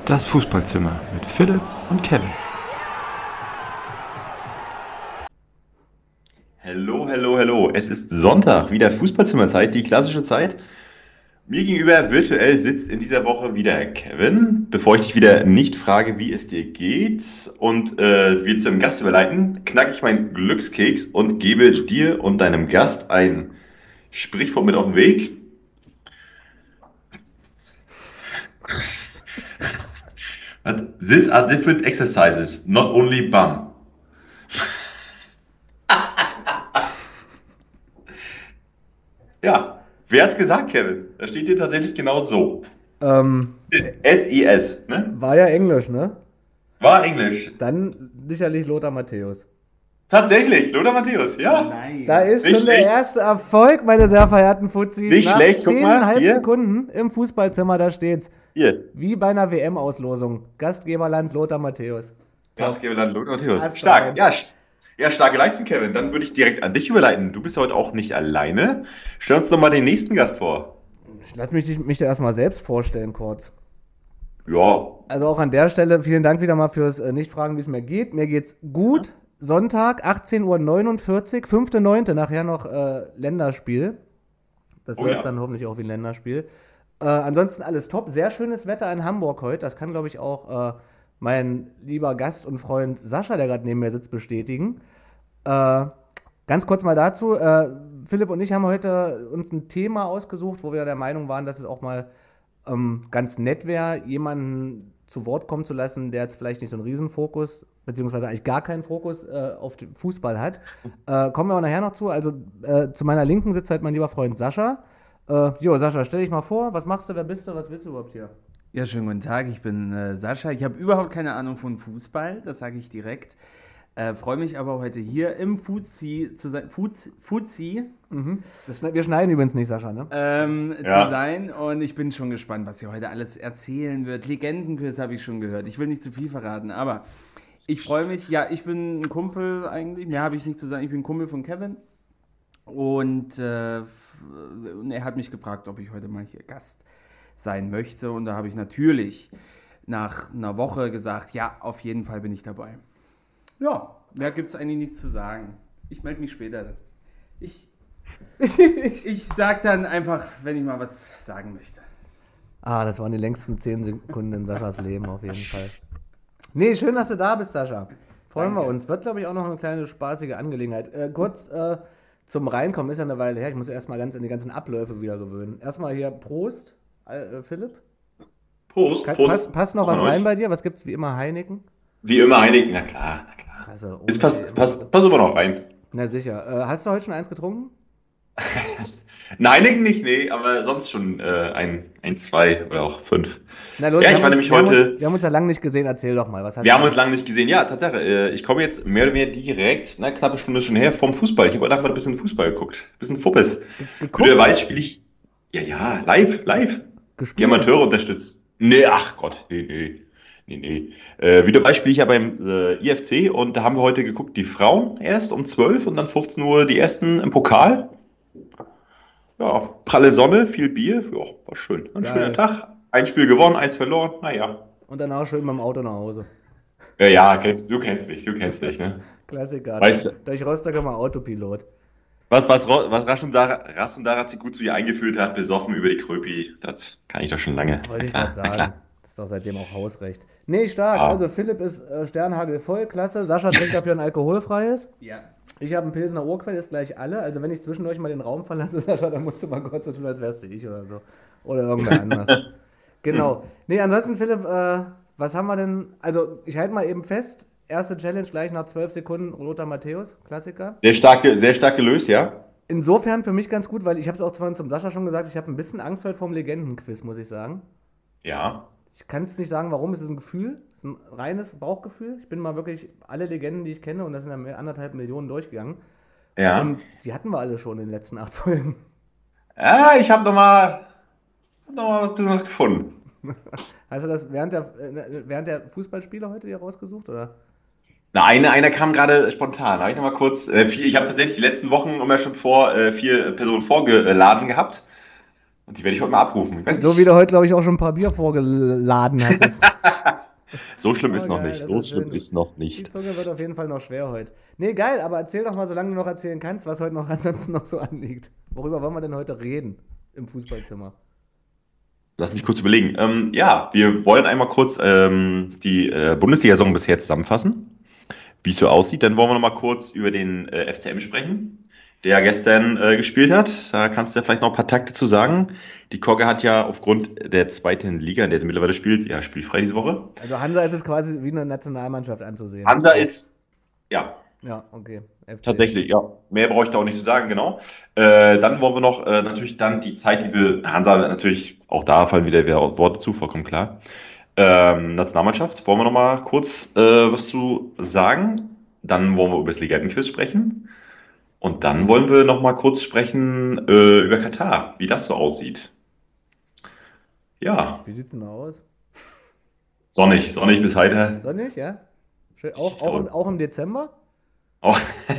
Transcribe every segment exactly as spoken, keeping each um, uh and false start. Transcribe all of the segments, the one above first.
Das Fußballzimmer mit Philipp und Kevin. Hallo, hallo, hallo. Es ist Sonntag, wieder Fußballzimmerzeit, die klassische Zeit. Mir gegenüber virtuell sitzt in dieser Woche wieder Kevin. Bevor ich dich wieder nicht frage, wie es dir geht und äh, wir zum Gast überleiten, knacke ich meinen Glückskeks und gebe dir und deinem Gast ein Sprichwort mit auf den Weg. These are different exercises, not only bum. Ja, wer hat's gesagt, Kevin? Da steht hier tatsächlich genau so. Ähm, S I S, ne? war ja Englisch, ne? War Englisch. Dann sicherlich Lothar Matthäus. Tatsächlich, Lothar Matthäus, ja. Nein. Da ist Nicht schon der schlecht. erste Erfolg, meine sehr verehrten Fuzis. Nicht Nach schlecht, guck mal, zehneinhalb hier. Sekunden im Fußballzimmer, da steht's. Hier, Wie bei einer W M-Auslosung. Gastgeberland Lothar Matthäus. Gastgeberland Lothar Matthäus. Hast du Stark, einen. ja, st- ja, starke Leistung, Kevin. Dann würde ich direkt an dich überleiten. Du bist heute auch nicht alleine. Stell uns doch mal den nächsten Gast vor. Lass mich, mich da erstmal selbst vorstellen kurz. Ja, Also auch an der Stelle vielen Dank wieder mal fürs äh, Nicht-Fragen, wie es mir geht. Mir geht's gut. Sonntag, achtzehn Uhr neunundvierzig, fünfter neunter nachher noch äh, Länderspiel. Das Oh läuft ja. dann hoffentlich auch wie ein Länderspiel. Äh, ansonsten alles top. Sehr schönes Wetter in Hamburg heute. Das kann, glaube ich, auch äh, mein lieber Gast und Freund Sascha, der gerade neben mir sitzt, bestätigen. Äh, ganz kurz mal dazu. Äh, Philipp und ich haben heute uns ein Thema ausgesucht, wo wir der Meinung waren, dass es auch mal ähm, ganz nett wäre, jemanden zu Wort kommen zu lassen, der jetzt vielleicht nicht so einen Riesenfokus, beziehungsweise eigentlich gar keinen Fokus äh, auf den Fußball hat. Äh, kommen wir auch nachher noch zu. Also äh, zu meiner Linken sitzt halt mein lieber Freund Sascha. Äh, jo, Sascha, stell dich mal vor, was machst du, wer bist du, was willst du überhaupt hier? Ja, schönen guten Tag, ich bin äh, Sascha. Ich habe überhaupt keine Ahnung von Fußball, das sage ich direkt. Äh, Freue mich aber heute hier im Fuzzi zu sein. Fuz, Fuzzi Mhm. Das, schne- wir schneiden übrigens nicht, Sascha, ne? ähm, Ja. zu sein und ich bin schon gespannt, was ihr heute alles erzählen wird. Legendenquiz habe ich schon gehört. Ich will nicht zu viel verraten, aber ich freue mich. Ja, ich bin ein Kumpel eigentlich. Mehr habe ich nicht zu sagen. Ich bin ein Kumpel von Kevin und, äh, f- und er hat mich gefragt, ob ich heute mal hier Gast sein möchte und da habe ich natürlich nach einer Woche gesagt, ja, auf jeden Fall bin ich dabei. Ja, mehr gibt es eigentlich nichts zu sagen. Ich melde mich später. Ich, ich sag dann einfach, wenn ich mal was sagen möchte. Ah, das waren die längsten zehn Sekunden in Saschas Leben auf jeden Fall. Nee, schön, dass du da bist, Sascha. Freuen wir Danke. uns. Wird, glaube ich, auch noch eine kleine spaßige Angelegenheit. Äh, kurz äh, zum Reinkommen, ist ja eine Weile her. Ich muss erstmal ganz in die ganzen Abläufe wieder gewöhnen. Erstmal hier Prost, äh, Philipp. Prost, Kann, Prost. passt, passt noch An was euch. rein bei dir? Was gibt's wie immer? Heineken? Wie immer Heineken, na klar, na klar. Also, Es passt, passt, passt immer noch rein. Na sicher. Äh, hast du heute schon eins getrunken? Nein, Heineken nicht, nee, aber sonst schon äh, ein, ein, zwei oder auch fünf. Na los, Ja, wir ich haben war uns- nämlich wir haben heute- Uns, wir haben uns ja lange nicht gesehen. Erzähl doch mal. Was hast Wir du haben uns lange nicht gesehen. Ja, Tatsache. äh, Ich komme jetzt mehr oder weniger direkt, na, knappe Stunde schon her, vom Fußball. Ich habe heute einfach ein bisschen Fußball geguckt. Ein bisschen Fuppes. Wie geguckt? du weißt, spiele ich. Ja, ja, live, live. Die gespielt? Amateure unterstützt. Nee, ach Gott, nee, nee. Nee, nee. Äh, wie du weißt, spiele ich ja beim äh, I F C und da haben wir heute geguckt, die Frauen erst um zwölf und dann fünfzehn Uhr die ersten im Pokal. Ja, pralle Sonne, viel Bier. Ja, war schön. Ein Geil. schöner Tag. Ein Spiel gewonnen, eins verloren. Naja. Und danach schön mit dem Auto nach Hause. Ja, ja, kennst, du kennst mich, du kennst mich, ne? Klassiker. Weißt du- Durch Rostock immer Autopilot. Was, was, Ro- was Rasundara, Rasundara sich gut zu ihr eingeführt hat, besoffen über die Kröpi, das kann ich doch schon lange. Wollte ich Na gerade klar, na sagen. klar. Das ist doch seitdem auch Hausrecht. Nee, stark. Ah. Also Philipp ist äh, Sternhagel voll, klasse. Sascha trinkt dafür ein alkoholfreies. Ja. Ich habe einen Pilsener Urquell, ist gleich alle. Also wenn ich zwischendurch mal den Raum verlasse, Sascha, dann musst du mal kurz so tun, als wärst du ich oder so. Oder irgendwer anders. Genau. Nee, ansonsten Philipp, äh, was haben wir denn? Also ich halte mal eben fest. Erste Challenge gleich nach zwölf Sekunden, Lothar Matthäus, Klassiker. Sehr stark, ge- sehr stark gelöst, ja? Insofern für mich ganz gut, weil ich habe es auch vorhin zum Sascha schon gesagt, ich habe ein bisschen Angst heute vorm Legendenquiz, muss ich sagen. Ja. Ich kann es nicht sagen, warum. Es ist ein Gefühl, es ist ein reines Bauchgefühl. Ich bin mal wirklich alle Legenden, die ich kenne, und das sind ja mehr anderthalb Millionen durchgegangen. Ja. Und die hatten wir alle schon in den letzten acht Folgen. Ja, ich habe nochmal hab noch mal was bisschen was gefunden. Hast du das während der, äh, während der Fußballspiele heute hier rausgesucht, oder? Na, eine, einer kam gerade spontan. Da habe ich noch mal kurz. Äh, vier, ich habe tatsächlich die letzten Wochen immer schon vor äh, vier Personen vorgeladen gehabt. Und die werde ich heute mal abrufen. Ich weiß So nicht. wie du heute, glaube ich, auch schon ein paar Bier vorgeladen hattest. So schlimm Oh, ist noch geil, nicht. das So ist schlimm schön. ist noch Die nicht. Zunge wird auf jeden Fall noch schwer heute. Nee, geil, aber erzähl doch mal, solange du noch erzählen kannst, was heute noch ansonsten noch so anliegt. Worüber wollen wir denn heute reden im Fußballzimmer? Lass mich kurz überlegen. Ähm, ja, wir wollen einmal kurz ähm, die äh, Bundesliga-Saison bisher zusammenfassen, wie es so aussieht. Dann wollen wir noch mal kurz über den äh, F C M sprechen, der gestern äh, gespielt hat. Da kannst du ja vielleicht noch ein paar Takte zu sagen. Die Kogge hat ja aufgrund der zweiten Liga, in der sie mittlerweile spielt, ja, spielfrei diese Woche. Also Hansa ist es quasi wie eine Nationalmannschaft anzusehen. Hansa ist, ja, Ja, okay. F C. tatsächlich, ja. Mehr brauche ich da auch nicht zu sagen, genau. Äh, dann wollen wir noch äh, natürlich dann die Zeit, die wir, Hansa natürlich, auch da fallen wieder wieder Worte zu, vollkommen klar. Ähm, Nationalmannschaft, wollen wir noch mal kurz äh, was zu sagen. Dann wollen wir über das Legendenquiz sprechen. Und dann wollen wir noch mal kurz sprechen äh, über Katar, wie das so aussieht. Ja, Wie sieht's denn da aus? sonnig, sonnig bis heiter. Sonnig, ja? Schön. Auch, auch, im, auch im Dezember? Auch.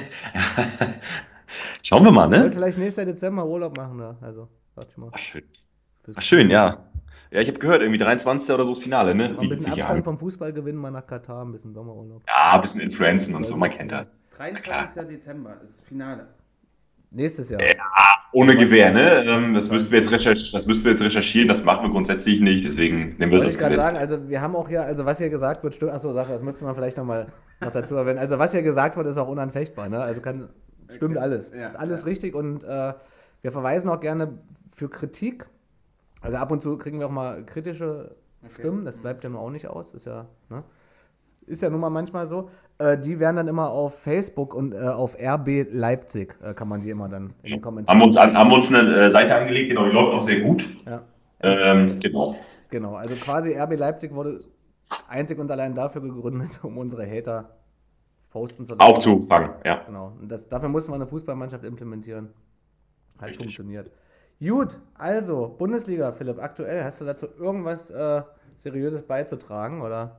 Schauen wir mal, Ich wollte ne? vielleicht nächster Dezember Urlaub machen da. Also, warte ich mal. Ach, schön. Fürs- Ach, schön, ja. Ja, ich habe gehört, irgendwie dreiundzwanzigsten oder so das Finale, ne? Mal ein Bietet bisschen sich ja Abstand an. vom Fußball gewinnen, mal nach Katar, ein bisschen Sommerurlaub. Ja, ein bisschen Influenzen und so, man kennt das. dreiundzwanzigster Dezember ist das Finale. Nächstes Jahr. Ohne Gewehr, ne? Ähm, Das müssten wir jetzt recherch- das müssten wir jetzt recherchieren, das machen wir grundsätzlich nicht, deswegen nehmen wir Wollte das ich als gerade Gesetz. sagen, also wir haben auch hier, also was hier gesagt wird, stimmt, achso, Sache, das müsste man vielleicht nochmal noch dazu erwähnen. Also was hier gesagt wird, ist auch unanfechtbar, ne? Also kann, stimmt Okay. alles. Ja, ist alles ja. richtig und äh, wir verweisen auch gerne für Kritik. Also ab und zu kriegen wir auch mal kritische Stimmen, das bleibt ja nur auch nicht aus, ist ja, ne? Ist ja nun mal manchmal so. Äh, die werden dann immer auf Facebook und äh, auf R B Leipzig, äh, kann man die immer dann in den Kommentaren. Haben wir uns, an, haben wir uns eine äh, Seite angelegt, genau, die läuft auch sehr gut. Ja. Ähm, genau. Genau, also quasi R B Leipzig wurde einzig und allein dafür gegründet, um unsere Hater posten zu lassen. Aufzufangen, ja. Genau, und das, dafür mussten wir eine Fußballmannschaft implementieren. Hat Richtig. funktioniert. Gut, also, Bundesliga, Philipp, aktuell, hast du dazu irgendwas äh, Seriöses beizutragen, oder?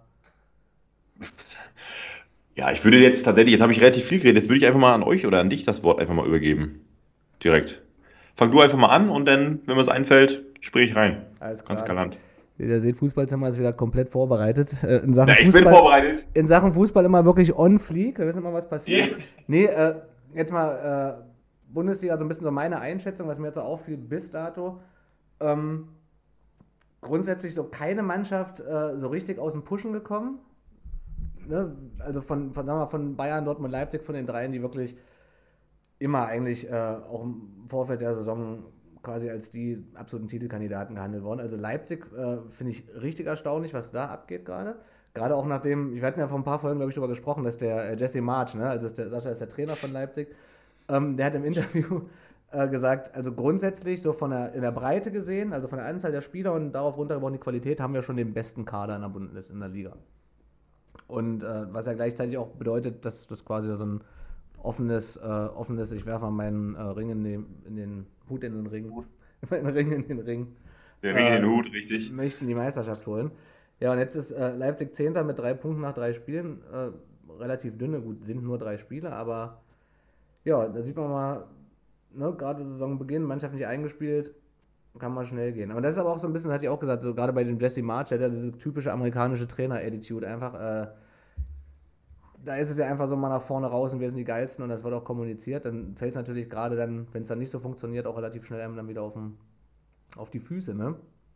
Ja, ich würde jetzt tatsächlich, jetzt habe ich relativ viel geredet, jetzt würde ich einfach mal an euch oder an dich das Wort einfach mal übergeben. Direkt. Fang du einfach mal an und dann, wenn mir es einfällt, springe ich rein. Alles Ganz klar. galant. Wie ihr seht, Fußballzimmer ist wieder komplett vorbereitet. Äh, in, Sachen Ja, ich bin Fußball, vorbereitet. in Sachen Fußball immer wirklich on fleek. Wir wissen immer, was passiert. Ja. Nee, äh, jetzt mal äh, Bundesliga, so ein bisschen so meine Einschätzung, was mir jetzt so auffiel bis dato. Ähm, grundsätzlich so keine Mannschaft äh, so richtig aus dem Pushen gekommen. Ne? Also von, von, sagen wir mal, von Bayern, Dortmund, Leipzig, von den dreien, die wirklich immer eigentlich äh, auch im Vorfeld der Saison quasi als die absoluten Titelkandidaten gehandelt worden. Also Leipzig äh, finde ich richtig erstaunlich, was da abgeht gerade. Gerade auch nachdem, wir hatten ja vor ein paar Folgen, glaube ich, darüber gesprochen, dass der äh, Jesse Marsch, ne, also ist der, Sascha ist der Trainer von Leipzig, ähm, der hat im Interview äh, gesagt, also grundsätzlich so von der, in der Breite gesehen, also von der Anzahl der Spieler und darauf runtergebrochen die Qualität, haben wir schon den besten Kader in der Bundes in der Liga. Und äh, was ja gleichzeitig auch bedeutet, dass das quasi so ein offenes, äh, offenes, ich werfe mal meinen äh, Ring in den, in den Hut in den Ring, meinen Ring in den Ring, Der Ring in den Äh, Hut, richtig. möchten die Meisterschaft holen. Ja, und jetzt ist äh, Leipzig Zehnter mit drei Punkten nach drei Spielen, äh, relativ dünne, gut, sind nur drei Spiele, aber ja, da sieht man mal, ne, gerade Saisonbeginn, Mannschaft nicht eingespielt, kann mal schnell gehen. Aber das ist aber auch so ein bisschen, hatte ich auch gesagt, so gerade bei dem Jesse Marsch, der hat ja diese typische amerikanische Trainer-Attitude einfach, äh, da ist es ja einfach so mal nach vorne raus und wir sind die Geilsten und das wird auch kommuniziert, dann fällt es natürlich gerade dann, wenn es dann nicht so funktioniert, auch relativ schnell einem dann wieder auf, den, auf die Füße, ne?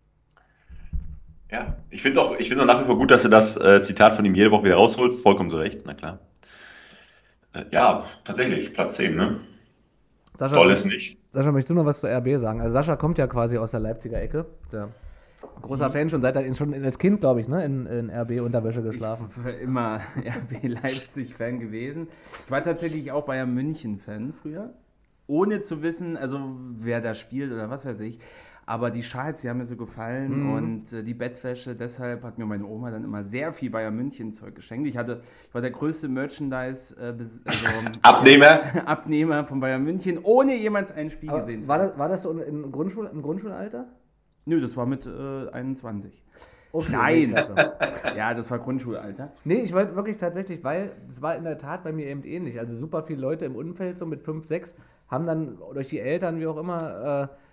Ja, ich finde es auch, ich find's auch nach wie vor gut, dass du das äh, Zitat von ihm jede Woche wieder rausholst. Vollkommen so recht, na klar. Äh, ja, tatsächlich, Platz zehn, ne? Sascha, Toll ist nicht. Sascha, möchtest du noch was zur R B sagen? Also Sascha kommt ja quasi aus der Leipziger Ecke. Der großer Fan schon seit er schon als Kind, glaube ich, ne, in, in R B-Unterwäsche geschlafen. Ich war immer R B Leipzig-Fan gewesen. Ich war tatsächlich auch Bayern München-Fan früher. Ohne zu wissen, also wer da spielt oder was weiß ich. Aber die Schals, die haben mir so gefallen Mhm. und äh, die Bettwäsche, deshalb hat mir meine Oma dann immer sehr viel Bayern München-Zeug geschenkt. Ich hatte, ich war der größte Merchandise, äh, bes- also, Abnehmer. Abnehmer von Bayern München, ohne jemals ein Spiel Aber gesehen zu war, haben. das, war das so in Grundschul, im Grundschulalter? Nö, das war mit äh, einundzwanzig. Okay, Nein. nee, klasse. Ja, das war Grundschulalter. Nee, ich wollte wirklich tatsächlich, weil es war in der Tat bei mir eben ähnlich. Also super viele Leute im Umfeld, so mit fünf, sechs, haben dann durch die Eltern, wie auch immer, äh,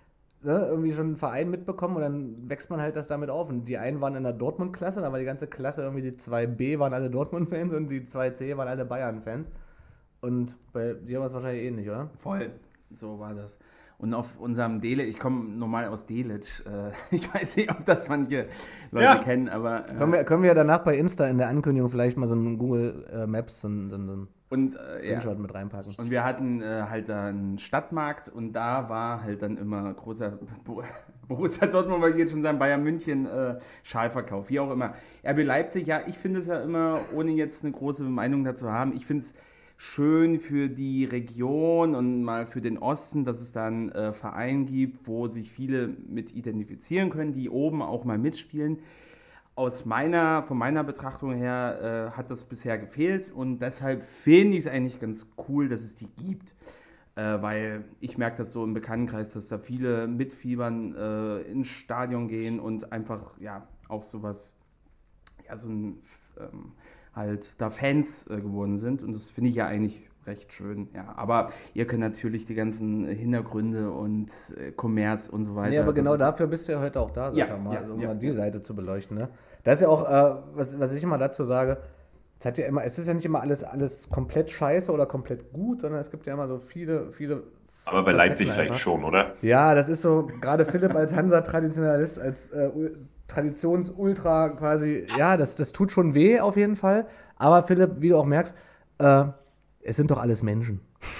ne, irgendwie schon einen Verein mitbekommen und dann wächst man halt das damit auf. Und die einen waren in der Dortmund-Klasse, da war die ganze Klasse irgendwie, die zwei B waren alle Dortmund-Fans und die zwei C waren alle Bayern-Fans. Und bei dir war es wahrscheinlich ähnlich, oder? Voll, so war das. Und auf unserem Delitzsch, ich komme normal aus Delitzsch, äh, ich weiß nicht, ob das manche Leute ja. kennen, aber... Äh, können, wir, können wir danach bei Insta in der Ankündigung vielleicht mal so ein Google äh, Maps, so ein, so ein und, äh, Screenshot ja. mit reinpacken. Und wir hatten äh, halt da einen Stadtmarkt und da war halt dann immer großer Borussia Dortmund, weil jetzt schon sein Bayern München äh, Schalverkauf, wie auch immer. R B Leipzig, ja, ich finde es ja immer, ohne jetzt eine große Meinung dazu haben, ich finde es schön für die Region und mal für den Osten, dass es da einen äh, Verein gibt, wo sich viele mit identifizieren können, die oben auch mal mitspielen. Aus meiner, von meiner Betrachtung her äh, hat das bisher gefehlt und deshalb finde ich es eigentlich ganz cool, dass es die gibt. Äh, weil ich merke das so im Bekanntenkreis, dass da viele mitfiebern, äh, ins Stadion gehen und einfach ja auch sowas, ja so ein... Ähm, halt da Fans äh, geworden sind und das finde ich ja eigentlich recht schön, ja, aber ihr könnt natürlich die ganzen Hintergründe und äh, Kommerz und so weiter. Nee, aber das genau dafür bist du ja heute auch da, sag ja, mal, ja, also, um ja, mal die ja. Seite zu beleuchten, ne? Das ist ja auch, äh, was, was ich immer dazu sage, es hat ja immer, es ist ja nicht immer alles, alles komplett scheiße oder komplett gut, sondern es gibt ja immer so viele, viele Aber bei Facetten Leipzig einfach. vielleicht schon, oder? Ja, das ist so, gerade Philipp als Hansa-Traditionalist, als äh, Traditions-Ultra quasi, ja, das, das tut schon weh auf jeden Fall. Aber Philipp, wie du auch merkst, äh, es sind doch alles Menschen.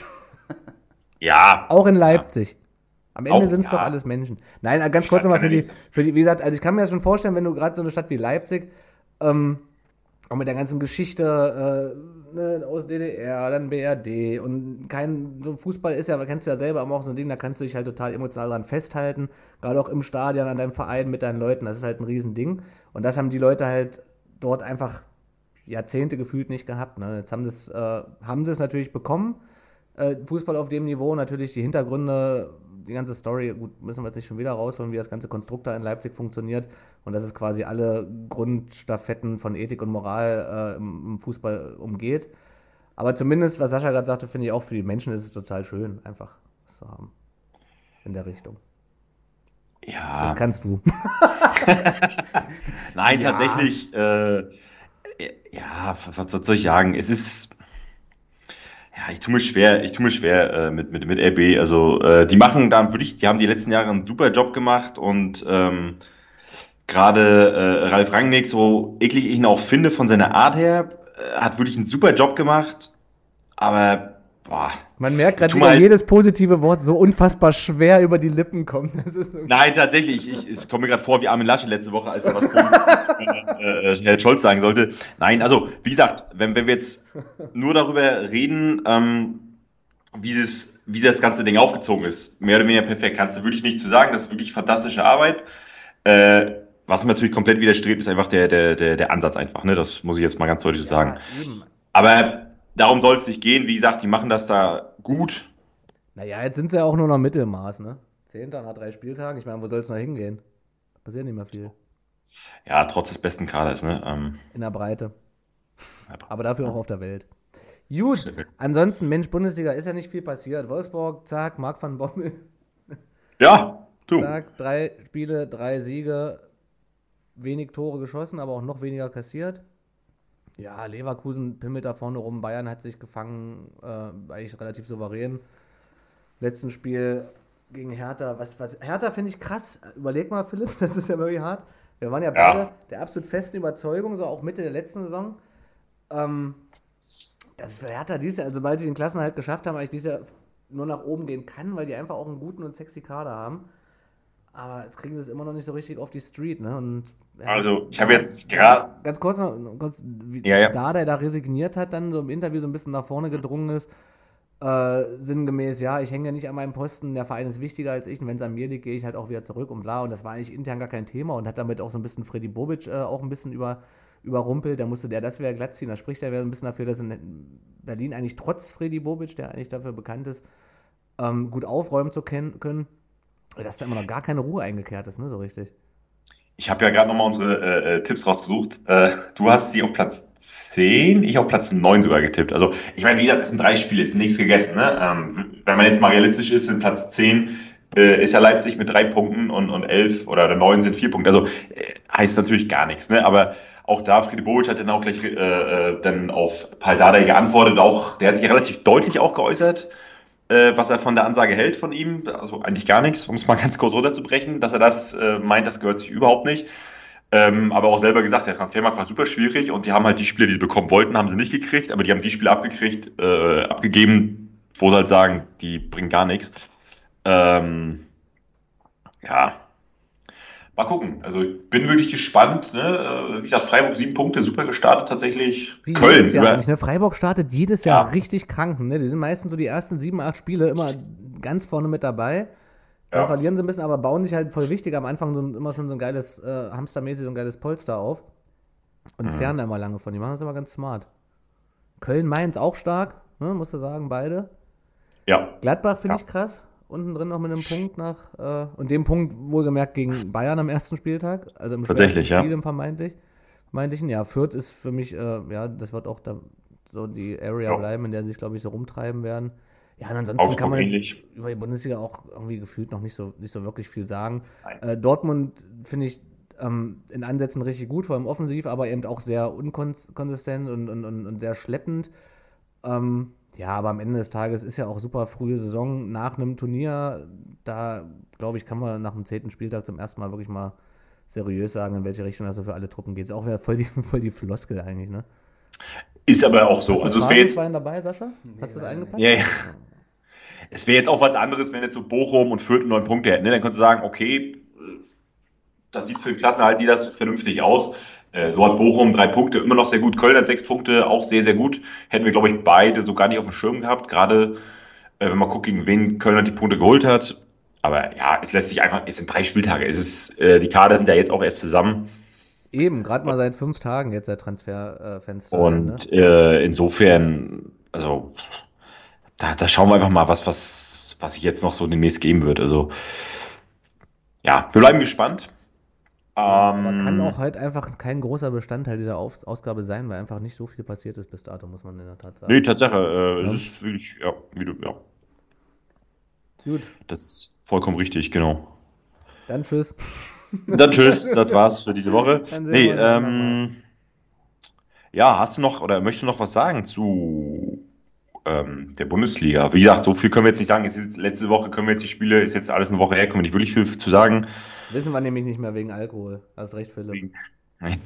Ja. Auch in Leipzig. Am Ende Auch, sind es ja. doch alles Menschen. Nein, ganz Die kurz Stadt nochmal kann für ja die, nichts. für die, wie gesagt, also ich kann mir das schon vorstellen, wenn du gerade so eine Stadt wie Leipzig, ähm, auch mit der ganzen Geschichte äh, ne, aus D D R, dann B R D und kein, so Fußball ist ja, kennst du ja selber, aber auch so ein Ding, da kannst du dich halt total emotional dran festhalten, gerade auch im Stadion, an deinem Verein, mit deinen Leuten, das ist halt ein Riesending. Und das haben die Leute halt dort einfach Jahrzehnte gefühlt nicht gehabt. Ne? Jetzt haben, das, äh, haben sie es natürlich bekommen, äh, Fußball auf dem Niveau, natürlich die Hintergründe, die ganze Story, gut, müssen wir jetzt nicht schon wieder rausholen, wie das ganze Konstrukt da in Leipzig funktioniert und dass es quasi alle Grundstaffetten von Ethik und Moral äh, im, im Fußball umgeht. Aber zumindest, was Sascha gerade sagte, finde ich auch für die Menschen ist es total schön, einfach was zu haben in der Richtung. Ja. Das kannst du. Nein, Ja. tatsächlich, äh, ja, was soll ich sagen? Es ist, ja, ich tue mir schwer, ich tue mir schwer äh, mit, mit, mit R B. Also, äh, die machen da wirklich, die haben die letzten Jahre einen super Job gemacht und ähm, gerade äh, Ralf Rangnick, so eklig ich ihn auch finde von seiner Art her, äh, hat wirklich einen super Job gemacht, aber, boah. Man merkt gerade, Tu wie mal- jedes positive Wort so unfassbar schwer über die Lippen kommt. Das ist irgendwie- Nein, tatsächlich. Ich, es kommt mir gerade vor wie Armin Laschet letzte Woche, als er was von äh, äh, Herr Scholz sagen sollte. Nein, also wie gesagt, wenn, wenn wir jetzt nur darüber reden, ähm, wie, das, wie das ganze Ding aufgezogen ist, mehr oder weniger perfekt, kannst du wirklich nicht zu sagen. Das ist wirklich fantastische Arbeit. Äh, was mir natürlich komplett widerstrebt, ist einfach der, der, der, der Ansatz einfach. Ne? Das muss ich jetzt mal ganz deutlich so sagen. Ja, eben. Aber darum soll es nicht gehen. Wie gesagt, die machen das da gut. Naja, jetzt sind sie ja auch nur noch Mittelmaß, ne? Zehnter nach drei Spieltagen. Ich meine, wo soll es noch hingehen? Passiert nicht mehr viel. Ja, trotz des besten Kaders. Ne? Ähm, In der Breite. Ja. Aber dafür auch auf der Welt. Gut, ansonsten, Mensch, Bundesliga ist ja nicht viel passiert. Wolfsburg, zack, Marc van Bommel, ja, du. zack, drei Spiele, drei Siege, wenig Tore geschossen, aber auch noch weniger kassiert. Ja, Leverkusen pimmelt da vorne rum, Bayern hat sich gefangen, äh, eigentlich relativ souverän. Letzten Spiel gegen Hertha, was, was Hertha finde ich krass, überleg mal Philipp, das ist ja wirklich hart. Wir waren ja Ja. beide der absolut festen Überzeugung, so auch Mitte der letzten Saison, ähm, dass es für Hertha dieses Jahr, also sobald die den Klassenerhalt geschafft haben, eigentlich dieses Jahr nur nach oben gehen kann, weil die einfach auch einen guten und sexy Kader haben. Aber jetzt kriegen sie es immer noch nicht so richtig auf die Street, ne? Und, ja, Also, ich habe jetzt gerade. Ganz kurz noch, kurz, wie Ja, ja. Dardai da resigniert hat, dann so im Interview so ein bisschen nach vorne gedrungen ist, äh, sinngemäß, ja, ich hänge ja nicht an meinem Posten, der Verein ist wichtiger als ich und wenn es an mir liegt, gehe ich halt auch wieder zurück und bla. Und das war eigentlich intern gar kein Thema und hat damit auch so ein bisschen Freddy Bobic äh, auch ein bisschen über, überrumpelt. Da musste der das wieder glatt ziehen. Da spricht er wieder ein bisschen dafür, dass in Berlin eigentlich trotz Freddy Bobic, der eigentlich dafür bekannt ist, ähm, gut aufräumen zu ken- können, dass da immer noch gar keine Ruhe eingekehrt ist, ne, so richtig. Ich habe ja gerade nochmal unsere äh, äh, Tipps rausgesucht. Äh, du hast sie auf Platz zehn, ich auf Platz neun sogar getippt. Also, ich meine, wie gesagt, es sind drei Spiele, ist nichts gegessen. Ne? Ähm, wenn man jetzt mal realistisch ist, sind Platz zehn äh, ist ja Leipzig mit drei Punkten und, und elf oder neun sind vier Punkte. Also äh, heißt natürlich gar nichts, ne? Aber auch da, Friede Bobic hat dann auch gleich äh, äh, dann auf Pal Dardai geantwortet. Auch, der hat sich relativ deutlich auch geäußert, äh, was er von der Ansage hält von ihm. Also eigentlich gar nichts, um es mal ganz kurz runterzubrechen, dass er das äh, meint, das gehört sich überhaupt nicht. Ähm, aber auch selber gesagt, der Transfermarkt war super schwierig und die haben halt die Spieler, die sie bekommen wollten, haben sie nicht gekriegt, aber die haben die Spieler abgekriegt, äh, abgegeben, wo sie halt sagen, die bringen gar nichts. Ähm, ja, mal gucken. Also ich bin wirklich gespannt. Ne? Wie gesagt, Freiburg sieben Punkte, super gestartet tatsächlich. Wie Köln. jedes Jahr Über, eigentlich, ne? Freiburg startet jedes Jahr Ja. richtig krank. Ne? Die sind meistens so die ersten sieben, acht Spiele immer ganz vorne mit dabei. Dann Ja. verlieren sie ein bisschen, aber bauen sich halt voll wichtig am Anfang so ein, immer schon so ein geiles, äh, hamstermäßig so ein geiles Polster auf. Und Mhm. zehren da immer lange von. Die machen das immer ganz smart. Köln, Mainz auch stark, ne? Musst du sagen, beide. ja, Gladbach finde Ja. ich krass. Unten drin noch mit einem Punkt nach, äh, und dem Punkt wohlgemerkt gegen Bayern am ersten Spieltag. Also im Tatsächlich, schwersten ja. Spiel im vermeintlich. vermeintlichen. Ja, Fürth ist für mich, äh, ja, das wird auch da so die Area Ja. bleiben, in der sie sich, glaube ich, so rumtreiben werden. Ja, und ansonsten Augsburg kann man jetzt ähnlich. über die Bundesliga auch irgendwie gefühlt noch nicht so, nicht so wirklich viel sagen. Nein. Äh, Dortmund finde ich ähm, in Ansätzen richtig gut, vor allem offensiv, aber eben auch sehr unkonsistent und, und, und, und sehr schleppend. Ähm, ja, aber am Ende des Tages ist ja auch super frühe Saison nach einem Turnier. Da, glaube ich, kann man nach dem zehnten Spieltag zum ersten Mal wirklich mal seriös sagen, in welche Richtung das so für alle Truppen geht. Ist auch wieder voll die, voll die Floskel eigentlich, ne? Ist aber auch so. Hast du Also es wäre jetzt, Phrasenschwein dabei, Sascha? Hast du das eingepackt? ja, ja. Es wäre jetzt auch was anderes, wenn jetzt so Bochum und Fürth neun Punkte hätten. Ne? Dann könntest du sagen, okay, das sieht für den Klassenerhalt die das vernünftig aus. Äh, So hat Bochum drei Punkte, immer noch sehr gut. Köln hat sechs Punkte, auch sehr, sehr gut. Hätten wir, glaube ich, beide so gar nicht auf dem Schirm gehabt. Gerade äh, wenn man guckt, gegen wen Köln die Punkte geholt hat. Aber ja, es lässt sich einfach, es sind drei Spieltage. Es ist, äh, die Kader sind ja jetzt auch erst zusammen. Eben, gerade mal seit fünf Tagen jetzt der Transferfenster. Und ne? äh, insofern, also da, da schauen wir einfach mal, was, was, was sich jetzt noch so demnächst geben wird. Also ja, wir bleiben gespannt. Aber Ähm, kann auch halt einfach kein großer Bestandteil dieser Auf Ausgabe sein, weil einfach nicht so viel passiert ist bis dato, muss man in der Tat sagen. Nee, Tatsache, äh, es Ja. ist wirklich, ja, wie du, ja, Gut, das ist vollkommen richtig, genau. dann tschüss. Dann tschüss, das war's für diese Woche. Dann sehen Nee, wir uns dann ähm, ja, hast du noch oder möchtest du noch was sagen zu ähm, der Bundesliga? Wie gesagt, so viel können wir jetzt nicht sagen. Es ist, letzte Woche können wir jetzt die Spiele, ist jetzt alles eine Woche her, können wir nicht wirklich viel zu sagen. Wissen wir nämlich nicht mehr wegen Alkohol. Hast recht, Philipp. Nein.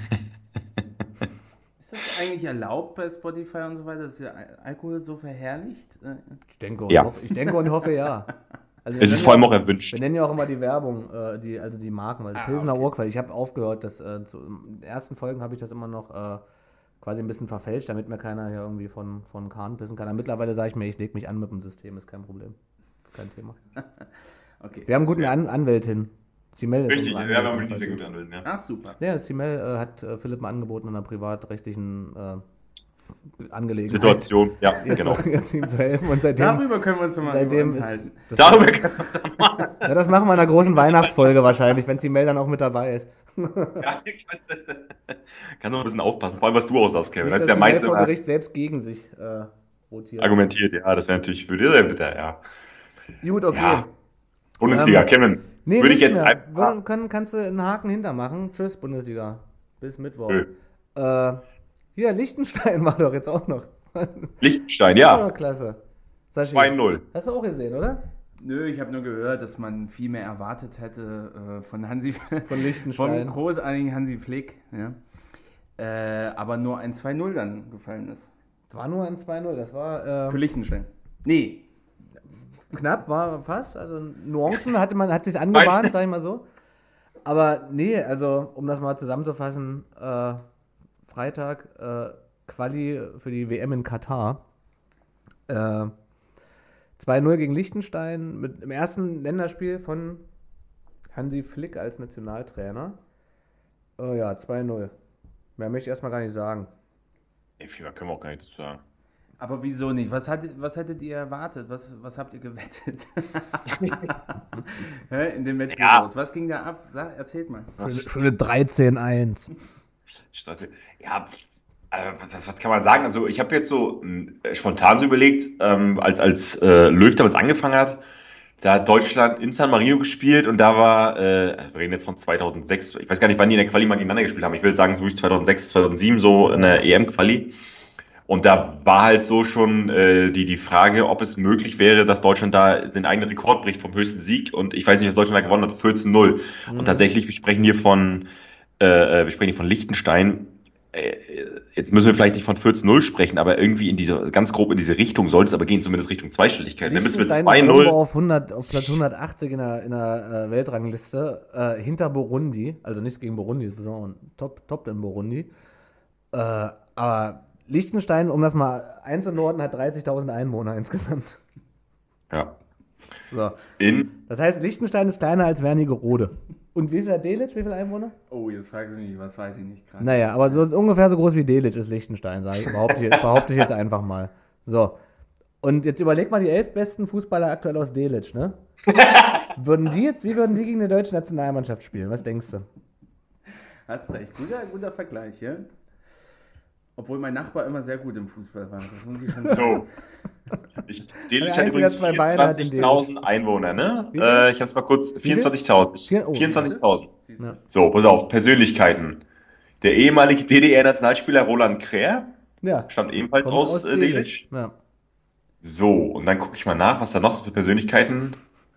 Ist das eigentlich erlaubt bei Spotify und so weiter, dass ihr Al- Alkohol so verherrlicht? Äh, Ich denke und, Ja. hoffe, ich denke und hoffe, ja. Also wir Es ist nennen vor allem ja- auch erwünscht. Wir nennen ja auch immer die Werbung, äh, die, also die Marken, also Ah, Pilsener okay. Urquell. Ich habe aufgehört, das äh, zu, in den ersten Folgen habe ich das immer noch äh, quasi ein bisschen verfälscht, damit mir keiner hier irgendwie von, von Kahn pissen kann. Aber mittlerweile sage ich mir, ich lege mich an mit dem System, ist kein Problem. Ist kein Thema. okay. Wir haben einen guten An Anwältin. Simel ist Richtig, unsere wir haben Anwältin, wirklich sehr falls gut du- anwenden, ja. Ach, super. Ja, Simel äh, hat äh, Philipp mal angeboten in einer privatrechtlichen äh, Angelegenheit. Situation, ja, Jetzt, genau. jetzt ihm zu helfen und seitdem, Darüber können wir uns nochmal seitdem ist, unterhalten. das, Darüber können wir uns auch mal. ja, das machen wir in einer großen Weihnachtsfolge wahrscheinlich, wenn Simel dann auch mit dabei ist. Ja, kannst, kannst noch ein bisschen aufpassen, vor allem was du aussagst, Kevin. Nicht, Das ist dass der Simel meiste vor immer Gericht selbst gegen sich äh, rotiert. argumentiert. Ja, das wäre natürlich für dich sehr bitter, ja. Gut, okay. Ja. Bundesliga, Ähm, Kevin, Nee, würde ich nicht jetzt mehr. einfach. Würden- können, kannst du einen Haken hintermachen. Tschüss, Bundesliga. Bis Mittwoch. Nö. Äh, hier, Liechtenstein war doch jetzt auch noch. Liechtenstein, Ja. ja, Klasse. Sashi, zwei null. hast du auch gesehen, oder? Nö, ich habe nur gehört, dass man viel mehr erwartet hätte äh, von Hansi Von Liechtenstein. vom großartigen Hansi Flick. Ja. Äh, aber nur ein zwei null dann gefallen ist. War nur ein zwei null. Das war Für äh, Liechtenstein. Nee. knapp, war fast. Also Nuancen hatte man, hat sich angebahnt, sag ich mal so. Aber nee, also um das mal zusammenzufassen, äh, Freitag äh, Quali für die W M in Katar. Äh, zwei null gegen Liechtenstein mit im ersten Länderspiel von Hansi Flick als Nationaltrainer. Äh, ja, zwei null. Mehr möchte ich erstmal gar nicht sagen. Nee, viel mehr können wir auch gar nicht dazu sagen. Aber wieso nicht? Was, hattet, was hättet ihr erwartet? Was, was habt ihr gewettet? Hä, in den Wettbewerbs. Was ging da ab? Sag, erzählt mal. Schöne, schöne dreizehn eins. Straße. Ja, äh, was, was kann man sagen? Also ich habe jetzt so äh, spontan so überlegt, ähm, als, als äh, Löw damals angefangen hat, Da hat Deutschland in San Marino gespielt und da war, äh, wir reden jetzt von zweitausendsechs, ich weiß gar nicht, wann die in der Quali mal gegeneinander gespielt haben. Ich will sagen, so wie zweitausendsechs, zweitausendsieben so in der E M-Quali. Und da war halt so schon äh, die, die Frage, ob es möglich wäre, dass Deutschland da den eigenen Rekord bricht vom höchsten Sieg. Und ich weiß nicht, was Deutschland da gewonnen hat, vierzehn null. Mhm. Und tatsächlich, wir sprechen hier von, äh, wir sprechen hier von Liechtenstein. Äh, jetzt müssen wir vielleicht nicht von vierzehn null sprechen, aber irgendwie in diese, ganz grob in diese Richtung sollte es aber gehen, zumindest Richtung Zweistelligkeit. Dann müssen wir zwei null. Auf, hundert, auf Platz hundertachtzig in der, in der äh, Weltrangliste, äh, hinter Burundi. Also nichts gegen Burundi, das ist schon top, top in Burundi. Äh, aber Liechtenstein, um das mal einzunorden, hat dreißigtausend Einwohner insgesamt. Ja. So. In Das heißt, Liechtenstein ist kleiner als Wernigerode. Und wie viel hat Delitzsch? Wie viele Einwohner? Oh, jetzt fragst du mich, was weiß ich nicht gerade. Naja, aber so ungefähr so groß wie Delitzsch ist Liechtenstein, sage ich. Behaupte ich, behaupte ich jetzt einfach mal. So. Und jetzt überleg mal die elf besten Fußballer aktuell aus Delitzsch, ne? Würden die jetzt, wie würden die gegen die deutsche Nationalmannschaft spielen? Was denkst du? Hast recht, guter, guter Vergleich, ja? Obwohl mein Nachbar immer sehr gut im Fußball war. Das muss ich schon sagen. So. Ich, Delitzsch Der hat Einzige, übrigens der zwei Beine hat in vierundzwanzigtausend Einwohner, ne? Wie viel? Äh, ich hab's mal kurz, vierundzwanzigtausend. Vier- oh, vierundzwanzigtausend. Siehst du? Ja. So, pass auf, Persönlichkeiten. Der ehemalige D D R-Nationalspieler Roland Kräher Ja. stammt ebenfalls Kommt aus, äh, Delitzsch. Ja. So, und dann gucke ich mal nach, was da noch so für Persönlichkeiten.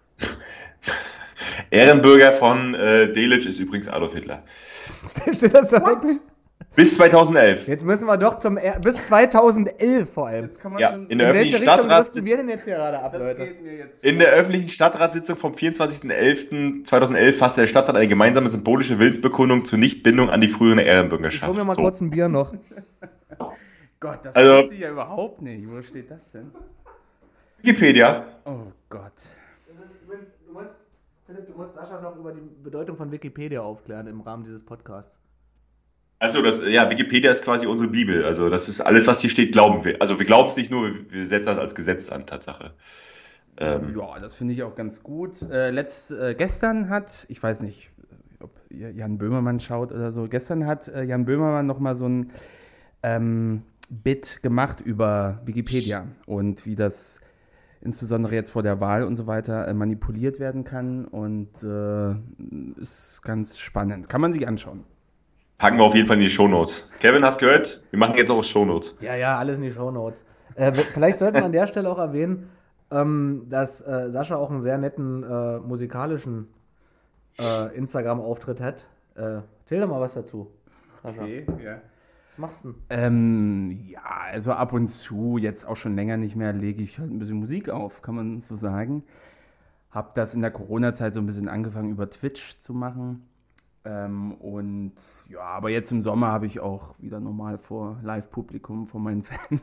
Ehrenbürger von äh, Delitzsch ist übrigens Adolf Hitler. Steht das da wirklich? Bis zweitausendelf. Jetzt müssen wir doch zum er- bis zweitausendelf vor allem. Jetzt kann man Ja, schon in In der welche öffentlichen Richtung Stadtrat driften wir denn jetzt hier gerade ab, das Leute? geht mir jetzt In der öffentlichen Stadtratssitzung vom vierundzwanzigsten elften zweitausendelf fasste der Stadtrat eine gemeinsame symbolische Willensbekundung zur Nichtbindung an die frühere Ich Ehrenbürgerschaft. hol mir mal So. kurz ein Bier noch. Gott, das Also- wusste ich ja überhaupt nicht. Wo steht das denn? Wikipedia. Oh Gott. Du musst, Philipp, du musst Sascha noch über die Bedeutung von Wikipedia aufklären im Rahmen dieses Podcasts. Also das, ja, Wikipedia ist quasi unsere Bibel. Also das ist alles, was hier steht, glauben wir. Also wir glauben es nicht nur, wir, wir setzen das als Gesetz an, Tatsache. Ähm, Ja, das finde ich auch ganz gut. Äh, letzt, äh, gestern hat, ich weiß nicht, ob ihr Jan Böhmermann schaut oder so, gestern hat äh, Jan Böhmermann nochmal so ein ähm, Bit gemacht über Wikipedia und wie das insbesondere jetzt vor der Wahl und so weiter äh, manipuliert werden kann und äh, ist ganz spannend. Kann man sich anschauen. Packen wir auf jeden Fall in die Shownotes. Kevin, hast gehört? Wir machen jetzt auch Shownotes. Ja, ja, alles in die Shownotes. Äh, w- vielleicht sollten wir an der Stelle auch erwähnen, ähm, dass äh, Sascha auch einen sehr netten äh, musikalischen äh, Instagram-Auftritt hat. Äh, erzähl doch mal was dazu, Sascha. ja. Was machst du denn? Ähm, ja, also ab und zu, jetzt auch schon länger nicht mehr, lege ich halt ein bisschen Musik auf, kann man so sagen. Hab das in der Corona-Zeit so ein bisschen angefangen über Twitch zu machen. Ähm, und ja, aber jetzt im Sommer habe ich auch wieder normal vor Live-Publikum, vor meinen Fans.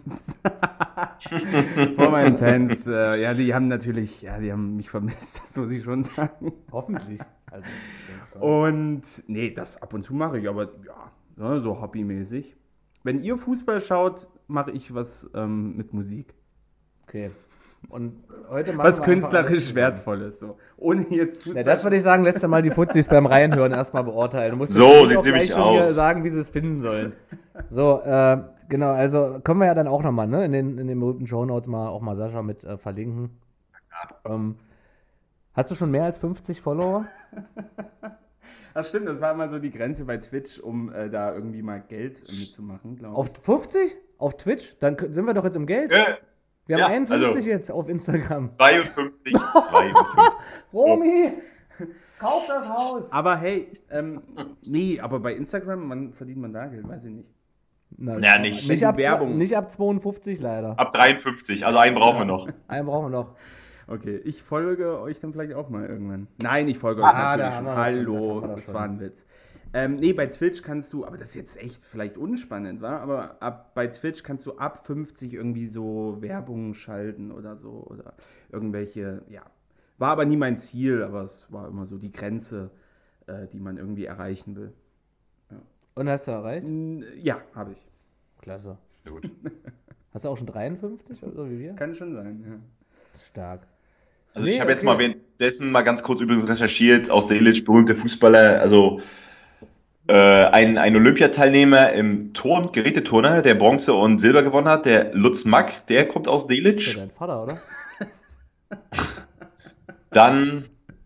vor meinen Fans. Äh, ja, die haben natürlich, ja, die haben mich vermisst, das muss ich schon sagen. Hoffentlich. Also, ich denk schon. Und nee, das ab und zu mache ich, aber ja, ne, so hobbymäßig. Wenn ihr Fußball schaut, mache ich was ähm, mit Musik. Okay. Und heute machen Was wir künstlerisch einfach alles Wertvolles. So. Ohne jetzt zusammen. Fußball. Ja, das würde ich sagen, lässt du mal die Fuzis beim Reinhören erstmal beurteilen. Du musst So jetzt nicht sieht auch sie gleich mich schon wieder aus. sagen, wie sie es finden sollen. So, äh, genau, also können wir ja dann auch nochmal, ne, in den, in den berühmten Shownotes mal auch mal Sascha mit äh, verlinken. Ähm, hast du schon mehr als fünfzig Follower? Ach stimmt, das war immer so die Grenze bei Twitch, um äh, da irgendwie mal Geld äh, mitzumachen, glaube ich. Auf fünfzig? Auf Twitch? Dann k- sind wir doch jetzt im Geld. Äh, Wir ja, haben einundfünfzig also- jetzt auf Instagram. zweiundfünfzig, zweiundfünfzig. Romy, kauf das Haus. Aber hey, ähm, nee, aber bei Instagram, man verdient man da Geld, weiß ich nicht. Na, Ja, nicht. Nicht ab, Werbung. nicht ab zweiundfünfzig leider. Ab dreiundfünfzig, also einen brauchen wir noch. Einen brauchen wir noch. Okay, ich folge euch dann vielleicht auch mal irgendwann. Nein, ich folge Ah, euch da natürlich haben schon. wir das schon, das Hallo, haben wir das, das schon. war ein Witz. Ähm, nee, bei Twitch kannst du, aber das ist jetzt echt vielleicht unspannend, war, aber ab, bei Twitch kannst du ab fünfzig irgendwie so Werbung schalten oder so oder irgendwelche, ja. War aber nie mein Ziel, aber es war immer so die Grenze, äh, die man irgendwie erreichen will. Und hast du erreicht? Mm, Ja, habe ich. Klasse. Sehr gut. Hast du auch schon dreiundfünfzig oder so wie wir? Kann schon sein, ja. Stark. Also Nee, ich habe jetzt okay. mal währenddessen mal ganz kurz übrigens recherchiert, aus Delitzsch, berühmte Fußballer, also äh, ein, ein Olympiateilnehmer im Turn, Geräteturner, der Bronze und Silber gewonnen hat, der Lutz Mack, der kommt aus Ist ja Delitzsch. dein Vater, oder? Dann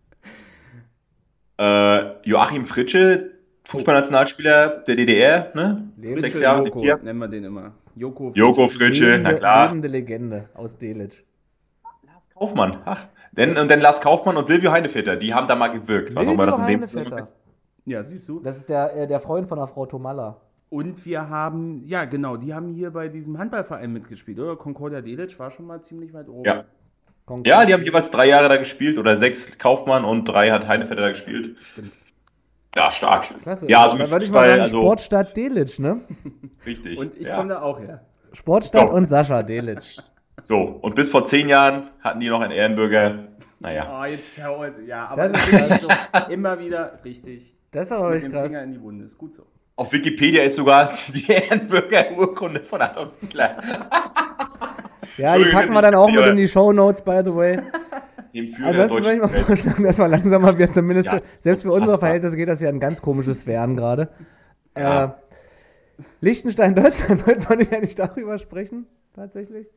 äh, Joachim Fritzsche, Fußballnationalspieler der D D R, ne? Fritzsche Sechs Jahre, Joko, vier. nennen wir den immer. Joko. Joko Fritzsche, lebende, na klar. lebende Legende aus Delitzsch. Kaufmann, ach. Denn, und dann Lars Kaufmann und Silvio Heinevetter, die haben da mal gewirkt. Was auch immer das in dem Heinevetter. ist. Ja, siehst du. Das ist der, äh, der Freund von der Frau Tomalla. Und wir haben, ja genau, die haben hier bei diesem Handballverein mitgespielt, oder? Concordia Delitzsch war schon mal ziemlich weit oben. Ja. Konkret. Ja, die haben jeweils drei Jahre da gespielt oder sechs Kaufmann und drei hat Heinevetter da gespielt. Stimmt. Ja, stark. Klasse. Ja, also da mit würde ich mal Fußball, sagen, also Sportstadt Delitzsch, ne? richtig. Und ich ja. komme da auch her. Sportstadt Doch. und Sascha Delitzsch. So, und bis vor zehn Jahren hatten die noch einen Ehrenbürger. Naja. Oh, jetzt hör auf. Ja, aber Das das ist ist so, immer wieder richtig. Das ist aber Mit echt dem krass. Finger in die Wunde, ist gut so. Auf Wikipedia ist sogar die Ehrenbürger-Urkunde von Adolf Hitler. Ja, die packen wir dann auch mit in die Shownotes, by the way. Dem Führer der Ansonsten würde ich deutschen mal Welt. vorschlagen, dass wir langsam mal wieder zumindest, Ja, für, selbst für unsere unfassbar. Verhältnisse geht das ja in ganz komische Sphären gerade. Ja. Äh, Liechtenstein, Deutschland, wollte man ja nicht darüber sprechen, tatsächlich.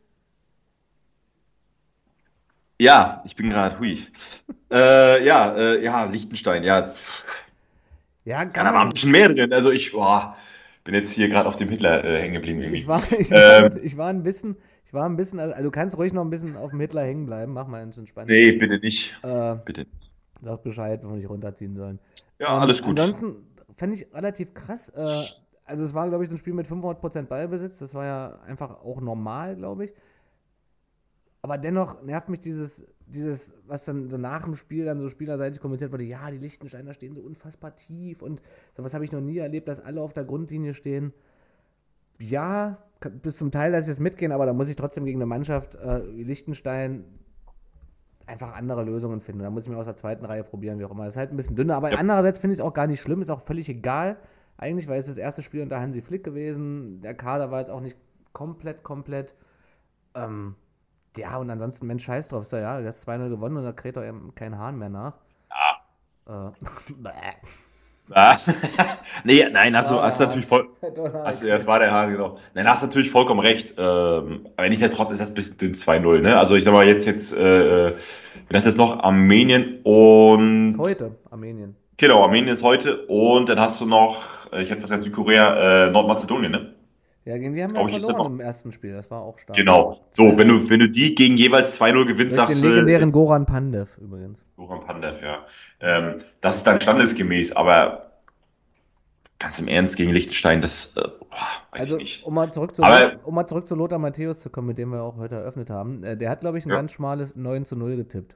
Ja, ich bin gerade, hui. äh, ja, äh, ja, Liechtenstein, ja. Ja, Kann kann aber ein man, bisschen mehr drin. Also ich boah, bin jetzt hier gerade auf dem Hitler äh, hängen geblieben irgendwie. ich, war, ich, Ähm. war, ich war ein bisschen, ich war ein bisschen, also du kannst ruhig noch ein bisschen auf dem Hitler hängen bleiben, mach mal einen entspannt. Nee, bitte nicht. Äh, Bitte. sag Bescheid, wenn wir dich runterziehen sollen. Ja, Ähm, alles gut. Ansonsten fand ich relativ krass. Äh, also es war, glaube ich, so ein Spiel mit fünfhundert Prozent Ballbesitz. Das war ja einfach auch normal, glaube ich. Aber dennoch nervt mich dieses, dieses, was dann so nach dem Spiel dann so spielerseitig kommentiert wurde, ja, die Liechtensteiner stehen so unfassbar tief und sowas habe ich noch nie erlebt, dass alle auf der Grundlinie stehen. Ja, bis zum Teil lasse ich das mitgehen, aber da muss ich trotzdem gegen eine Mannschaft äh, wie Liechtenstein einfach andere Lösungen finden. Da muss ich mir aus der zweiten Reihe probieren, wie auch immer. Das ist halt ein bisschen dünner, aber Ja. andererseits finde ich es auch gar nicht schlimm, ist auch völlig egal. Eigentlich, weil es das erste Spiel unter Hansi Flick gewesen. Der Kader war jetzt auch nicht komplett, komplett. Ähm, ja, und ansonsten, Mensch, scheiß drauf. Ist ja, ja, das zwei null gewonnen und da kräht doch eben kein Hahn mehr nach. Ja. Äh, bäh. Ah. nee, nein, hast du Ja, hast ja. natürlich voll. Hast, das war der Hahn, genau. Nein, hast natürlich vollkommen recht. Ähm, aber nichtsdestotrotz ist das ein bisschen dünn zwei null, ne? Also ich sag mal, jetzt, jetzt, äh, das ist noch Armenien und. Heute, Armenien. Genau, Armenien ist heute und dann hast du noch, äh, ich hätte was gesagt, Südkorea, äh, Nordmazedonien, ne? Ja, gegen die haben wir Glaub ich, ist verloren das im ersten Spiel. Das war auch stark. Genau. So, wenn du, wenn du die gegen jeweils zwei null gewinnst, Durch sagst den du. legendären ist- Goran Pandev übrigens. Goran Pandev, ja. Ähm, das ist dann standesgemäß, aber ganz im Ernst gegen Liechtenstein, das äh, boah, weiß Also, ich nicht. um mal, zurück zu, Aber- um mal zurück zu Lothar Matthäus zu kommen, mit dem wir auch heute eröffnet haben. Äh, der hat, glaube ich, ein Ja. ganz schmales neun zu null getippt.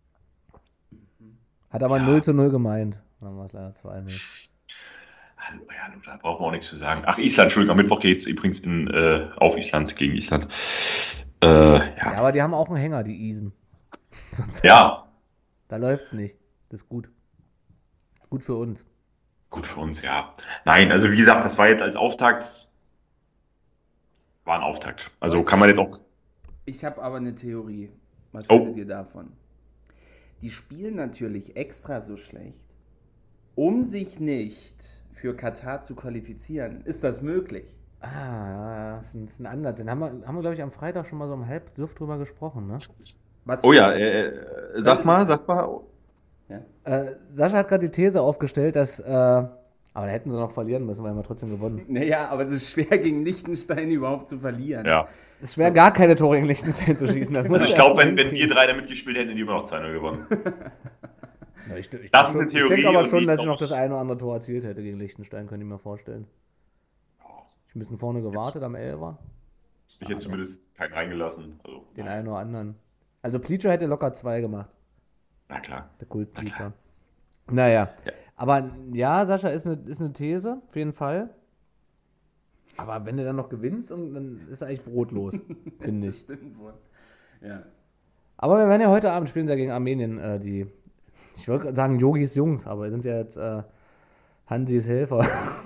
Hat aber Ja. null zu null gemeint. Dann war es leider zwei null. Hallo, ja, da brauchen wir auch nichts zu sagen. Ach, Island, Entschuldigung, am Mittwoch geht es übrigens in, äh, auf Island gegen Island. Äh, Ja, ja. aber die haben auch einen Hänger, die Isen. Sonst- ja, Da läuft's nicht. Das ist gut. Gut für uns. gut für uns, ja. Nein, also wie gesagt, das war jetzt als Auftakt, war ein Auftakt. Also kann man jetzt auch, Ich habe aber eine Theorie. Was Oh. haltet ihr davon? Die spielen natürlich extra so schlecht, um sich nicht für Katar zu qualifizieren. Ist das möglich? Ah, ja, das ist ein, das ist ein Ansatz. Den haben wir, haben wir glaube ich, am Freitag schon mal so um halb Duft drüber gesprochen, ne? Was oh ja, äh, äh, sag mal, sag mal. Äh, Sascha hat gerade die These aufgestellt, dass, äh, aber da hätten sie noch verlieren müssen, weil wir haben trotzdem gewonnen. Naja, aber das ist schwer gegen Liechtenstein überhaupt zu verlieren. Ja. Es ist schwer, gar keine Tore gegen Liechtenstein zu schießen. Das muss Also ich glaube, wenn, wenn wir drei da mitgespielt hätten, hätten die immer noch zwei null gewonnen. Ja, ich, ich Das denk ist schon- eine Theorie Ich denke aber und schon, die dass ist ich noch auch- das eine oder andere Tor erzielt hätte gegen Liechtenstein, könnte ich mir vorstellen. Ich ein bisschen vorne gewartet am Elfer, Ich hätte zumindest keinen reingelassen. Also, den einen oder anderen. Also Pleacher hätte locker zwei gemacht, na klar. der Kult Pleacher. Naja, Ja. aber ja, Sascha, ist eine, ist eine These, auf jeden Fall. Aber wenn du dann noch gewinnst, und dann ist eigentlich brotlos, finde ich. Stimmt wohl. Ja. Aber wir werden ja heute Abend spielen, ja gegen Armenien, äh, die, ich wollte gerade sagen Yogis Jungs, aber wir sind ja jetzt äh, Hansis Helfer.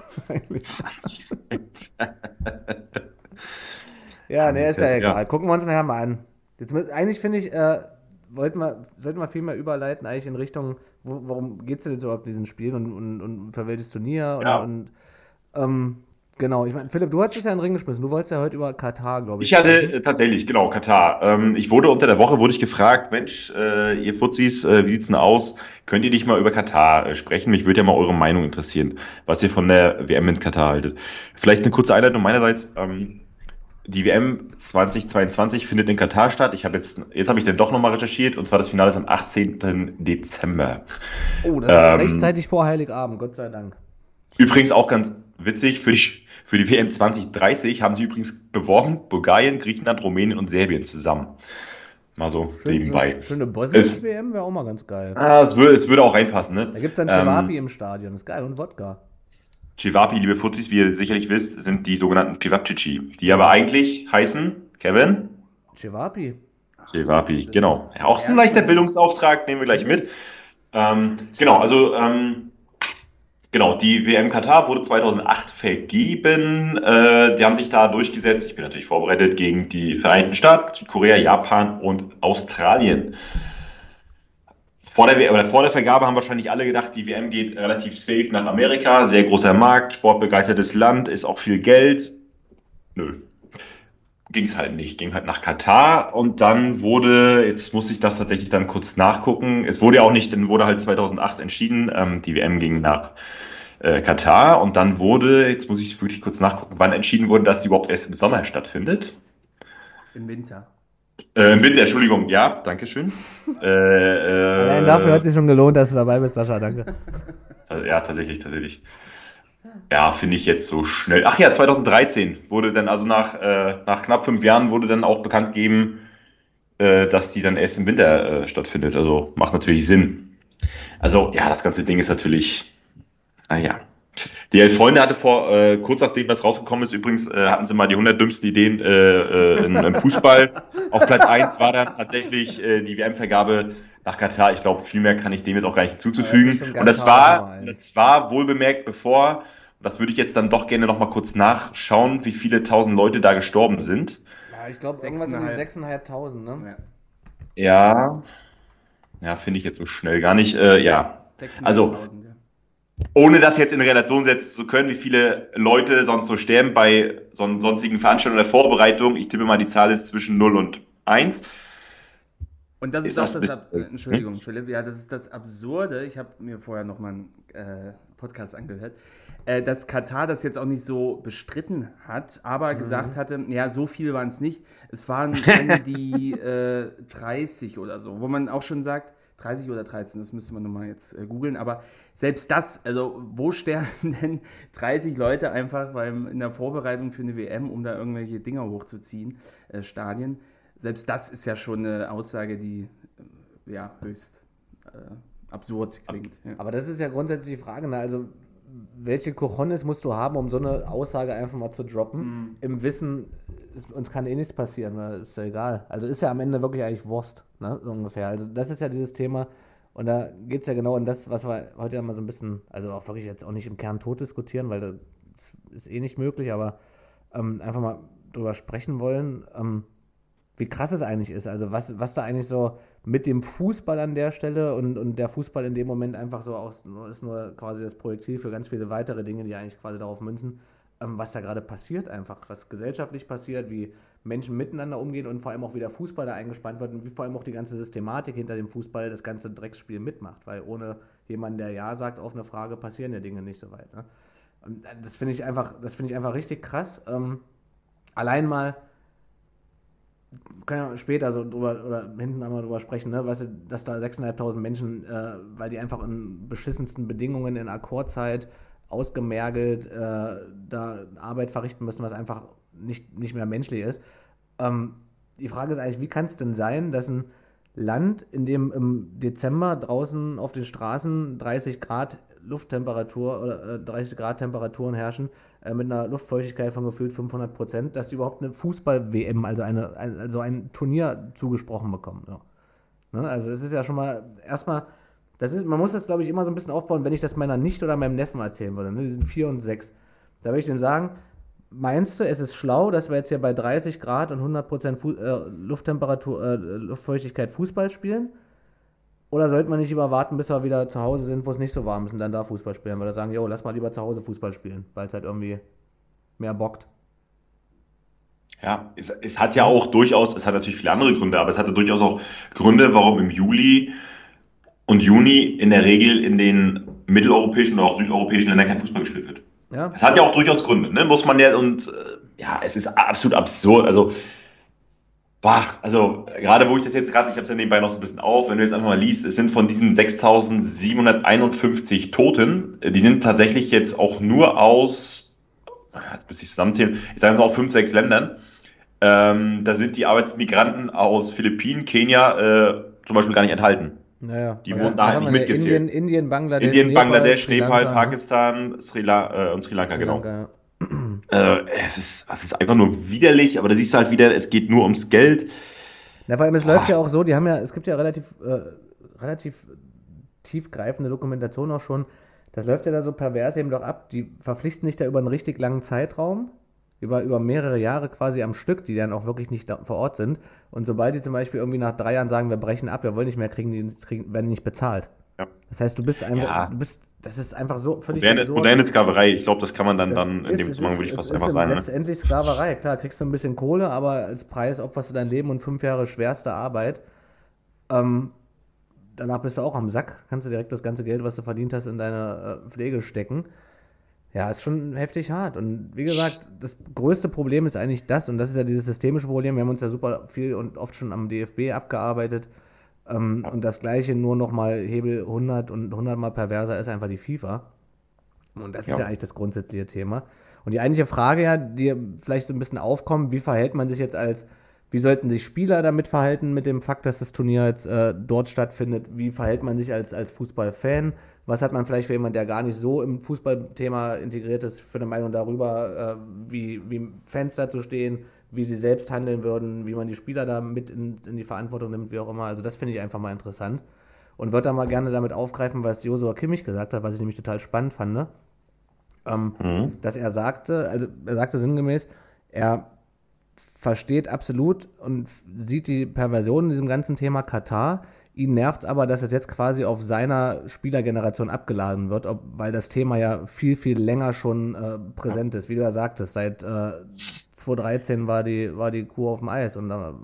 Ja, ne, ist ja Ja. egal. Gucken wir uns nachher mal an. Jetzt, mit- eigentlich finde ich, äh, wollten wir, sollten wir viel mehr überleiten, eigentlich in Richtung, wo, warum geht es denn jetzt überhaupt in diesen Spielen und, und, und für welches Turnier? Und, Ja. und ähm, Genau, ich meine, Philipp, du hast es ja in den Ring geschmissen. Du wolltest ja heute über Katar, glaube ich. Ich hatte äh, tatsächlich, genau, Katar. Ähm, ich wurde unter der Woche wurde ich gefragt, Mensch, äh, ihr Fuzis, äh, wie sieht's denn aus? Könnt ihr nicht mal über Katar äh, sprechen? Mich würde ja mal eure Meinung interessieren, was ihr von der W M in Katar haltet. Vielleicht eine kurze Einleitung meinerseits. Ähm, die W M zwanzig zweiundzwanzig findet in Katar statt. Ich habe jetzt, jetzt habe ich dann doch nochmal recherchiert, und zwar das Finale ist am achtzehnten Dezember. Oh, das ist Ähm, rechtzeitig vor Heiligabend, Gott sei Dank. Übrigens auch ganz witzig, für die, für die W M zwanzig dreißig haben sie übrigens beworben, Bulgarien, Griechenland, Rumänien und Serbien zusammen. Mal so Schön, nebenbei. So, schöne Es- Bosnien-W M wäre auch mal ganz geil. Ah, es, würde, es würde auch reinpassen, Da ne? gibt es dann Ähm, Cevapi im Stadion, ist geil, und Wodka. Cevapi, liebe Fuzis, wie ihr sicherlich wisst, sind die sogenannten Pivapcici, die aber eigentlich heißen, Kevin? Cevapi. Cevapi, genau. Ja, auch ein leichter Bildungsauftrag, nehmen wir gleich mit. Ähm, genau, also ähm, genau, die W M Katar wurde zweitausendacht vergeben. Äh, die haben sich da durchgesetzt. Ich bin natürlich vorbereitet gegen die Vereinigten Staaten, Südkorea, Japan und Australien. Vor der, W- oder vor der Vergabe haben wahrscheinlich alle gedacht, die W M geht relativ safe nach Amerika. Sehr großer Markt, sportbegeistertes Land, ist auch viel Geld. Nö, ging es halt nicht. Ging halt nach Katar, und dann wurde, jetzt muss ich das tatsächlich dann kurz nachgucken. Es wurde ja auch nicht, dann wurde halt zweitausendacht entschieden, ähm, die W M ging nach äh, Katar, und dann wurde, jetzt muss ich wirklich kurz nachgucken, wann entschieden wurde, dass sie überhaupt erst im Sommer stattfindet. Im Winter. Äh, im Winter, Entschuldigung, ja, danke schön. Äh, äh, Allein dafür hat es sich schon gelohnt, dass du dabei bist, Sascha, danke. Ja, tatsächlich, tatsächlich. Ja, finde ich jetzt so schnell. Ach ja, zweitausenddreizehn wurde dann, also nach, äh, nach knapp fünf Jahren wurde dann auch bekannt gegeben, äh, dass die dann erst im Winter äh, stattfindet. Also macht natürlich Sinn. Also ja, das ganze Ding ist natürlich, naja. Die Elf Freunde hatte vor, äh, kurz nachdem das rausgekommen ist, übrigens, äh, hatten sie mal die hundert dümmsten Ideen äh, äh, in, im Fußball. Auf Platz eins war dann tatsächlich äh, die W M-Vergabe nach Katar. Ich glaube, viel mehr kann ich dem jetzt auch gar nicht hinzuzufügen. Ja, das ist schon Und das ganz hart war, normal. das war wohlbemerkt bevor, und das würde ich jetzt dann doch gerne noch mal kurz nachschauen, wie viele tausend Leute da gestorben sind. Ja, ich glaube, irgendwas um die Sechseinhalb. sechstausendfünfhundert, ne? Ja. Ja, ja, finde ich jetzt so schnell gar nicht. Äh, ja, Also- sechshunderttausend, ja. ohne das jetzt in Relation setzen zu können, wie viele Leute sonst so sterben bei son sonstigen Veranstaltungen oder Vorbereitungen. Ich tippe mal, die Zahl ist zwischen null und eins. Und das ist, Ist auch das das, bis- Ab Entschuldigung, Philipp, ja, das ist das Absurde. Ich habe mir vorher nochmal einen äh, Podcast angehört, äh, dass Katar das jetzt auch nicht so bestritten hat, aber gesagt hatte, ja, so viel waren es nicht. Es waren an die äh, dreißig oder so, wo man auch schon sagt, dreißig oder dreizehn, das müsste man nochmal jetzt äh, googeln, aber selbst das, also wo sterben denn dreißig Leute einfach beim, in der Vorbereitung für eine W M, um da irgendwelche Dinger hochzuziehen, äh, Stadien? Selbst das ist ja schon eine Aussage, die äh, ja höchst äh, absurd klingt. Ja. Aber das ist ja grundsätzlich die Frage, ne? Also welche Cojones musst du haben, um so eine Aussage einfach mal zu droppen, Mhm. im Wissen, es, uns kann eh nichts passieren, ne? Ist ja egal. Also ist ja am Ende wirklich eigentlich Wurst, ne? So ungefähr. Also das ist ja dieses Thema, und da geht es ja genau in das, was wir heute ja mal so ein bisschen, also auch wirklich jetzt auch nicht im Kern tot diskutieren, weil das ist eh nicht möglich, aber ähm, einfach mal drüber sprechen wollen, ähm, wie krass es eigentlich ist. Also was, was da eigentlich so mit dem Fußball an der Stelle, und, und der Fußball in dem Moment einfach so aus, ist nur quasi das Projektil für ganz viele weitere Dinge, die eigentlich quasi darauf münzen, ähm, was da gerade passiert einfach, was gesellschaftlich passiert, wie Menschen miteinander umgehen, und vor allem auch wie der Fußball da eingespannt wird und wie vor allem auch die ganze Systematik hinter dem Fußball das ganze Drecksspiel mitmacht, weil ohne jemanden, der Ja sagt auf eine Frage, passieren ja Dinge nicht so weit. Ne? Und das finde ich einfach, das finde ich einfach richtig krass. Ähm, allein mal, können wir später so drüber oder hinten einmal drüber sprechen, ne, weißt du, dass da sechstausendfünfhundert Menschen, äh, weil die einfach in beschissensten Bedingungen in Akkordzeit ausgemergelt äh, da Arbeit verrichten müssen, was einfach nicht, nicht mehr menschlich ist. Ähm, die Frage ist eigentlich, wie kann es denn sein, dass ein Land, in dem im Dezember draußen auf den Straßen dreißig Grad Lufttemperatur oder äh, dreißig Grad Temperaturen herrschen, äh, mit einer Luftfeuchtigkeit von gefühlt fünfhundert Prozent, dass die überhaupt eine Fußball-W M, also, eine, ein, also ein Turnier zugesprochen bekommen. So. Ne? Also das ist ja schon mal erstmal, das ist, man muss das, glaube ich, immer so ein bisschen aufbauen, wenn ich das meiner Nichte oder meinem Neffen erzählen würde. Ne? Die sind vier und sechs. Da würde ich dem sagen, meinst du, es ist schlau, dass wir jetzt hier bei dreißig Grad und hundert Prozent Fu- äh, Lufttemperatur, äh, Luftfeuchtigkeit Fußball spielen? Oder sollte man nicht lieber warten, bis wir wieder zu Hause sind, wo es nicht so warm ist, und dann da Fußball spielen? Weil wir sagen, jo, lass mal lieber zu Hause Fußball spielen, weil es halt irgendwie mehr bockt. Ja, es, es hat ja auch durchaus, es hat natürlich viele andere Gründe, aber es hatte durchaus auch Gründe, warum im Juli und Juni in der Regel in den mitteleuropäischen oder auch südeuropäischen Ländern kein Fußball gespielt wird. Ja. Es hat ja auch durchaus Gründe, ne? Muss man ja, und äh, ja, es ist absolut absurd. Also, boah, also gerade wo ich das jetzt gerade, ich habe es ja nebenbei noch so ein bisschen auf, wenn du jetzt einfach mal liest, es sind von diesen sechstausendsiebenhunderteinundfünfzig Toten, äh, die sind tatsächlich jetzt auch nur aus, jetzt müsste ich zusammenzählen, ich sage es mal, aus fünf, sechs Ländern. Ähm, da sind die Arbeitsmigranten aus Philippinen, Kenia äh, zum Beispiel gar nicht enthalten. Naja, Die was wurden hat- da was halt haben nicht wir mitgezählt. Indien, Indien, Bangladesch, Indien, Nepal, Bangladesch, Sri Nepal, Lanka, ne? Pakistan, Sri, La äh, und Sri Lanka, Sri genau. Lanka, Äh, es ist, es ist einfach nur widerlich, aber da siehst du halt wieder, es geht nur ums Geld. Na, vor allem, es läuft ja auch so, die haben ja, es gibt ja relativ, äh, relativ tiefgreifende Dokumentation auch schon. Das läuft ja da so pervers eben doch ab. Die verpflichten sich da über einen richtig langen Zeitraum, über, über mehrere Jahre quasi am Stück, die dann auch wirklich nicht da, vor Ort sind. Und sobald die zum Beispiel irgendwie nach drei Jahren sagen, wir brechen ab, wir wollen nicht mehr, kriegen die, kriegen, werden die nicht bezahlt. Ja. Das heißt, du bist einfach, Ja. du bist, das ist einfach so völlig Moderne, absurd. moderne Sklaverei, ich glaube, das kann man dann, Das dann in ist- dem es Zusammenhang, ist- würde ich es fast ist einfach im sagen. Ne? letztendlich Sklaverei. Klar, kriegst du ein bisschen Kohle, aber als Preis opferst du dein Leben und fünf Jahre schwerste Arbeit. Ähm, danach bist du auch am Sack. Kannst du direkt das ganze Geld, was du verdient hast, in deine äh, Pflege stecken. Ja, ist schon heftig hart. Und wie gesagt, das größte Problem ist eigentlich das, und das ist ja dieses systemische Problem. Wir haben uns ja super viel und oft schon am D F B abgearbeitet. Ähm, und das Gleiche nur nochmal Hebel hundert und hundert mal perverser ist einfach die FIFA. Und das ist Ja. ja eigentlich das grundsätzliche Thema. Und die eigentliche Frage ja, die vielleicht so ein bisschen aufkommt, wie verhält man sich jetzt als, wie sollten sich Spieler damit verhalten mit dem Fakt, dass das Turnier jetzt äh, dort stattfindet? Wie verhält man sich als, als Fußballfan? Was hat man vielleicht für jemanden, der gar nicht so im Fußballthema integriert ist, für eine Meinung darüber, äh, wie, wie Fans dazu stehen, wie sie selbst handeln würden, wie man die Spieler da mit in, in die Verantwortung nimmt, wie auch immer. Also das finde ich einfach mal interessant. Und würde da mal gerne damit aufgreifen, was Josua Kimmich gesagt hat, was ich nämlich total spannend fand, ne? ähm, Mhm. dass er sagte, also er sagte sinngemäß, er versteht absolut und sieht die Perversion in diesem ganzen Thema Katar. Ihn nervt es aber, dass es jetzt quasi auf seiner Spielergeneration abgeladen wird, ob, weil das Thema ja viel, viel länger schon äh, präsent ist. Wie du ja sagtest, seit äh, zweitausenddreizehn war die, war die Kuh auf dem Eis. Und dann,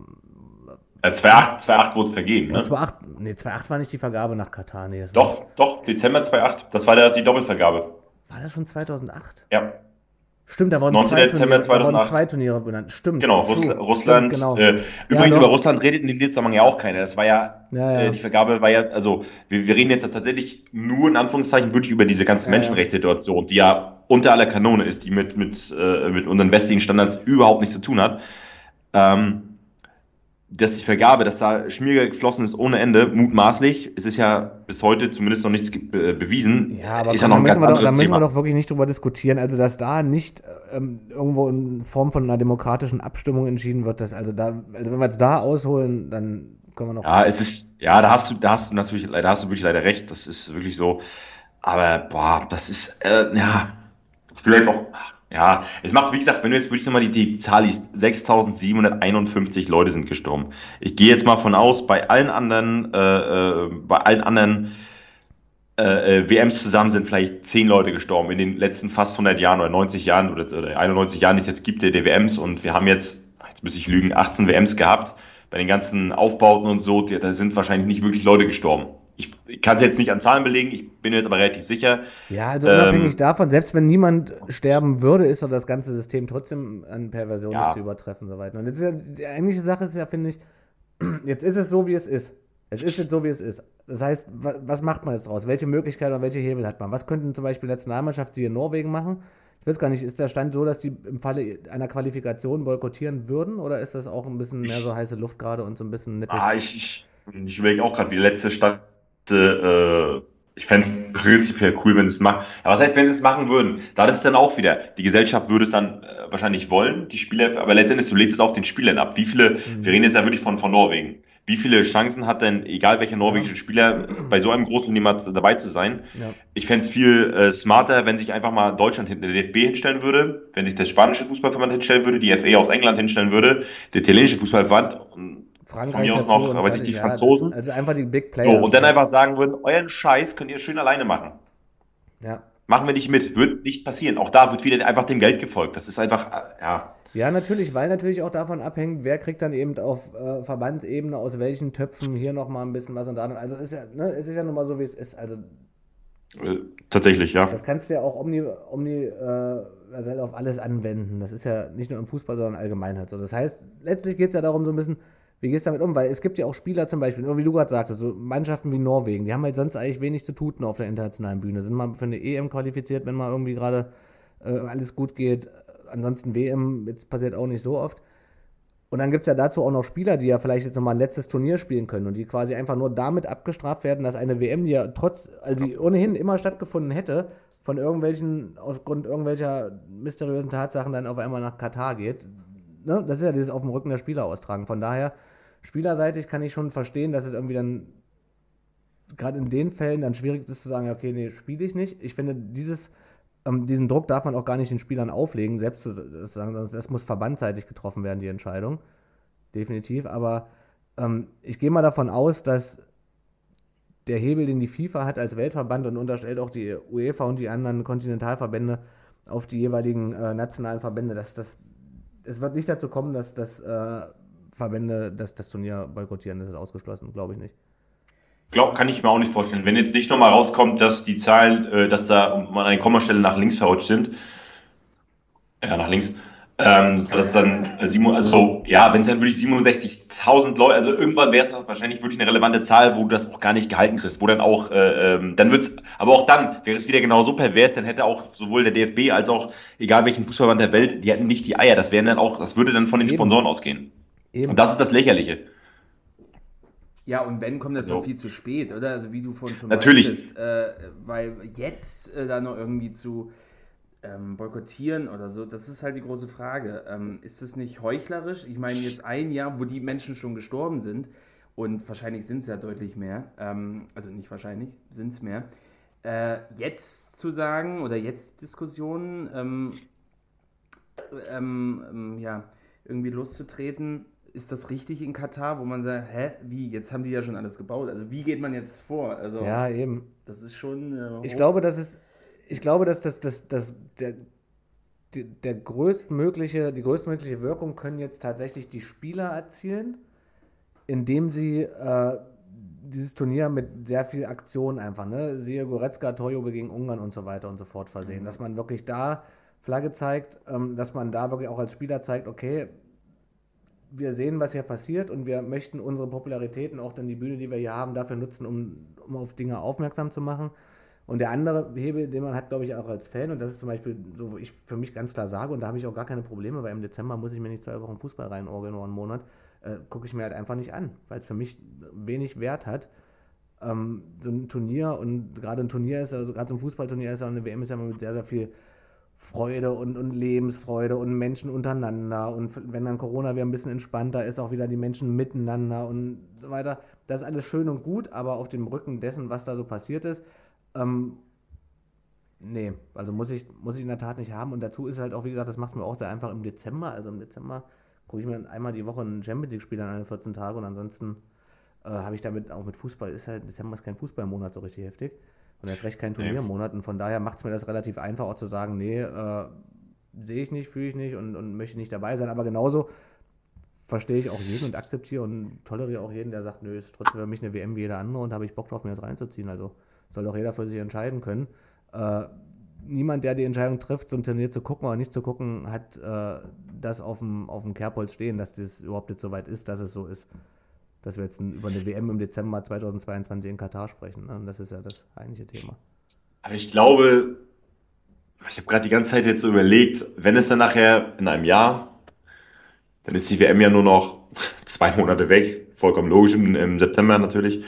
Äh, zweitausendacht zweitausendacht wurde es vergeben, ne? zweitausendacht, nee, zweitausendacht war nicht die Vergabe nach Katar. Nee, das Doch, doch, Dezember zweitausendacht. Das war der, die Doppelvergabe. War, war das schon zweitausendacht? Ja, Stimmt, da wurden, neunzehnten zwei Dezember Turniere, da wurden zweitausendacht. zwei Turniere benannt. Stimmt. genau. true. Russ Stimmt, Russland. genau. Äh, übrigens, doch. über Russland redet in dem Zusammenhang ja auch keiner. Das war ja, Ja, ja. Äh, die Vergabe war ja, also wir, wir reden jetzt tatsächlich nur in Anführungszeichen wirklich über diese ganze Ja, ja. Menschenrechtssituation, die ja unter aller Kanone ist, die mit, mit, äh, mit unseren westlichen Standards überhaupt nichts zu tun hat. Ähm, dass die Vergabe, dass da Schmiergeld geflossen ist ohne Ende, mutmaßlich. Es ist ja bis heute zumindest noch nichts ge- äh, bewiesen. Ja, aber ist komm, ja noch da ein müssen, ganz wir doch, da anderes müssen wir Thema. doch wirklich nicht drüber diskutieren. Also, dass da nicht ähm, irgendwo in Form von einer demokratischen Abstimmung entschieden wird, dass, also da, also wenn wir jetzt da ausholen, dann können wir noch. Ja, es ist, ja, da hast du, da hast du natürlich, da hast du wirklich leider recht. Das ist wirklich so. Aber, boah, das ist, äh, ja, vielleicht auch, ja, es macht, wie gesagt, wenn du jetzt wirklich nochmal die, die Zahl liest, sechstausendsiebenhunderteinundfünfzig Leute sind gestorben. Ich gehe jetzt mal von aus, bei allen anderen, äh, äh, bei allen anderen äh, äh, W Ms zusammen sind vielleicht zehn Leute gestorben in den letzten fast hundert Jahren oder neunzig Jahren oder, oder einundneunzig Jahren, die es jetzt gibt, der, der W Ms. Und wir haben jetzt, jetzt müsste ich lügen, achtzehn W Ms gehabt. Bei den ganzen Aufbauten und so, die, da sind wahrscheinlich nicht wirklich Leute gestorben. Ich, ich kann es jetzt nicht an Zahlen belegen, ich bin jetzt aber relativ sicher. Ja, also unabhängig Ähm, davon, selbst wenn niemand sterben würde, ist doch das ganze System trotzdem an Perversion Ja. nicht zu übertreffen. So weiter. Und jetzt ist ja, die eigentliche Sache ist ja, finde ich, jetzt ist es so, wie es ist. Es ist jetzt so, wie es ist. Das heißt, wa- was macht man jetzt draus? Welche Möglichkeiten oder welche Hebel hat man? Was könnten zum Beispiel die Nationalmannschaft hier in Norwegen machen? Ich weiß gar nicht, ist der Stand so, dass die im Falle einer Qualifikation boykottieren würden? Oder ist das auch ein bisschen mehr Ich- so heiße Luft gerade und so ein bisschen nettes? Ah, ich, ich, ich überlege auch gerade, wie der letzte Stand. Äh, ich fände es prinzipiell cool, wenn es macht. Aber was heißt, wenn sie es machen würden? Da ist es dann auch wieder. Die Gesellschaft würde es dann äh, wahrscheinlich wollen, die Spieler, aber letztendlich, du legst es auf den Spielern ab. Wie viele, wir reden jetzt ja wirklich von, von Norwegen. Wie viele Chancen hat denn, egal welcher norwegische Spieler, bei so einem großen Turnier mal dabei zu sein? Ja. Ich fände es viel äh, smarter, wenn sich einfach mal Deutschland hinter der D F B hinstellen würde, wenn sich der spanische Fußballverband hinstellen würde, die F A aus England hinstellen würde, der italienische Fußballverband und von mir aus dazu noch, und weiß ich, die fertig. Ja, das- Franzosen. Also einfach die Big So, Player. und dann einfach sagen würden, euren Scheiß könnt ihr schön alleine machen. Ja. machen wir nicht mit, wird nicht passieren. Auch da wird wieder einfach dem Geld gefolgt. Das ist einfach, äh, ja. Ja, natürlich, weil natürlich auch davon abhängt, wer kriegt dann eben auf äh, Verbandsebene aus welchen Töpfen hier nochmal ein bisschen was und da. Also es ist ja, ne, es ist ja nun mal so, wie es ist. Also Äh, tatsächlich, ja. das kannst du ja auch omni, omni äh, also auf alles anwenden. Das ist ja nicht nur im Fußball, sondern allgemein halt so. Das heißt, letztlich geht es ja darum so ein bisschen, wie gehst du damit um? Weil es gibt ja auch Spieler zum Beispiel, wie du gerade sagtest, so Mannschaften wie Norwegen, die haben halt sonst eigentlich wenig zu tun auf der internationalen Bühne. Sind mal für eine E M qualifiziert, wenn mal irgendwie gerade äh, alles gut geht. Ansonsten W M, jetzt passiert auch nicht so oft. Und dann gibt es ja dazu auch noch Spieler, die ja vielleicht jetzt nochmal ein letztes Turnier spielen können und die quasi einfach nur damit abgestraft werden, dass eine W M, die ja trotz, also die ohnehin immer stattgefunden hätte, von irgendwelchen, aufgrund irgendwelcher mysteriösen Tatsachen dann auf einmal nach Katar geht. Ne? Das ist ja dieses auf dem Rücken der Spieler austragen. Von daher, spielerseitig kann ich schon verstehen, dass es irgendwie dann gerade in den Fällen dann schwierig ist zu sagen, okay, nee, spiele ich nicht. Ich finde, dieses ähm, diesen Druck darf man auch gar nicht den Spielern auflegen, selbst zu sagen, das muss verbandseitig getroffen werden, die Entscheidung. Definitiv, aber ähm, ich gehe mal davon aus, dass der Hebel, den die FIFA hat als Weltverband und unterstellt auch die UEFA und die anderen Kontinentalverbände auf die jeweiligen äh, nationalen Verbände, dass das, es wird nicht dazu kommen, dass, dass äh, Verbände das, das Turnier boykottieren, das ist ausgeschlossen, glaube ich nicht. Glaub, kann ich mir auch nicht vorstellen. Wenn jetzt nicht nochmal rauskommt, dass die Zahlen, äh, dass da mal eine Kommastelle nach links verrutscht sind, ja, nach links, ähm, dass dann, äh, sieben, also, ja, wenn es dann wirklich siebenundsechzigtausend Leute, also irgendwann wäre es wahrscheinlich wirklich eine relevante Zahl, wo du das auch gar nicht gehalten kriegst, wo dann auch, äh, ähm, dann wird's, aber auch dann wäre es wieder genau so pervers, dann hätte auch sowohl der D F B als auch, egal welchen Fußballverband der Welt, die hätten nicht die Eier, das wären dann auch, das würde dann von den Eben. Sponsoren ausgehen. Eben. Und das ist das Lächerliche. Ja, und wenn, kommt das So. doch viel zu spät, oder? Also wie du vorhin schon Natürlich. meintest, äh, weil jetzt äh, da noch irgendwie zu ähm, boykottieren oder so, das ist halt die große Frage. Ähm, ist es nicht heuchlerisch? Ich meine, jetzt ein Jahr, wo die Menschen schon gestorben sind, und wahrscheinlich sind es ja deutlich mehr, ähm, also nicht wahrscheinlich, sind es mehr, äh, jetzt zu sagen, oder jetzt Diskussionen, ähm, ähm, ähm, ja, irgendwie loszutreten, ist das richtig in Katar, wo man sagt, hä, wie, jetzt haben die ja schon alles gebaut, also wie geht man jetzt vor? Also Ja, eben. das ist schon... Äh, Ich glaube, dass es, ich glaube, dass das, das, das, der, die, der größtmögliche, die größtmögliche Wirkung können jetzt tatsächlich die Spieler erzielen, indem sie äh, dieses Turnier mit sehr viel Aktion einfach, ne, siehe Goretzka, Torjubel gegen Ungarn und so weiter und so fort versehen, mhm. dass man wirklich da Flagge zeigt, ähm, dass man da wirklich auch als Spieler zeigt, okay, wir sehen, was hier passiert und wir möchten unsere Popularität und auch dann die Bühne, die wir hier haben, dafür nutzen, um, um auf Dinge aufmerksam zu machen. Und der andere Hebel, den man hat, glaube ich, auch als Fan, und das ist zum Beispiel so, wo ich für mich ganz klar sage, und da habe ich auch gar keine Probleme, weil im Dezember muss ich mir nicht zwei Wochen Fußball reinorgeln oder einen Monat, äh, gucke ich mir halt einfach nicht an, weil es für mich wenig Wert hat. Ähm, so ein Turnier, und gerade ein Turnier ist, also gerade so ein Fußballturnier ist ja, eine W M ist ja immer mit sehr, sehr viel Freude und, und Lebensfreude und Menschen untereinander, und wenn dann Corona wieder ein bisschen entspannter ist, auch wieder die Menschen miteinander und so weiter. Das ist alles schön und gut, aber auf dem Rücken dessen, was da so passiert ist, ähm, nee, also muss ich, muss ich in der Tat nicht haben. Und dazu ist halt auch, wie gesagt, das macht es mir auch sehr einfach im Dezember. Also im Dezember gucke ich mir einmal die Woche ein Champions League-Spiel an alle vierzehn Tage, und ansonsten äh, habe ich damit auch mit Fußball, ist halt, Dezember ist kein Fußballmonat so richtig heftig. Und erst recht kein Turniermonat, und von daher macht es mir das relativ einfach, auch zu sagen, nee, äh, sehe ich nicht, fühle ich nicht und, und möchte nicht dabei sein. Aber genauso verstehe ich auch jeden und akzeptiere und toleriere auch jeden, der sagt, nö, ist trotzdem für mich eine W M wie jeder andere und habe ich Bock drauf, mir das reinzuziehen. Also soll auch jeder für sich entscheiden können. Äh, niemand, der die Entscheidung trifft, so ein Turnier zu gucken oder nicht zu gucken, hat äh, das auf dem, auf dem Kerbholz stehen, dass das überhaupt nicht so weit ist, dass es so ist. Dass wir jetzt über eine W M im Dezember zweitausendzweiundzwanzig in Katar sprechen. Ne? Und das ist ja das eigentliche Thema. Aber ich glaube, ich habe gerade die ganze Zeit jetzt so überlegt, wenn es dann nachher in einem Jahr, dann ist die W M ja nur noch zwei Monate weg, vollkommen logisch, im, im September natürlich.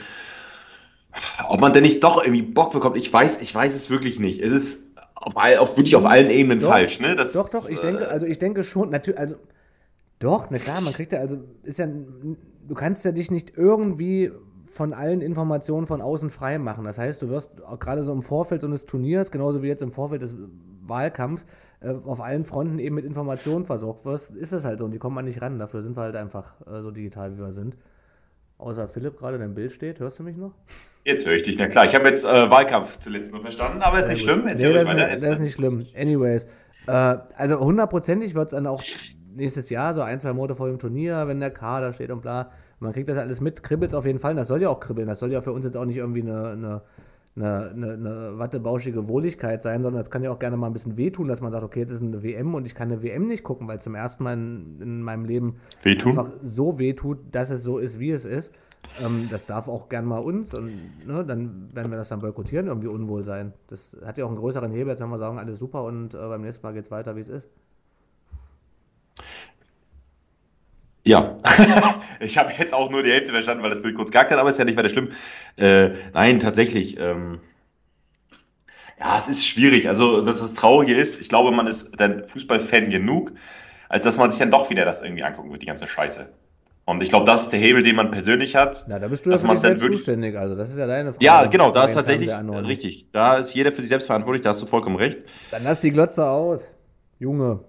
Ob man denn nicht doch irgendwie Bock bekommt, ich weiß, ich weiß es wirklich nicht. Es ist auf, all, auf wirklich auf allen Ebenen doch, falsch, ne? Das, doch, doch, ich äh, denke, also ich denke schon, natürlich, also doch, na klar, man kriegt ja, also ist ja, du kannst ja dich nicht irgendwie von allen Informationen von außen frei machen. Das heißt, du wirst auch gerade so im Vorfeld so eines Turniers, genauso wie jetzt im Vorfeld des Wahlkampfs, äh, auf allen Fronten eben mit Informationen versorgt wirst, ist es halt so, und die kommt man nicht ran. Dafür sind wir halt einfach äh, so digital, wie wir sind. außer Philipp gerade, dein Bild steht. Hörst du mich noch? Jetzt höre ich dich, na klar. Ich habe jetzt äh, Wahlkampf zuletzt nur verstanden, aber ist nicht schlimm. Erzähl Nee, ruhig das, ist weiter. nicht, das ist nicht schlimm. Anyways. Äh, also hundertprozentig wird es dann auch nächstes Jahr, so ein, zwei Monate vor dem Turnier, wenn der Kader steht und bla. Man kriegt das alles mit, kribbelt es auf jeden Fall. Das soll ja auch kribbeln. Das soll ja für uns jetzt auch nicht irgendwie eine, eine, eine, eine, eine wattebauschige Wohligkeit sein, sondern es kann ja auch gerne mal ein bisschen wehtun, dass man sagt, okay, jetzt ist eine W M und ich kann eine W M nicht gucken, weil es zum ersten Mal in, in meinem Leben Wehtun? einfach so wehtut, dass es so ist, wie es ist. Ähm, das darf auch gern mal uns und ne, dann werden wir das dann boykottieren, irgendwie unwohl sein. Das hat ja auch einen größeren Hebel, jetzt wenn wir sagen, alles super und äh, beim nächsten Mal geht es weiter, wie es ist. Ja, ich habe jetzt auch nur die Hälfte verstanden, weil das Bild kurz gehackt hat, aber ist ja nicht weiter schlimm. Äh, nein, tatsächlich. Ähm, ja, es ist schwierig. Also, dass das Traurige ist, ich glaube, man ist dann Fußballfan genug, als dass man sich dann doch wieder das irgendwie angucken wird, die ganze Scheiße. Und ich glaube, das ist der Hebel, den man persönlich hat. Na, da bist du ja dass für man dich dann selbst wirklich. zuständig, also das ist ja deine Frage. Ja, genau, da ist Dein tatsächlich Fernsehanordnung. richtig. Da ist jeder für sich selbst verantwortlich, da hast du vollkommen recht. Dann lass die Glotze aus, Junge.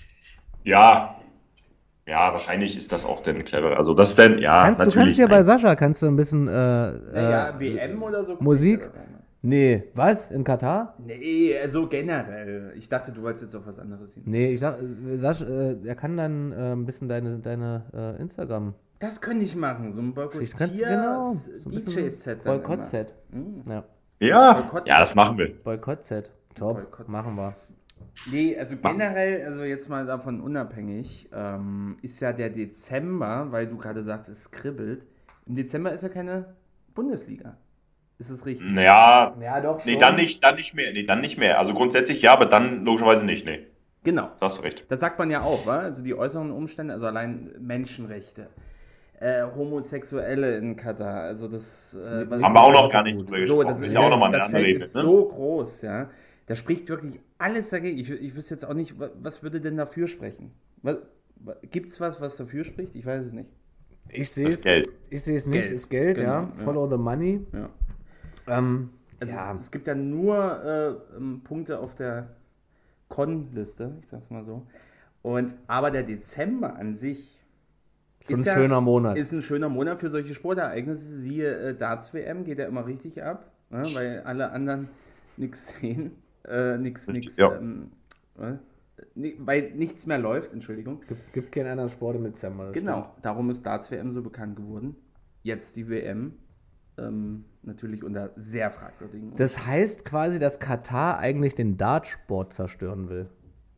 Ja, ja, wahrscheinlich ist das auch dann clever. Also, das denn, ja, Kannst, du natürlich. kannst ja bei nein. Sascha, kannst du ein bisschen äh, Naja, äh, W M oder so? Musik? Nee, was? In Katar? Nee, also generell. Ich dachte, du wolltest jetzt auf was anderes hin. Nee, ich sag, äh, Sascha, äh, er kann dann äh, ein bisschen deine, deine äh, Instagram. Das könnte ich machen, so ein Ich kann's- genau, so ein D bisschen J-Set. Boykott-Set. Mhm. Ja, Ja, Boykott. ja, das machen wir. Boykott-Set. Top, Boykott. machen wir. Nee, also generell, also jetzt mal davon unabhängig, ähm, ist ja der Dezember, weil du gerade sagst, es kribbelt. Im Dezember ist ja keine Bundesliga. Ist es richtig? Naja, Ja, doch nee, dann nicht, dann nicht mehr. Nee, dann nicht mehr. Also grundsätzlich ja, aber dann logischerweise nicht, nee. Genau. Da hast du recht. Das sagt man ja auch, wa? Also die äußeren Umstände, also allein Menschenrechte, äh, Homosexuelle in Katar, also das... Äh, Haben wir auch noch gar nicht drüber so, gesprochen. das ist ist ja auch nochmal eine das andere Feld Rede. ist Ne? so groß, ja. Da spricht wirklich alles dagegen. Ich, ich wüsste jetzt auch nicht, wa- was würde denn dafür sprechen? Was, Gibt es was, was dafür spricht? Ich weiß es nicht. Ich sehe Das es. Geld. Ich sehe es nicht, Geld. ist Geld, Genau, ja. ja. Follow the money. Ja. Ähm, Also ja, es gibt ja nur äh, ähm, Punkte auf der Con-Liste, ich sag's mal so. Und, aber der Dezember an sich so ein ist ja- schöner Monat. ist ein schöner Monat für solche Sportereignisse. Siehe äh, Darts-W M, geht ja immer richtig ab, ne, weil alle anderen nichts sehen. Äh, nix, Richtig, nix, ja. ähm, äh, ni- weil nichts mehr läuft, Entschuldigung. Gibt, gibt keinen anderen Sport im Dezember. das Genau, darum ist Darts-W M so bekannt geworden. Jetzt die W M, ähm, natürlich unter sehr fragwürdigen Das heißt quasi, dass Katar eigentlich den Dartsport zerstören will.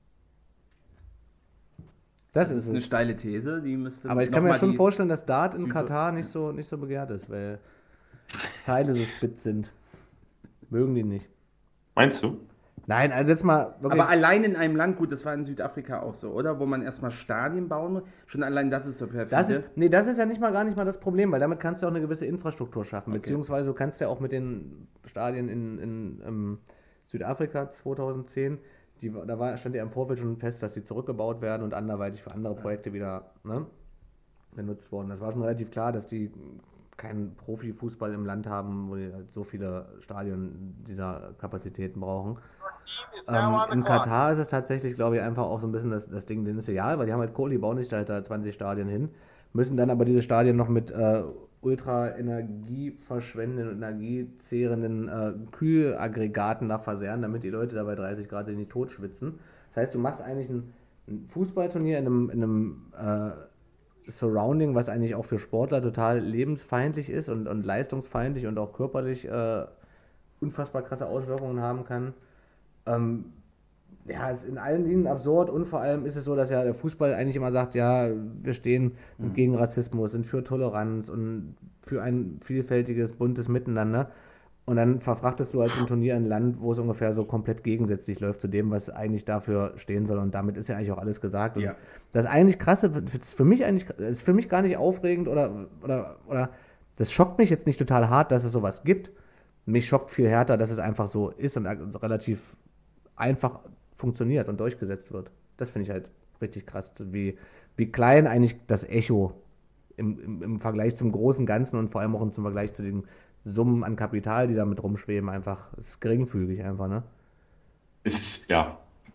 Das, Das ist ist eine es. steile These, die müsste. Aber ich noch kann mir mal schon die- vorstellen, dass Dart in Süd- Katar nicht so, nicht so begehrt ist, weil Teile so spitz sind. Mögen die nicht. Meinst du? Nein, also jetzt mal wirklich. Aber allein in einem Land, gut, das war in Südafrika auch so, oder? Wo man erstmal Stadien bauen muss. Schon allein das ist so perfide. Das ist, nee, das ist ja nicht mal gar nicht mal das Problem, weil damit kannst du auch eine gewisse Infrastruktur schaffen. Okay. Beziehungsweise du kannst ja auch mit den Stadien in, in, ähm, Südafrika zweitausendzehn, die, da war, stand ja im Vorfeld schon fest, dass die zurückgebaut werden und anderweitig für andere Projekte wieder ne, benutzt wurden. Das war schon relativ klar, dass die keinen Profifußball im Land haben, wo die halt so viele Stadien dieser Kapazitäten brauchen. Ähm, in Katar ist es tatsächlich, glaube ich, einfach auch so ein bisschen das, das Ding, denen ist egal, weil die haben halt Kohle, die bauen nicht halt da zwanzig Stadien hin, müssen dann aber diese Stadien noch mit äh, ultra energieverschwendenden, energiezehrenden äh, Kühlaggregaten da versehren, damit die Leute da bei dreißig Grad sich nicht totschwitzen. Das heißt, du machst eigentlich ein, ein Fußballturnier in einem, in einem äh, Surrounding, was eigentlich auch für Sportler total lebensfeindlich ist und, und leistungsfeindlich und auch körperlich äh, unfassbar krasse Auswirkungen haben kann. Ähm, ja, ist in allen Linien absurd und vor allem ist es so, dass ja der Fußball eigentlich immer sagt, ja, wir stehen Mhm. gegen Rassismus, sind für Toleranz und für ein vielfältiges, buntes Miteinander. Und dann verfrachtest du halt ein Turnier in ein Land, wo es ungefähr so komplett gegensätzlich läuft zu dem, was eigentlich dafür stehen soll. Und damit ist ja eigentlich auch alles gesagt. Und Ja. das eigentlich Krasse, ist für mich eigentlich, ist für mich gar nicht aufregend oder, oder, oder das schockt mich jetzt nicht total hart, dass es sowas gibt. Mich schockt viel härter, dass es einfach so ist und relativ einfach funktioniert und durchgesetzt wird. Das finde ich halt richtig krass, wie, wie klein eigentlich das Echo im, im, im Vergleich zum großen Ganzen und vor allem auch im Vergleich zu den Summen an Kapital, die damit rumschweben, einfach ist geringfügig einfach, ne? Es ist, ja,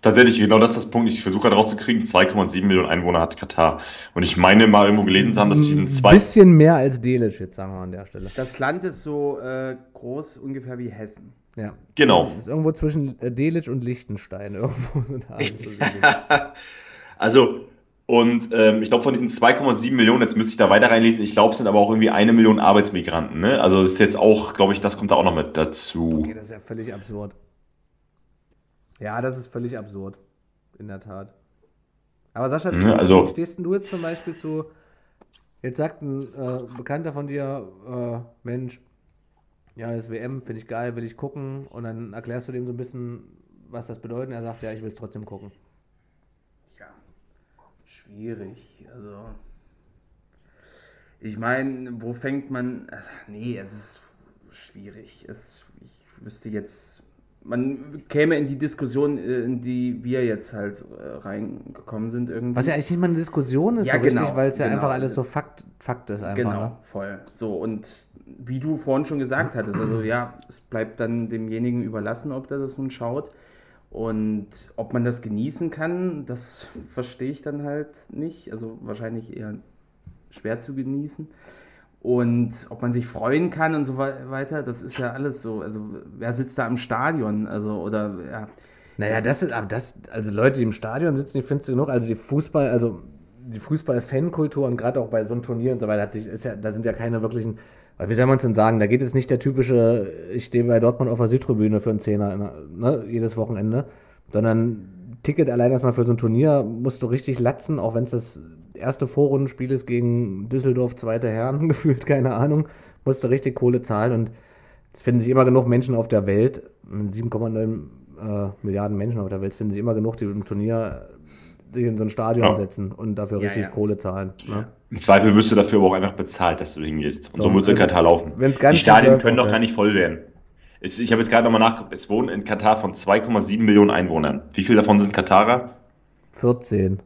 Tatsächlich, genau das ist das Punkt. Ich versuche gerade rauszukriegen, zwei Komma sieben Millionen Einwohner hat Katar. Und ich meine mal irgendwo gelesen zu haben, dass sie Ein zwei... bisschen mehr als Delitzsch, jetzt sagen wir an der Stelle. Das Land ist so äh, groß ungefähr wie Hessen. Ja. Genau. Ist irgendwo zwischen äh, Delitzsch und Liechtenstein. Irgendwo so da ist es. Also, und ähm, ich glaube von diesen zwei Komma sieben Millionen, jetzt müsste ich da weiter reinlesen, ich glaube, es sind aber auch irgendwie eine Million Arbeitsmigranten. Ne? Also das ist jetzt auch, glaube ich, das kommt da auch noch mit dazu. Okay, das ist ja völlig absurd. Ja, das ist völlig absurd. In der Tat. Aber Sascha, Ja, also- wie stehst denn du jetzt zum Beispiel zu, jetzt sagt ein äh, Bekannter von dir, äh, Mensch, ja, das W M finde ich geil, will ich gucken, und dann erklärst du dem so ein bisschen, was das bedeutet, und er sagt, ja, ich will es trotzdem gucken. Ja, schwierig. Also, ich meine, wo fängt man... Ach, nee, es ist schwierig. Es, ich wüsste jetzt... Man käme in die Diskussion, äh, in die wir jetzt halt äh, reingekommen sind irgendwie. Was ja eigentlich nicht mal eine Diskussion ist, Ja, so richtig, genau, weil es ja genau. einfach alles so Fakt, Fakt ist einfach. Genau, Ne? voll. So, und wie du vorhin schon gesagt hattest, also ja, es bleibt dann demjenigen überlassen, ob der das nun schaut. Und ob man das genießen kann, das verstehe ich dann halt nicht. Also wahrscheinlich eher schwer zu genießen. Und ob man sich freuen kann und so weiter, das ist ja alles so. Also wer sitzt da im Stadion? Also, oder ja. Naja, das ist, aber das, also Leute, die im Stadion sitzen, die findest du genug. Also die Fußball, also die Fußball-Fankultur und gerade auch bei so einem Turnier und so weiter, hat sich, ist ja, da sind ja keine wirklichen, wie soll man es denn sagen, da geht es nicht der typische, ich stehe bei Dortmund auf der Südtribüne für einen Zehner, ne, jedes Wochenende, sondern Ticket allein erstmal für so ein Turnier musst du richtig latzen, auch wenn es das erste Vorrundenspiel ist gegen Düsseldorf, zweite Herren, gefühlt, keine Ahnung, musst du richtig Kohle zahlen, und es finden sich immer genug Menschen auf der Welt, sieben Komma neun äh, Milliarden Menschen auf der Welt, finden sich immer genug, die im Turnier sich in so ein Stadion Ja. setzen und dafür Ja, richtig ja. Kohle zahlen. Ne? Im Zweifel wirst du dafür aber auch einfach bezahlt, dass du hingehst. Und So, so muss in also, Katar laufen. wenn's ganz Die Stadien schlimm können läuft, doch gar auch nicht voll werden. Es, ich habe jetzt gerade nochmal nachgeguckt, es wohnen in Katar von zwei Komma sieben Millionen Einwohnern. Wie viel davon sind Katarer? vierzehn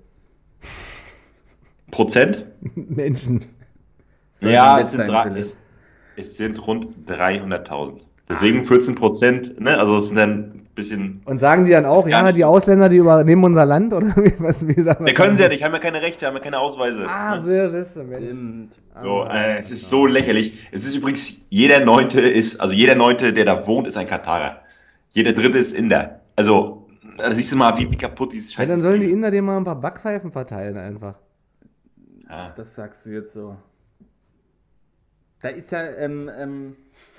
Prozent? Menschen. Soll Ja, nett es sind, sein, drei, Philipp. es, es sind rund dreihunderttausend. Deswegen vierzehn Prozent, ne? Also es sind dann ein bisschen... Und sagen die dann auch, Ist gar ja, nicht die so. Ausländer, die übernehmen unser Land, oder wie, was, wie sagen Wir können sie ja nicht, haben ja keine Rechte, haben ja keine Ausweise. Ah, so ist es, Mensch. Stimmt. So, äh, es ist so lächerlich. Es ist übrigens, jeder Neunte ist, also jeder Neunte, der da wohnt, ist ein Katarer. Jeder Dritte ist Inder. Also, da siehst du mal, wie, wie kaputt dieses Ja, Scheiß dann sollen die ist. Inder dem mal ein paar Backpfeifen verteilen einfach. Ja. Das sagst du jetzt so. Da ist ja, ähm, ähm,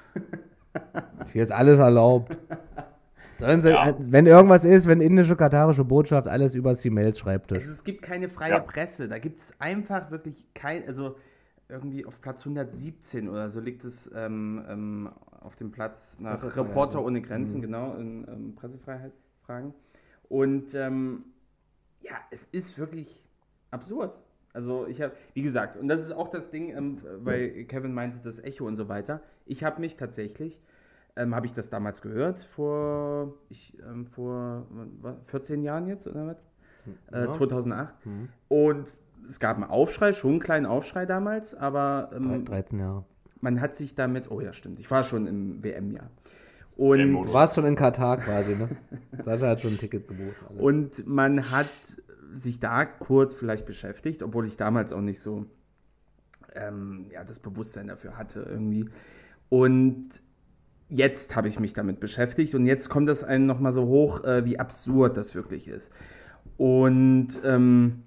Hier ist alles erlaubt. Sollen sie, Ja. wenn irgendwas ist, wenn indische, katarische Botschaft, alles über C-Mails Schreibtisch. es, es gibt keine freie Ja. Presse. Da gibt es einfach wirklich kein, also irgendwie auf Platz hundertsiebzehn oder so liegt es ähm, ähm, auf dem Platz nach Pressefreiheit, Reporter ja. ohne Grenzen, genau, in ähm, Pressefreiheit fragen. Und ähm, ja, es ist wirklich absurd. Also ich habe, wie gesagt, und das ist auch das Ding, ähm, weil Kevin meinte, das Echo und so weiter. Ich habe mich tatsächlich, ähm, habe ich das damals gehört, vor, ich, ähm, vor was, vierzehn Jahren jetzt, oder was? Äh, Ja. zweitausendacht. Und es gab einen Aufschrei, schon einen kleinen Aufschrei damals, aber ähm, dreizehn Jahre. man hat sich damit, oh ja, stimmt, ich war schon im W M-Jahr. W Und, M-Modus. Du warst schon in Katar quasi, ne? Sascha hat schon ein Ticket geboten. Also. und man hat sich da kurz vielleicht beschäftigt, obwohl ich damals auch nicht so ähm, ja, das Bewusstsein dafür hatte irgendwie. Und jetzt habe ich mich damit beschäftigt und jetzt kommt das einem nochmal so hoch, äh, wie absurd das wirklich ist. Und ähm,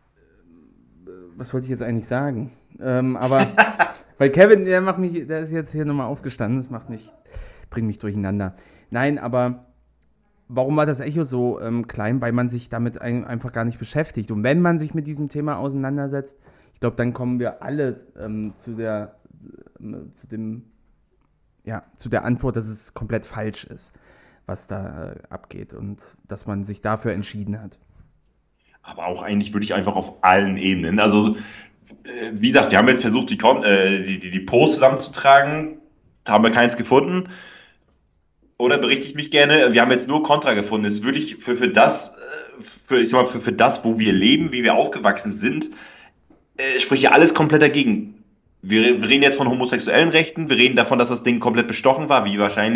was wollte ich jetzt eigentlich sagen? Ähm, aber weil Kevin, der macht mich, der ist jetzt hier nochmal aufgestanden, das macht mich, bringt mich durcheinander. Nein, aber warum war das Echo so ähm, klein? Weil man sich damit ein, einfach gar nicht beschäftigt. Und wenn man sich mit diesem Thema auseinandersetzt, ich glaube, dann kommen wir alle ähm, zu der, äh, zu dem, ja, zu der Antwort, dass es komplett falsch ist, was da äh, abgeht und dass man sich dafür entschieden hat. Aber auch eigentlich würde ich einfach auf allen Ebenen. Also, äh, wie gesagt, wir haben jetzt versucht, die, Kon- äh, die, die, die Posts zusammenzutragen. Da haben wir keins gefunden. Oder berichte ich mich gerne, wir haben jetzt nur Kontra gefunden. Das ist wirklich für, für das, äh, für, ich sag mal, für, für das, wo wir leben, wie wir aufgewachsen sind, äh, spricht ja alles komplett dagegen. Wir, wir reden jetzt von homosexuellen Rechten, wir reden davon, dass das Ding komplett bestochen war, wie wahrscheinlich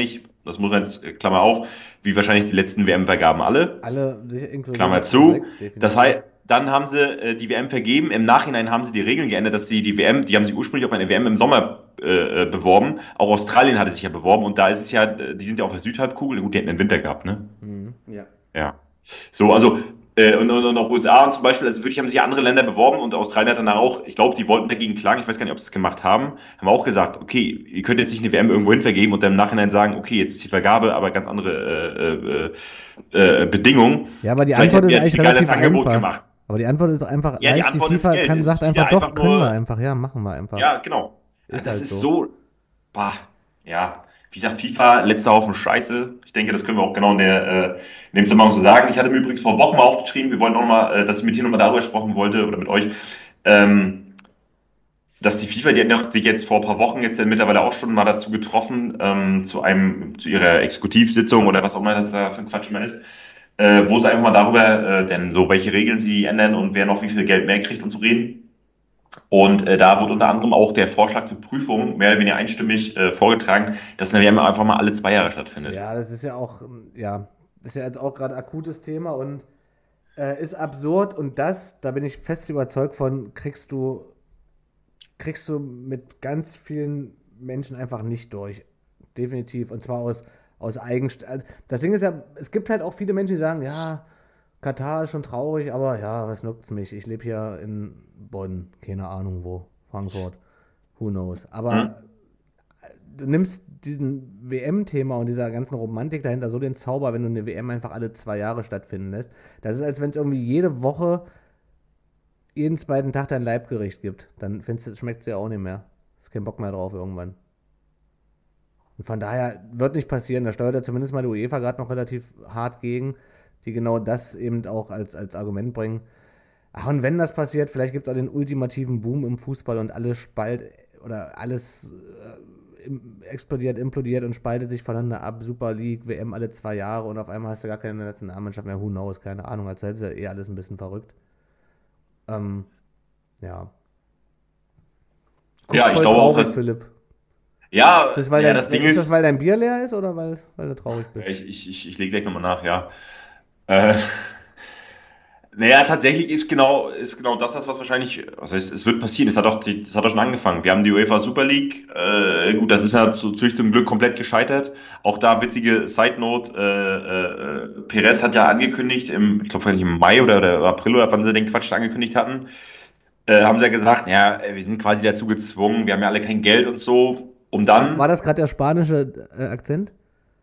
Das muss man jetzt, äh, Klammer auf, wie wahrscheinlich die letzten W M-Vergaben alle. Alle, inklusive Klammer zu. sechs, definitiv. Das heißt, dann haben sie äh, die W M vergeben. Im Nachhinein haben sie die Regeln geändert, dass sie die W M, die haben sie ursprünglich auf eine W M im Sommer äh, beworben. Auch Australien hatte sich ja beworben und da ist es ja, die sind ja auf der Südhalbkugel. Gut, die hätten den Winter gehabt, ne? Mhm. Ja. Ja. So, also, äh, und, und, und auch U S A zum Beispiel, also wirklich haben sich andere Länder beworben und Australien hat danach auch, ich glaube, die wollten dagegen klagen, ich weiß gar nicht, ob sie es gemacht haben, haben auch gesagt, okay, ihr könnt jetzt nicht eine W M irgendwo hin vergeben und dann im Nachhinein sagen, okay, jetzt ist die Vergabe, aber ganz andere äh, äh, äh, Bedingungen. Ja, aber die Vielleicht Antwort hätten ist wir jetzt eigentlich viel geiles relativ Angebot einfach. gemacht. Aber die Antwort ist einfach, Ja, die leicht, Antwort die ist FIFA Geld. kann, Es sagt ist einfach, wieder doch, einfach können nur- wir einfach, ja, machen wir einfach. Ja, genau. Ist das halt ist so. so, bah, ja, wie gesagt, FIFA, letzter Haufen Scheiße. Ich denke, das können wir auch genau in, der, äh, in dem Zusammenhang so sagen. Ich hatte mir übrigens vor Wochen mal aufgeschrieben, wir wollten auch mal, äh, dass ich mit dir nochmal darüber sprechen wollte, oder mit euch, ähm, dass die FIFA, die hat sich jetzt vor ein paar Wochen jetzt ja mittlerweile auch schon mal dazu getroffen, ähm, zu einem, zu ihrer Exekutivsitzung oder was auch immer das da für ein Quatsch immer ist, äh, wo sie einfach mal darüber, äh, denn so welche Regeln sie ändern und wer noch wie viel Geld mehr kriegt und zu reden. Und äh, da wurde unter anderem auch der Vorschlag zur Prüfung mehr oder weniger einstimmig äh, vorgetragen, dass eine W M einfach mal alle zwei Jahre stattfindet. Ja, das ist ja auch, ja, das ist ja jetzt auch gerade akutes Thema und äh, ist absurd und das, da bin ich fest überzeugt von, kriegst du, kriegst du mit ganz vielen Menschen einfach nicht durch. Definitiv. Und zwar aus, aus Eigenst... Also das Ding ist ja, es gibt halt auch viele Menschen, die sagen, ja, Katar ist schon traurig, aber ja, was juckt's mich? Ich lebe hier in Bonn, keine Ahnung wo, Frankfurt, who knows. Aber Mhm. du nimmst diesen W M-Thema und dieser ganzen Romantik dahinter so den Zauber, wenn du eine W M einfach alle zwei Jahre stattfinden lässt. Das ist, als wenn es irgendwie jede Woche, jeden zweiten Tag dein Leibgericht gibt. Dann schmeckt es ja auch nicht mehr. Hast keinen Bock mehr drauf irgendwann. Und von daher wird nicht passieren. Da steuert ja zumindest mal die UEFA gerade noch relativ hart gegen, die genau das eben auch als, als Argument bringen. Ach, und wenn das passiert, vielleicht gibt es auch den ultimativen Boom im Fußball und alles spalt oder alles äh, im, explodiert, implodiert und spaltet sich voneinander ab. Super League, W M alle zwei Jahre und auf einmal hast du gar keine Nationalmannschaft mehr. Who knows? Keine Ahnung. Also das ist ja eh alles ein bisschen verrückt. Ähm, ja. Ja, ich voll glaube auch, traurig, dass- Philipp. Ja, Ist das, weil ja, dein, das Ding ist ist, das, weil dein Bier leer ist oder weil, weil du traurig bist? ich, ich, ich, ich lege gleich nochmal nach, ja. Äh, naja, tatsächlich ist genau, ist genau das, das, was wahrscheinlich, was heißt, es wird passieren, es hat auch, die, das hat auch schon angefangen. Wir haben die UEFA Super League, äh, gut, das ist ja zu, natürlich zum Glück komplett gescheitert. Auch da witzige Side Note, äh, äh, Perez hat ja angekündigt, im, ich glaube im Mai oder, oder April oder wann sie den Quatsch angekündigt hatten, äh, haben sie ja gesagt, ja, wir sind quasi dazu gezwungen, wir haben ja alle kein Geld und so, um dann, War das gerade der spanische äh, Akzent?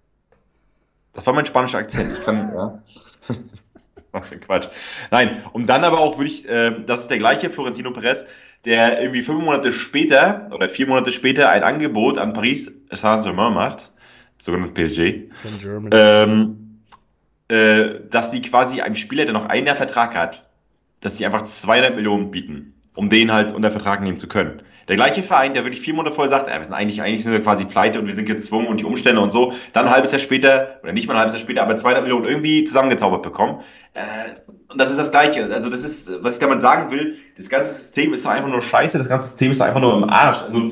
das war mein spanischer Akzent, ich kann, ja. Was für ein Quatsch. Nein, um dann aber auch wirklich, äh, das ist der gleiche Florentino Perez, der irgendwie fünf Monate später oder vier Monate später ein Angebot an Paris Saint-Germain macht, sogenanntes P S G, Von Germany. ähm, äh, dass sie quasi einem Spieler, der noch ein Jahr Vertrag hat, dass sie einfach zweihundert Millionen bieten, um den halt unter Vertrag nehmen zu können. Der gleiche Verein, der wirklich vier Monate vorher sagt, äh, wir sind eigentlich, eigentlich sind wir quasi pleite und wir sind gezwungen und die Umstände und so, dann ein halbes Jahr später, oder nicht mal ein halbes Jahr später, aber zweihundert Millionen irgendwie zusammengezaubert bekommen. Äh, und das ist das Gleiche. Also das ist, was ich damit sagen will, das ganze System ist doch einfach nur scheiße, das ganze System ist doch einfach nur im Arsch. Also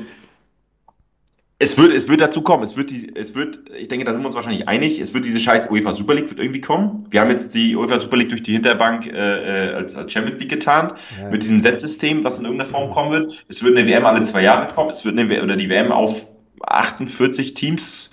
es wird, es wird dazu kommen, es wird, die, es wird, ich denke, da sind wir uns wahrscheinlich einig, es wird diese scheiß UEFA Super League wird irgendwie kommen. Wir haben jetzt die UEFA Super League durch die Hinterbank äh, als, als Champions League getan, Ja. mit diesem Set-System, was in irgendeiner Form kommen wird. Es wird eine W M alle zwei Jahre kommen, es wird eine W M, oder die W M auf achtundvierzig Teams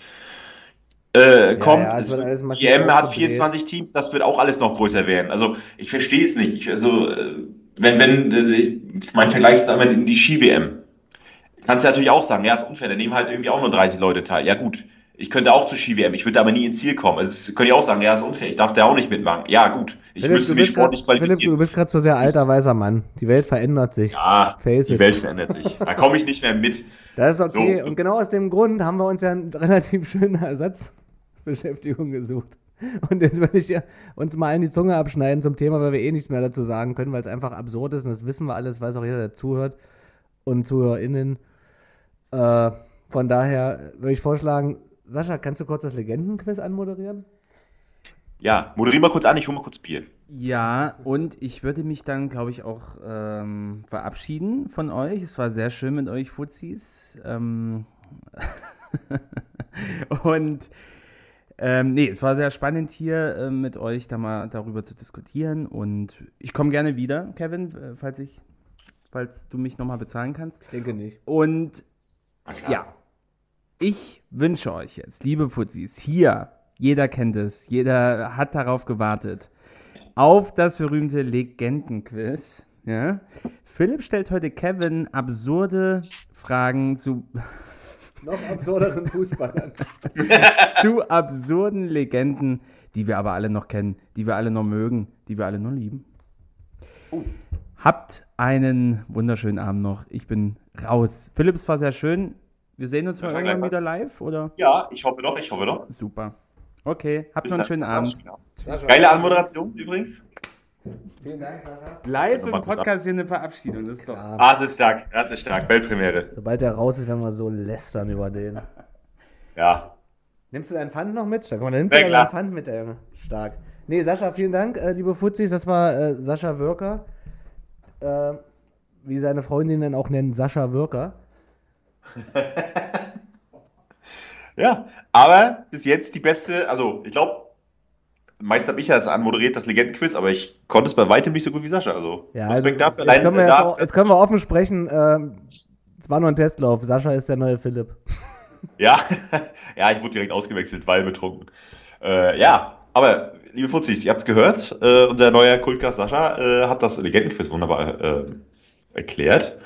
äh, kommt. ja, es es wird wird, alles massiv die W M hat aufgebläht. vierundzwanzig Teams, das wird auch alles noch größer werden. Also ich verstehe es nicht. Ich, also, äh, wenn, wenn, äh, ich, mein Vergleich ist einmal in die Ski-W M. Kannst du natürlich auch sagen, ja, ist unfair, da nehmen halt irgendwie auch nur dreißig Leute teil. Ja gut, ich könnte auch zur Ski-W M, ich würde aber nie ins Ziel kommen. Also es könnte ich auch sagen, ja, ist unfair, ich darf da auch nicht mitmachen. Ja gut, ich Philipp, müsste du mich bist grad- sportlich Philipp, du qualifizieren. bist gerade so sehr Das ist- alter, weißer Mann. Die Welt verändert sich. Ja, Face die it. Welt verändert sich. Da komme ich nicht mehr mit. Das ist okay. So. Und genau aus dem Grund haben wir uns ja eine relativ schöne Ersatzbeschäftigung gesucht. Und jetzt würde ich ja uns mal in die Zunge abschneiden zum Thema, weil wir eh nichts mehr dazu sagen können, weil es einfach absurd ist und das wissen wir alles, weiß auch jeder, der zuhört und ZuhörerInnen. Äh, von daher würde ich vorschlagen, Sascha, kannst du kurz das Legendenquiz anmoderieren? Ja, moderier mal kurz an, ich hole mal kurz Bier. Ja, und ich würde mich dann, glaube ich, auch ähm, verabschieden von euch. Es war sehr schön mit euch Fuzis. Ähm und Ähm, nee, es war sehr spannend hier äh, mit euch da mal darüber zu diskutieren und ich komme gerne wieder, Kevin, äh, falls ich, falls du mich nochmal bezahlen kannst. Ich denke nicht. Und ja, ich wünsche euch jetzt, liebe Fuzis, hier, jeder kennt es, jeder hat darauf gewartet, auf das berühmte Legendenquiz. Ja? Philipp stellt heute Kevin absurde Fragen zu... Noch absurderen Fußballern. zu absurden Legenden, die wir aber alle noch kennen, die wir alle noch mögen, die wir alle noch lieben. Oh. Habt einen wunderschönen Abend noch. Ich bin raus. Philipp, es war sehr schön. Wir sehen uns mal Ja, irgendwann wieder gleichfalls. live, oder? Ja, ich hoffe doch, ich hoffe doch. Super. Okay, habt Bis noch einen dann. schönen Abend. Geile Anmoderation übrigens. Vielen Dank, Sascha. Live Noch im mal kurz Podcast hier eine Verabschiedung. Das ist doch... Ja, Ah, es ist stark, das ist stark. Weltpremiere. sobald der raus ist, werden wir so lästern über den. Ja. Nimmst du deinen Pfand noch mit? Guck mal, dann nimmst Sehr du klar. deinen Pfand mit, der Junge. Stark. Nee, Sascha, vielen Dank, äh, liebe Fuzis. Das war äh, Sascha Würker. Äh, wie seine Freundin dann auch nennt, Sascha Würker. Ja, aber bis jetzt die beste, also ich glaube, meist habe ich ja es anmoderiert, das Legendenquiz, aber ich konnte es bei weitem nicht so gut wie Sascha. Also Ja, Respekt also, dafür. jetzt, können wir jetzt, dafür. auch, jetzt können wir offen sprechen. Ähm, es war nur ein Testlauf. Sascha ist der neue Philipp. Ja, ja, ich wurde direkt ausgewechselt, weil betrunken. Äh, ja, aber liebe Fuzis, ihr habt es gehört, äh, unser neuer Kultgast Sascha äh, hat das Legendenquiz wunderbar äh, erklärt.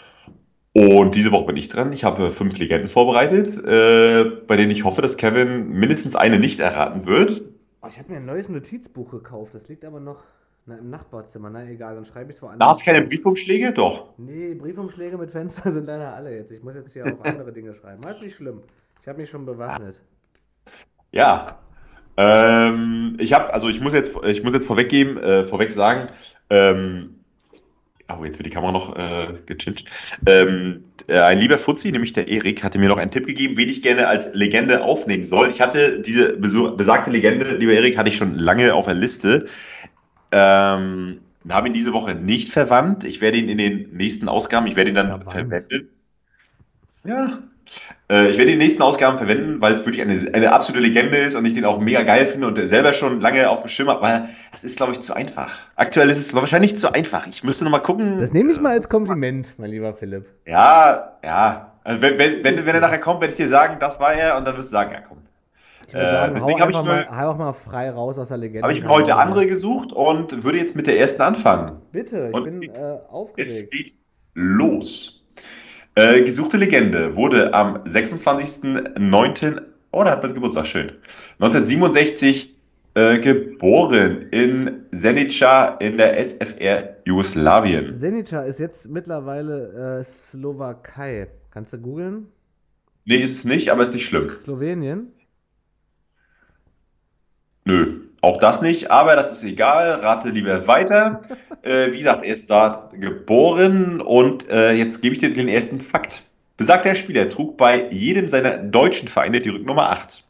Und diese Woche bin ich dran. Ich habe fünf Legenden vorbereitet, äh, bei denen ich hoffe, dass Kevin mindestens eine nicht erraten wird. Oh, ich habe mir ein neues Notizbuch gekauft. Das liegt aber noch na, im Nachbarzimmer. Na egal, dann schreibe ich es woanders. Da hast du keine Briefumschläge? Doch. Nee, Briefumschläge mit Fenster sind leider alle jetzt. Ich muss jetzt hier auf andere Dinge schreiben. Das ist nicht schlimm. Ich habe mich schon bewaffnet. Ja. Ähm, ich habe, also ich muss jetzt, ich muss jetzt vorweggeben, äh, vorweg sagen, ähm, oh, jetzt wird die Kamera noch äh, gechanged. Ähm, äh, ein lieber Fuzzi, nämlich der Erik, hatte mir noch einen Tipp gegeben, wen ich gerne als Legende aufnehmen soll. Ich hatte diese beso- besagte Legende, lieber Erik, hatte ich schon lange auf der Liste. Ähm, habe ihn diese Woche nicht verwandt. Ich werde ihn in den nächsten Ausgaben, ich werde ihn dann Verwandt. verwenden. Ja. Äh, ich werde die nächsten Ausgaben verwenden, weil es wirklich eine, eine absolute Legende ist und ich den auch mega geil finde und selber schon lange auf dem Schirm habe, weil das ist, glaube ich, zu einfach. Aktuell ist es wahrscheinlich zu einfach. Ich müsste noch mal gucken. Das nehme ich mal als Kompliment, mein lieber Philipp. Ja, ja. Also wenn, wenn, wenn, wenn er nachher kommt, werde ich dir sagen, das war er und dann wirst du sagen, ja komm. Ich würde Äh, sagen, hau deswegen habe ich, einfach mir- mal, hau auch mal frei raus aus der Legende. hab ich mir heute andere gesucht und würde jetzt mit der ersten anfangen. Bitte, ich Und bin es geht- äh, Es aufgeregt. geht los. Äh, gesuchte Legende wurde am sechsundzwanzigsten neunten Oh, da hat man Geburtstag, schön. neunzehnhundertsiebenundsechzig äh, geboren in Zenica in der S F R Jugoslawien. Zenica ist jetzt mittlerweile äh, Slowakei. Kannst du googeln? Nee, ist es nicht, aber ist nicht schlimm. Slowenien? Nö, auch das nicht, aber das ist egal. Rate lieber weiter. Äh, wie gesagt, er ist da geboren und äh, jetzt gebe ich dir den ersten Fakt. Besagter Spieler trug bei jedem seiner deutschen Vereine die Rücknummer acht.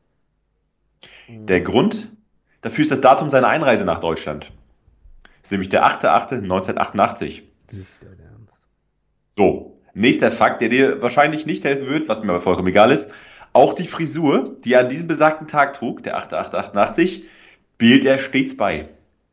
Der Grund dafür ist das Datum seiner Einreise nach Deutschland. Das ist nämlich der achter achter neunzehnhundertachtundachtzig. Nicht dein Ernst. So, nächster Fakt, der dir wahrscheinlich nicht helfen wird, was mir aber vollkommen egal ist. Auch die Frisur, die er an diesem besagten Tag trug, der achter achter achtundachtzig, behielt er stets bei.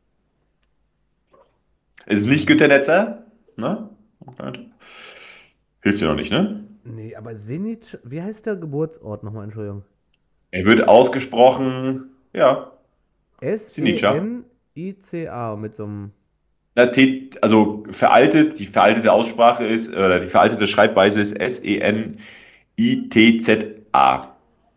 Es ist nicht Günter Netzer, ne? Hilft dir noch nicht, ne? Nee, aber Zenica, wie heißt der Geburtsort nochmal, Entschuldigung? Er wird ausgesprochen, ja, S E Zenica. N I C A mit so einem... na, T- also veraltet, die veraltete Aussprache ist, oder die veraltete Schreibweise ist S E N I T Z A.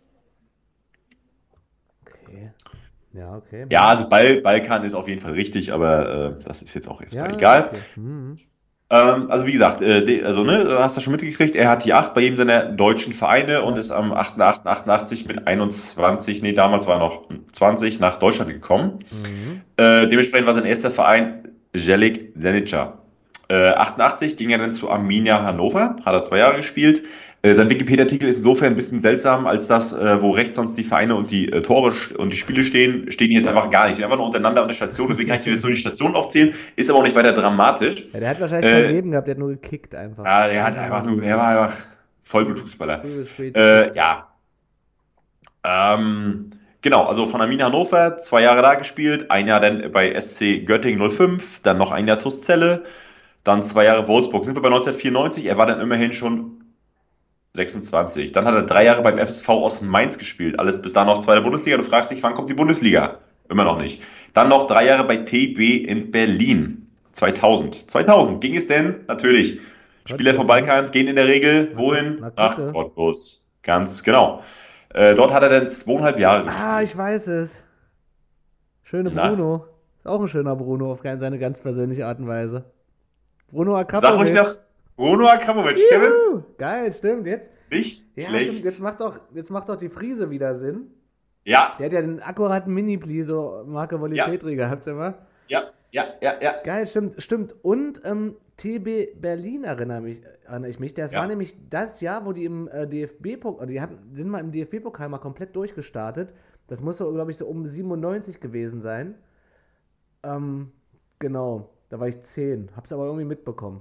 Okay. Ja, okay. Ja, also Bal Balkan ist auf jeden Fall richtig, aber äh, das ist jetzt auch erstmal Ja, egal. okay. Mhm. Ähm, also wie gesagt, äh, de- also ne, du hast das schon mitgekriegt, er hat die acht bei jedem seiner deutschen Vereine und ist am achter achter achtundachtzig mit einundzwanzig, nee, damals war er noch zwanzig, nach Deutschland gekommen. Mhm. Äh, dementsprechend war sein erster Verein Zelik Zenica. Äh, achtundachtzig ging er dann zu Arminia Hannover, hat er zwei Jahre gespielt. Äh, sein Wikipedia-Artikel ist insofern ein bisschen seltsam, als das, äh, wo rechts sonst die Vereine und die äh, Tore st- und die Spiele stehen, stehen hier jetzt einfach gar nicht. Die sind einfach nur untereinander an der Station, deswegen kann ich dir jetzt nur die Station aufzählen, ist aber auch nicht weiter dramatisch. Ja, der hat wahrscheinlich Äh, kein Leben gehabt, der hat nur gekickt einfach. Ja, der hat einfach nur, der war einfach Vollblutfußballer. Frühes Spätes. Äh, ja. Ähm, Genau, also von Arminia Hannover, zwei Jahre da gespielt, ein Jahr dann bei S C Göttingen null fünf, dann noch ein Jahr TuS Celle, dann zwei Jahre Wolfsburg. Sind wir bei neunzehnhundertvierundneunzig, er war dann immerhin schon sechsundzwanzig. Dann hat er drei Jahre beim F S V aus Mainz gespielt, alles bis dahin noch zweite Bundesliga. Du fragst dich, wann kommt die Bundesliga? Immer noch nicht. Dann noch drei Jahre bei T B in Berlin, zweitausend. zweitausend ging es denn? Natürlich. Spieler vom Balkan gehen in der Regel wohin? Nach Cottbus. Ganz genau. Äh, dort hat er dann zweieinhalb Jahre gespielt. Ah, ich weiß es. Schöne Na? Bruno. Ist auch ein schöner Bruno auf seine ganz persönliche Art und Weise. Bruno Sag Akrapovic. ruhig noch Bruno Akrapovic, Kevin. Juhu, geil, stimmt. Jetzt, Nicht ja, schlecht. stimmt, jetzt, macht doch, jetzt macht doch die Friese wieder Sinn. Ja, Der hat ja den akkuraten Mini-Pli, so Marke Wolli Ja. Petri gehabt immer. ja, ja, ja, ja. Geil, stimmt, stimmt. Und ähm, T B Berlin erinnere, mich, erinnere ich mich. Das Ja. war nämlich das Jahr, wo die im äh, D F B-Pokal, die haben, sind mal im D F B-Pokal mal komplett durchgestartet. Das muss so, glaube ich, so um siebenundneunzig gewesen sein. Ähm, genau, da war ich zehn. Hab's aber irgendwie mitbekommen.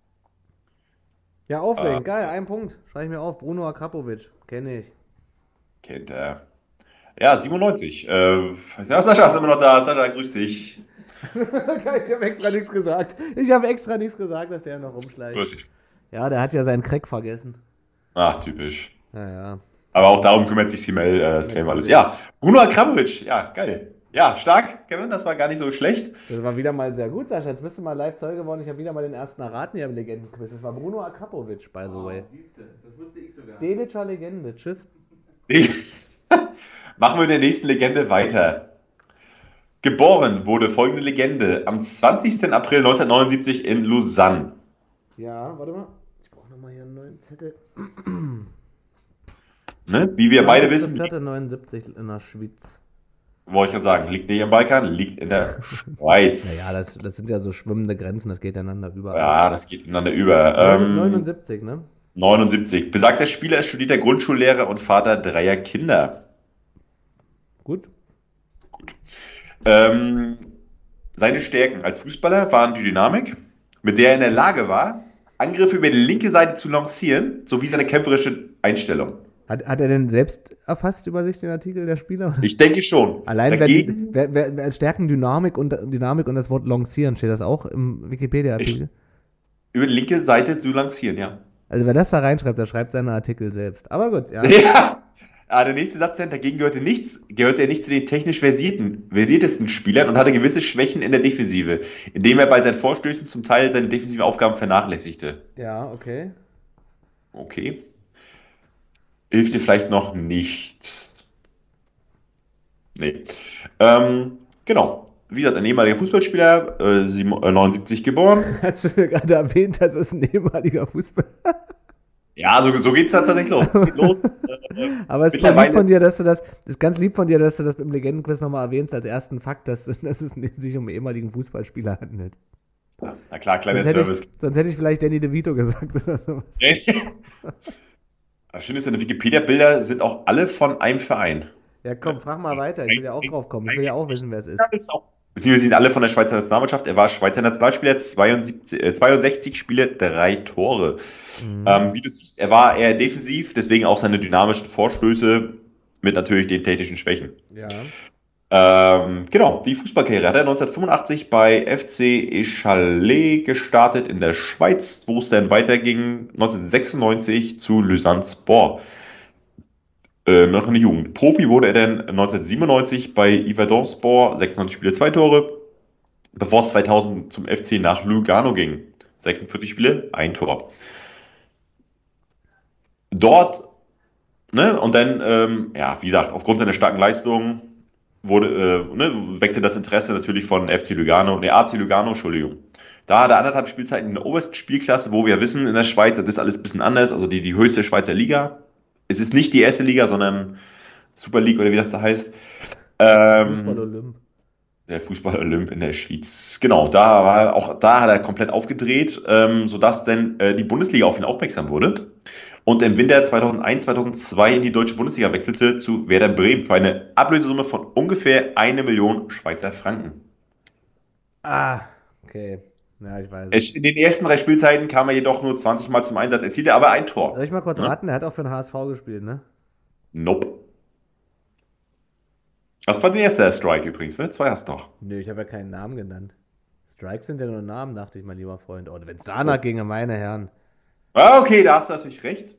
Ja, aufregend, Ah. geil, ein Punkt. Schreibe ich mir auf. Bruno Akrapovic, kenne ich. Kennt er. Ja, siebenundneunzig. Äh, ja, Sascha ist immer noch da. Sascha, grüß dich. Ich habe extra nichts gesagt. Ich habe extra nichts gesagt, dass der noch rumschleicht. Grüß dich. Ja, der hat ja seinen Crack vergessen. Ach, typisch. Naja. Aber auch darum kümmert sich Simel, äh, das kennen wir alles. Ja, Bruno Akrapovic, ja, geil. Ja, stark, Kevin, das war gar nicht so schlecht. Das war wieder mal sehr gut, Sascha. Jetzt bist du mal live Zeuge geworden. Ich habe wieder mal den ersten erraten hier im Legendenquiz. Das war Bruno Akrapovic, by the way. Siehst du, das wusste ich sogar. Delitzscher Legende. Tschüss. Machen wir mit der nächsten Legende weiter. Geboren wurde folgende Legende am zwanzigsten April neunzehnhundertneunundsiebzig in Lausanne. Ja, warte mal. Ich brauche nochmal hier einen neuen Zettel. Ne? Wie wir beide wissen, Platte neunundsiebzig in der Schweiz. wollte ich schon sagen, liegt nicht im Balkan, liegt in der Schweiz. Naja, das, das sind ja so schwimmende Grenzen, das geht einander über. Ja, das geht ineinander über. Ähm, neunundsiebzig, ne? neunundsiebzig. Besagter Spieler ist studierter Grundschullehrer und Vater dreier Kinder. Gut. Ähm, seine Stärken als Fußballer waren die Dynamik, mit der er in der Lage war, Angriffe über die linke Seite zu lancieren, sowie seine kämpferische Einstellung. Hat, hat er denn selbst erfasst über sich den Artikel der Spieler? Ich denke schon. Allein wenn Dagegen, die, wer, wer, wer Stärken, Dynamik und, Dynamik und das Wort lancieren, steht das auch im Wikipedia-Artikel? über die linke Seite zu lancieren, ja. Also wer das da reinschreibt, der schreibt seinen Artikel selbst. Aber gut, ja. Ja. Ah, der nächste Satz, dagegen gehörte, nichts, gehörte er nicht zu den technisch versierten, versiertesten Spielern und hatte gewisse Schwächen in der Defensive, indem er bei seinen Vorstößen zum Teil seine defensiven Aufgaben vernachlässigte. Ja, okay. Okay. Hilft dir vielleicht noch nicht. Nee. Ähm, genau. Wie gesagt, ein ehemaliger Fußballspieler, äh, sieben- äh, neunundsiebzig geboren. Hast du mir gerade erwähnt, das ist ein ehemaliger Fußball. Ja, so, so geht's dann tatsächlich los. Geht los. Äh, Aber es ist voll lieb mittlerweile- von dir, dass du das, das ist ganz lieb von dir, dass du das im Legendenquiz nochmal erwähnst als ersten Fakt, dass, dass es sich um einen ehemaligen Fußballspieler handelt. Na klar, kleiner Sonst hätte, Service. ich, sonst hätte ich vielleicht Danny DeVito gesagt oder sowas. Das Schöne ist, deine Wikipedia-Bilder sind auch alle von einem Verein. Ja, komm, frag mal weiter. Ich will ja auch drauf kommen. Ich will ja auch wissen, wer es ist. Beziehungsweise sind alle von der Schweizer Nationalmannschaft. Er war Schweizer Nationalspieler, zweiundsiebzig, äh, zweiundsechzig Spiele, drei Tore. Mhm. Ähm, wie du siehst, er war eher defensiv, deswegen auch seine dynamischen Vorstöße mit natürlich den technischen Schwächen. Ja. Ähm, genau, die Fußballkarriere hat er neunzehnhundertfünfundachtzig bei F C Echalé gestartet in der Schweiz, wo es dann weiterging neunzehnhundertsechsundneunzig zu Lausanne Sport. Äh, noch in der Jugend. Profi wurde er dann neunzehnhundertsiebenundneunzig bei Yverdon Sport, sechsundneunzig Spiele, zwei Tore, bevor es zweitausend zum F C nach Lugano ging. sechsundvierzig Spiele, ein Tor. Dort, ne, und dann, ähm, ja, wie gesagt, aufgrund seiner starken Leistung wurde, äh, ne, weckte das Interesse natürlich von F C Lugano, ne, A C Lugano, Entschuldigung. Da hat er anderthalb Spielzeiten in der obersten Spielklasse, wo wir wissen, in der Schweiz, das ist alles ein bisschen anders, also die, die höchste Schweizer Liga. Es ist nicht die erste Liga, sondern Super League oder wie das da heißt. Ähm, Fußball-Olymp. Der Fußball-Olymp in der Schweiz. Genau, da war auch da hat er komplett aufgedreht, ähm, sodass dann äh, die Bundesliga auf ihn aufmerksam wurde und im Winter zweitausendeins, zweitausendzwei in die deutsche Bundesliga wechselte zu Werder Bremen für eine Ablösesumme von ungefähr eine Million Schweizer Franken. Ah, okay. Ja, ich weiß. es. Es- In den ersten drei Spielzeiten kam er jedoch nur zwanzig Mal zum Einsatz, erzielte aber ein Tor. Soll ich mal kurz Ja. raten? Er hat auch für den H S V gespielt, ne? Nope. Was war dein erster Strike übrigens, ne? Zwei hast du noch. Nö, ich habe ja keinen Namen genannt. Strikes sind ja nur Namen, dachte ich, mein lieber Freund. Oh, wenn es danach ginge, meine Herren. Ah, okay, da hast du natürlich recht.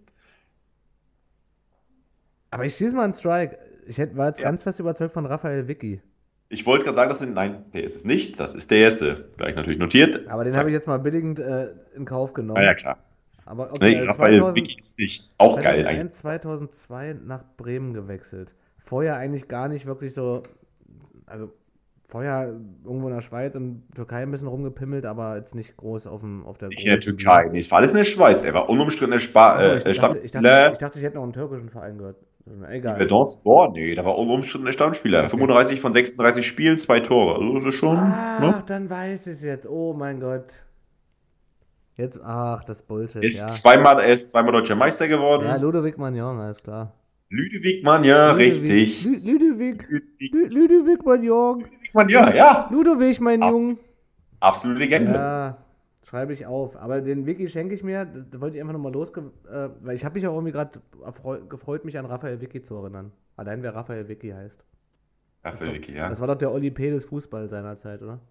Aber ich schieße mal einen Strike. Ich hätte, war jetzt Ja. ganz fest überzeugt von Raphael Vicky. Ich wollte gerade sagen, dass du, nein, der ist es nicht. Das ist der erste. Gleich natürlich notiert. Aber den habe ich jetzt mal billigend äh, in Kauf genommen. Ah ja, klar. Aber Nee, okay, Raphael zweitausend Vicky ist nicht. Auch geil eigentlich. zweitausendeins, zweitausendzwei nach Bremen gewechselt. Vorher eigentlich gar nicht wirklich so, also vorher irgendwo in der Schweiz und Türkei ein bisschen rumgepimmelt, aber jetzt nicht groß auf, dem, auf der Nicht in der großen Türkei. Nee, es war alles in der Schweiz. Er war unumstrittener Spa Bühne. äh, Achso, ich, dachte, ich, dachte, Stammspieler. ich dachte, ich hätte noch einen türkischen Verein gehört. Egal. Verdance Sport, nee, da war unumstrittener Stammspieler. Okay. fünfunddreißig von sechsunddreißig Spielen, zwei Tore. Also das ist schon. Ach, Ne? dann weiß ich es jetzt. Oh mein Gott. Jetzt, ach, das Bullshit, Ist ja. zweimal, er ist zweimal deutscher Meister geworden. Ja, Ludovic Magnon, alles klar. Lüdewig Mann, ja, Ludovic. richtig. Lü- Ludovic. Lüdewig Lü- Ludovic Magnon. Mann, ja, ja. Ludovic, mein Abs- Junge. Absolute Legende. Ja, schreibe ich auf. Aber den Wiki schenke ich mir. Das, das wollte ich einfach nochmal losge... Äh, weil ich habe mich auch irgendwie gerade gefreut, mich an Raphael Vicky zu erinnern. Allein wer Raphael Vicky heißt. Raphael Vicky, ja. Das war doch der Oli P. des Fußballs seiner Zeit, oder?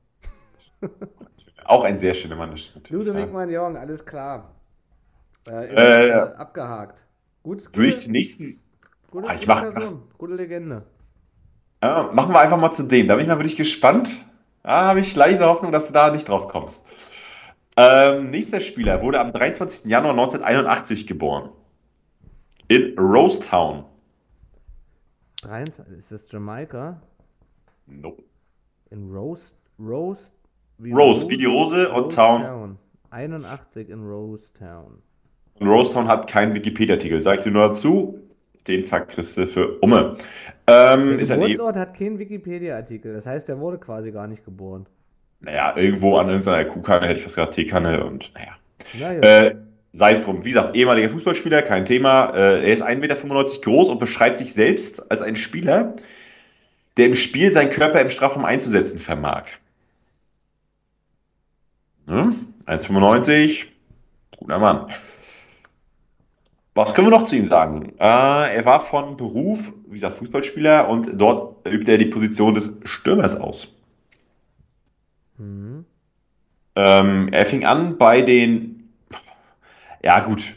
Auch ein sehr schöner Mann. Das stimmt. Ludovic Ja. Magnon, alles klar. Äh, ist, Äh, äh, abgehakt. Gut, Würde ich gute, zum nächsten. gute, Ah, ich gute mach- Person, gute Legende. Ja, machen wir einfach mal zu dem. Da bin ich mal wirklich gespannt. Da habe ich leise Hoffnung, dass du da nicht drauf kommst. Ähm, nächster Spieler wurde am dreiundzwanzigsten Januar neunzehnhunderteinundachtzig geboren. In Rosetown. dreiundzwanzig, ist das Jamaika? Nope. In Rose, Rose, wie Rose, wie die Rose und Town. Town. einundachtzig in Rose Town. Und Rosetown hat keinen Wikipedia-Artikel. Sag ich dir nur dazu. Den Fakt kriegst du für Umme. Ähm, Der ist ein, Geburtsort hat keinen Wikipedia-Artikel. Das heißt, der wurde quasi gar nicht geboren. naja, irgendwo an irgendeiner Kuhkanne, hätte ich fast gesagt, Teekanne und naja. Naja. Äh, sei es drum. Wie gesagt, ehemaliger Fußballspieler, kein Thema. Äh, er ist ein Meter fünfundneunzig groß und beschreibt sich selbst als einen Spieler, der im Spiel seinen Körper im Strafraum einzusetzen vermag. Hm? eins Komma fünfundneunzig, guter Mann. Was können wir noch zu ihm sagen? Äh, er war von Beruf, wie gesagt, Fußballspieler und dort übte er die Position des Stürmers aus. Mhm. Ähm, er fing an bei den, ja gut,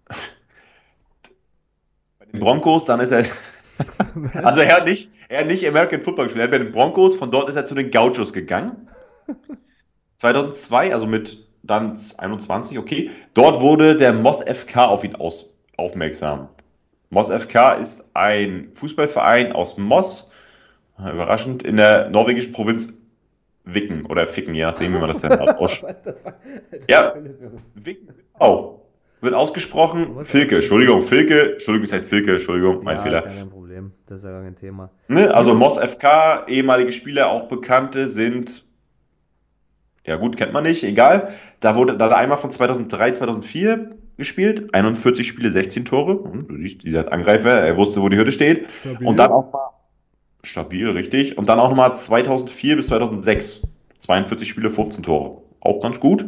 bei den Broncos, dann ist er, also er hat nicht, er hat nicht American Football gespielt, er hat bei den Broncos, von dort ist er zu den Gauchos gegangen. zweitausendzwei, also mit dann einundzwanzig, okay, dort wurde der Moss F K auf ihn aus, aufmerksam. Moss F K ist ein Fußballverein aus Moss, überraschend, in der norwegischen Provinz Viken oder Ficken, je nachdem, wie man das dann ausspricht. Ja, Viken auch. Wird ausgesprochen, Was? Filke, Entschuldigung, Filke, Entschuldigung, es heißt Filke, Entschuldigung, mein ja, Fehler. kein Problem. Das ist ja gar kein Thema. Ne? Also Moss F K, ehemalige Spieler, auch Bekannte sind, ja gut, kennt man nicht, egal. Da wurde da hat er einmal von zweitausenddrei, zweitausendvier gespielt, einundvierzig Spiele, sechzehn Tore. Hm, du siehst, dieser Angreifer, er wusste, wo die Hürde steht. Stabil. Und dann auch mal, stabil, richtig. Und dann auch nochmal zweitausendvier bis zweitausendsechs, zweiundvierzig Spiele, fünfzehn Tore. Auch ganz gut.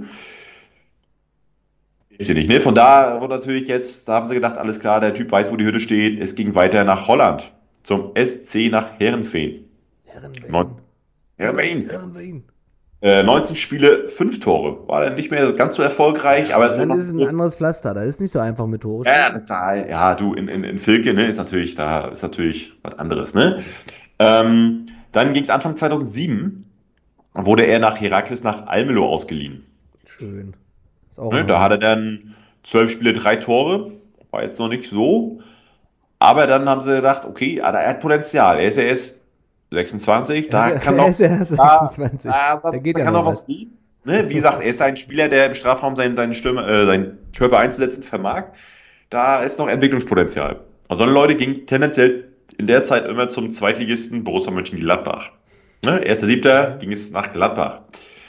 Ist ja nicht, ne? Von da wurde natürlich jetzt, da haben sie gedacht, alles klar, der Typ weiß, wo die Hürde steht. Es ging weiter nach Holland, zum S C nach Heerenveen. Herrenwein. neunzehn, Heerenveen. Herrenwein. Äh, neunzehn Spiele, fünf Tore. War dann nicht mehr ganz so erfolgreich, aber es wurde Dann noch ist es ein anderes Pflaster. Da ist nicht so einfach mit Tore. Ja, total. Ja, du, in, in, in Filke, ne, ist natürlich, da ist natürlich was anderes, ne? Ähm, dann ging es Anfang zweitausendsieben, wurde er nach Herakles nach Almelo ausgeliehen. Schön. Ist auch Ne? ein- Da hat er dann zwölf Spiele, drei Tore. War jetzt noch nicht so. Aber dann haben sie gedacht, okay, ah, er hat Potenzial. Er ist ja erst sechsundzwanzig, da Er ist- kann er noch, ist ja erst da, sechsundzwanzig. da, da, Da geht da ja kann noch noch was gehen. Ne? Wie gesagt, er ist ein Spieler, der im Strafraum seinen, seinen, Stürmer, äh, seinen Körper einzusetzen vermag. Da ist noch Entwicklungspotenzial. Und so eine Leute gingen tendenziell in der Zeit immer zum Zweitligisten Borussia Mönchengladbach. Ne? erster Siebter ging es nach Gladbach.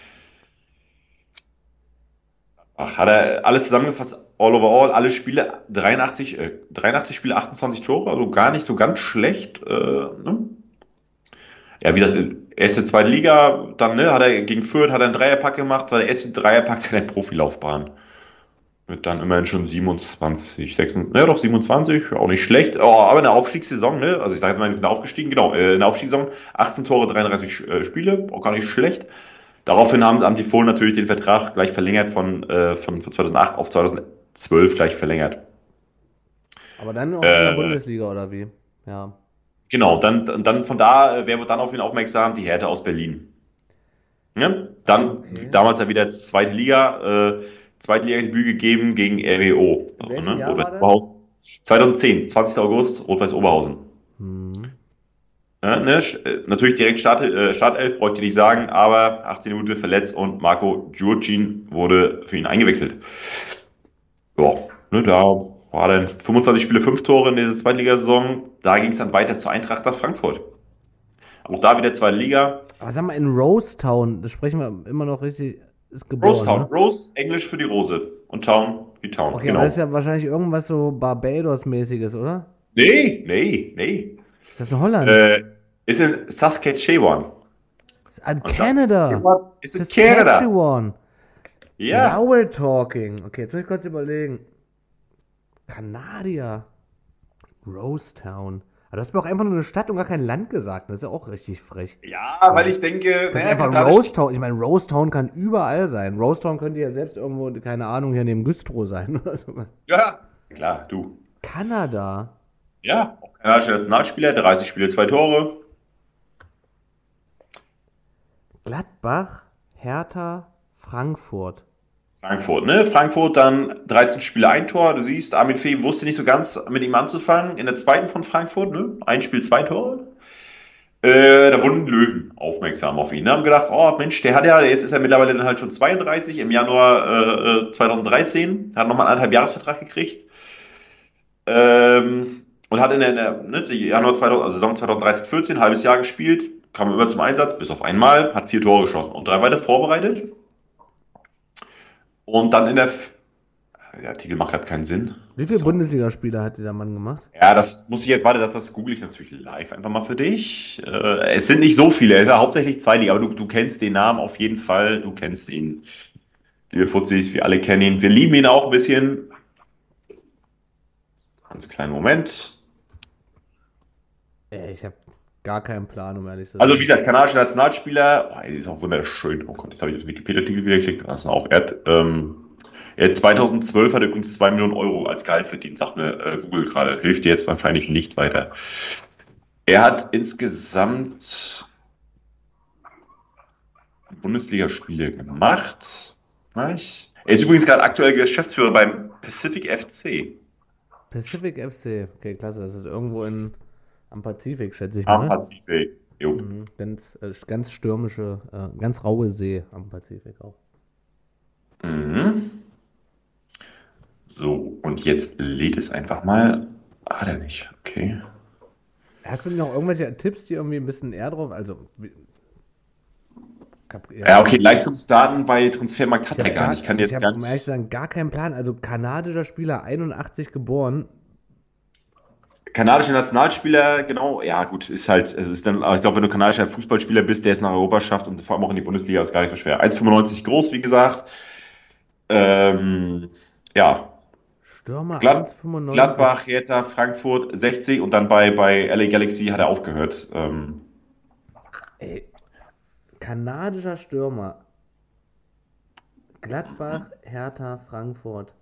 Ach, hat er alles zusammengefasst, all over all, alle Spiele, dreiundachtzig, äh, dreiundachtzig Spiele, achtundzwanzig Tore, also gar nicht so ganz schlecht. Äh, ne? Ja, wie gesagt, erste, zweite Liga, dann ne, hat er gegen Fürth hat er einen Dreierpack gemacht, war der erste Dreierpack seiner Profilaufbahn. Mit dann immerhin schon siebenundzwanzig, sechsundzwanzig, ja doch siebenundzwanzig, auch nicht schlecht. Oh, aber eine Aufstiegssaison, ne? Also ich sage jetzt mal, die sind aufgestiegen, genau, äh, eine Aufstiegssaison, achtzehn Tore, dreiunddreißig äh, Spiele, auch gar nicht schlecht. Daraufhin haben, haben die Fohlen natürlich den Vertrag gleich verlängert von, äh, von, von zweitausendacht auf zweitausendzwölf gleich verlängert. Aber dann auch Äh, in der Bundesliga oder wie? Ja. Genau, dann, dann von da, äh, wer wird dann auf ihn aufmerksam? Die Hertha aus Berlin. Ja? Dann Okay. damals ja wieder zweite Liga, äh, zweite Liga-Debüt gegeben gegen R W O. In welchem Ne? Jahr Rot-Weiß war das? Oberhausen. zweitausendzehn, zwanzigster August, Rot-Weiß Oberhausen. Hm. Ja, ne? Sch- äh, Natürlich direkt Start, äh, Startelf, bräuchte ich nicht sagen, aber achtzehn Minuten verletzt und Marco Giurgin wurde für ihn eingewechselt. Ja, ne, da war dann fünfundzwanzig Spiele, fünf Tore in dieser Zweitligasaison. Da ging es dann weiter zur Eintracht nach Frankfurt. Auch da wieder zweite Liga. Aber sag mal, in Rosetown, das sprechen wir immer noch richtig, ist geboren, Rose Town. ne? Rose, Englisch für die Rose. Und Town, die Town. Okay, genau. aber das ist ja wahrscheinlich irgendwas so Barbados-mäßiges, oder? Nee, nee, nee. Ist das in Holland? Äh, ist in Saskatchewan. ist in Und Canada. Saskatchewan ist in Canada. Saskatchewan. Ja. Now we're talking. Okay, jetzt muss ich kurz überlegen. Kanadier. Rosetown. Aber du hast mir auch einfach nur eine Stadt und gar kein Land gesagt. Das ist ja auch richtig frech. Ja, weil ich denke, Kannst naja, einfach dadurch- Rosetown. Ich meine, Rosetown kann überall sein. Rosetown könnte ja selbst irgendwo, keine Ahnung, hier neben Güstrow sein oder so. Ja, klar, du. Kanada. Ja, auch kanadischer Nationalspieler, dreißig Spiele, zwei Tore. Gladbach, Hertha, Frankfurt. Frankfurt, ne? Frankfurt dann dreizehn Spiele, ein Tor. Du siehst, Armin Fee wusste nicht so ganz mit ihm anzufangen. In der zweiten von Frankfurt, ne? Ein Spiel, zwei Tore. Äh, da wurden Löwen aufmerksam auf ihn. Ne? Haben gedacht, oh Mensch, der hat ja, jetzt ist er mittlerweile dann halt schon zweiunddreißig, im Januar äh, zweitausenddreizehn, hat nochmal einen anderthalb Jahresvertrag gekriegt. Ähm, und hat in der, in der ne, Januar zweitausend, also Saison zweitausenddreizehn vierzehn, ein halbes Jahr gespielt, kam immer zum Einsatz, bis auf einmal, hat vier Tore geschossen und drei weitere vorbereitet. Und dann in der, F- der Artikel macht gerade keinen Sinn. Wie viele So. Bundesligaspiele hat dieser Mann gemacht? Ja, das muss ich jetzt, warte, das, das google ich natürlich live einfach mal für dich. Äh, es sind nicht so viele, es ist ja hauptsächlich zwei Ligen, aber du, du kennst den Namen auf jeden Fall, du kennst ihn. Liebe Fuzis, wir alle kennen ihn, wir lieben ihn auch ein bisschen. Ganz kleinen Moment. Ey, ich habe gar keinen Plan, um ehrlich zu sein. Also wie gesagt, kanadischer Nationalspieler, oh, der ist auch wunderschön. Oh Gott, jetzt habe ich das Wikipedia-Artikel wieder geklickt. Das ist auch, er hat, ähm, er hat zweitausendzwölf hat er übrigens zwei Millionen Euro als Gehalt verdient, sagt mir äh, Google gerade. Hilft dir jetzt wahrscheinlich nicht weiter. Er hat insgesamt Bundesligaspiele gemacht. Nicht? Er ist übrigens gerade aktuell Geschäftsführer beim Pacific F C Pacific F C. Okay, klasse. Das ist irgendwo in, am Pazifik, schätze ich am mal. Pazifik. Jo. Mhm. Ganz, äh, ganz stürmische, äh, ganz raue See am Pazifik auch. Mhm. So, und jetzt lädt es einfach mal. Ah, der nicht. Okay. Hast du noch irgendwelche Tipps, die irgendwie ein bisschen eher drauf? Also, wie, hab, Ja, okay, Leistungsdaten bei Transfermarkt hat Ich er hab gar nicht. Ich kann ich jetzt hab, gar um ehrlich nicht. zu sagen, gar keinen Plan. Also kanadischer Spieler, einundachtzig geboren. Kanadischer Nationalspieler, genau, ja gut, ist halt, es ist dann, aber ich glaube, wenn du kanadischer Fußballspieler bist, der es nach Europa schafft und vor allem auch in die Bundesliga, ist gar nicht so schwer. eins Komma fünfundneunzig groß, wie gesagt. Ähm, ja, Stürmer Glad- eins Komma fünfundneunzig. Gladbach, Hertha, Frankfurt, sechzig und dann bei, bei L A Galaxy hat er aufgehört. Ähm, Ey, kanadischer Stürmer. Gladbach, Hertha, Frankfurt.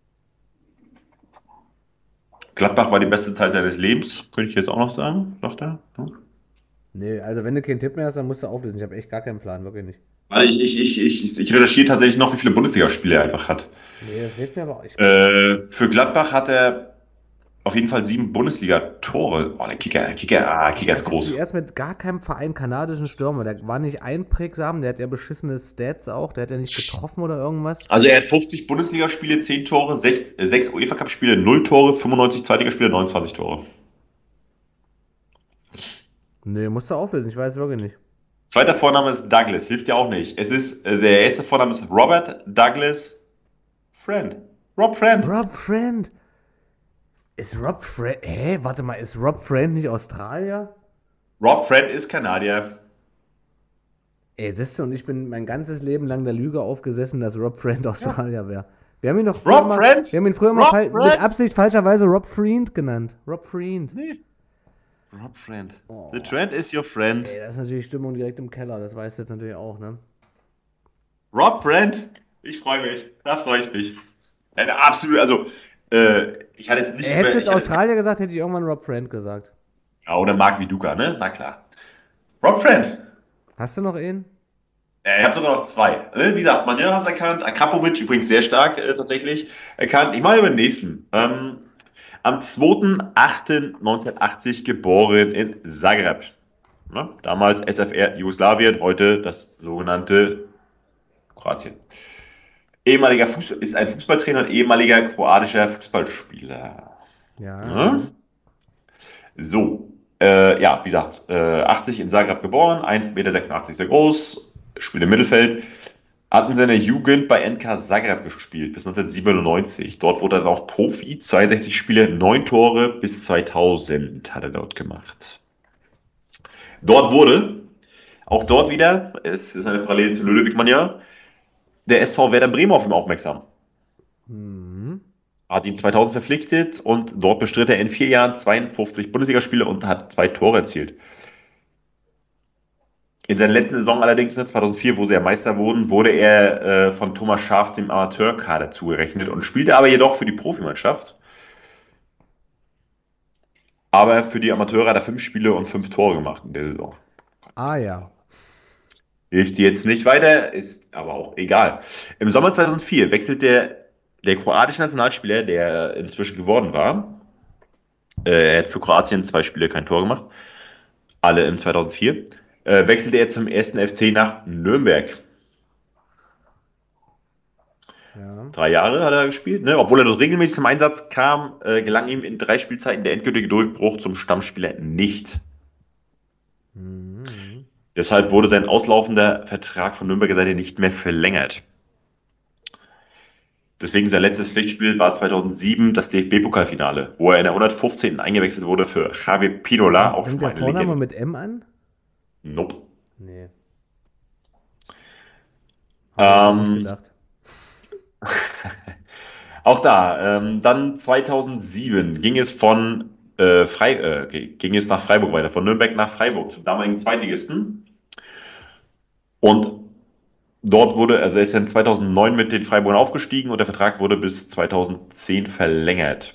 Gladbach war die beste Zeit seines Lebens, könnte ich jetzt auch noch sagen, sagt er. Hm? Nee, also wenn du keinen Tipp mehr hast, dann musst du auflösen. Ich habe echt gar keinen Plan, wirklich nicht. Warte, ich, ich, ich, ich, ich recherchiere tatsächlich noch, wie viele Bundesligaspiele er einfach hat. Nee, das hilft mir aber auch. Ich, Äh, für Gladbach hat er auf jeden Fall sieben Bundesliga-Tore. Oh, der Kicker, der Kicker, ah, Kicker ist groß. Erst mit gar keinem Verein kanadischen Stürmer. Der war nicht einprägsam, der hat ja beschissene Stats auch, der hat ja nicht getroffen oder irgendwas. Also er hat fünfzig Bundesligaspiele, zehn Tore, sechs, äh, sechs UEFA-Cup-Spiele, null Tore, fünfundneunzig Zweitligaspiele, neunundzwanzig Tore. Nee, musst du auflösen, ich weiß wirklich nicht. Zweiter Vorname ist Douglas, hilft dir auch nicht. Es ist, äh, der erste Vorname ist Robert Douglas Friend. Rob Friend. Rob Friend. Ist Rob Friend. Hä? Warte mal, ist Rob Friend nicht Australier? Rob Friend ist Kanadier. Ey, siehst du, und ich bin mein ganzes Leben lang der Lüge aufgesessen, dass Rob Friend Australier wäre. Wir haben ihn doch früher Rob mal, Friend? wir haben ihn früher mal Rob fal- Friend? mit Absicht falscherweise Rob Friend genannt. Rob Friend. Nee. Rob Friend. Oh. The Trend is your friend. Ey, das ist natürlich Stimmung direkt im Keller, das weißt du jetzt natürlich auch, ne? Rob Friend. Ich freue mich. Da freue ich mich. Eine absolute, also, äh, ich hatte jetzt nicht... Er hätte über- jetzt ich hatte- Australier gesagt, hätte ich irgendwann Rob Friend gesagt. Ja, oder Mark Viduka, ne? Na klar. Rob Friend. Hast du noch einen? Äh, ich habe sogar noch zwei. Ne? Wie gesagt, Manera hast erkannt, Akapovic übrigens sehr stark äh, tatsächlich erkannt. Ich mache über den nächsten. Ähm, am zweiter achter neunzehnhundertachtzig geboren in Zagreb. Ne? Damals S F R Jugoslawien, heute das sogenannte Kroatien. Ehemaliger Fußball, ist ein Fußballtrainer und ehemaliger kroatischer Fußballspieler. Ja. Ne? So, äh, ja, wie gesagt, äh, achtzig in Zagreb geboren, eins Komma sechsundachtzig Meter sehr groß, spielt im Mittelfeld, hat in seiner Jugend bei N K Zagreb gespielt, bis neunzehnhundertsiebenundneunzig. Dort wurde er dann auch Profi, zweiundsechzig Spiele, neun Tore, bis zweitausend hat er dort gemacht. Dort wurde, auch dort wieder, es ist eine Parallele zu Ludovic Magna, der S V Werder Bremen auf ihn aufmerksam. Mhm. Hat ihn zweitausend verpflichtet und dort bestritt er in vier Jahren zweiundfünfzig Bundesligaspiele und hat zwei Tore erzielt. In seiner letzten Saison allerdings, ne, zweitausendvier, wo sie ja Meister wurden, wurde er äh, von Thomas Schaaf dem Amateurkader zugerechnet und spielte aber jedoch für die Profimannschaft. Aber für die Amateure hat er fünf Spiele und fünf Tore gemacht in der Saison. Ah ja. Hilft sie jetzt nicht weiter, ist aber auch egal. Im Sommer zweitausendvier wechselt der, der kroatische Nationalspieler, der inzwischen geworden war. Äh, er hat für Kroatien zwei Spiele kein Tor gemacht. Alle im zweitausendvier. Äh, wechselte er zum ersten F C nach Nürnberg. Ja. Drei Jahre hat er gespielt. Ne? Obwohl er dort regelmäßig zum Einsatz kam, äh, gelang ihm in drei Spielzeiten der endgültige Durchbruch zum Stammspieler nicht. Mhm. Deshalb wurde sein auslaufender Vertrag von Nürnberger Seite nicht mehr verlängert. Deswegen sein letztes Pflichtspiel war zweitausendsieben das D F B-Pokalfinale, wo er in der hundertfünfzehnten eingewechselt wurde für Javier Pinola, auch schon Fängt mal der eine Vorname Legende. mit M an? Nope. Nee. Hab ich Ähm, nicht gedacht. Auch da, ähm, dann zweitausendsieben ging es von äh, Frei, äh, ging es nach Freiburg weiter, von Nürnberg nach Freiburg, zum damaligen Zweitligisten. Und dort wurde, also er ist dann zweitausendneun mit den Freiburgern aufgestiegen und der Vertrag wurde bis zweitausendzehn verlängert.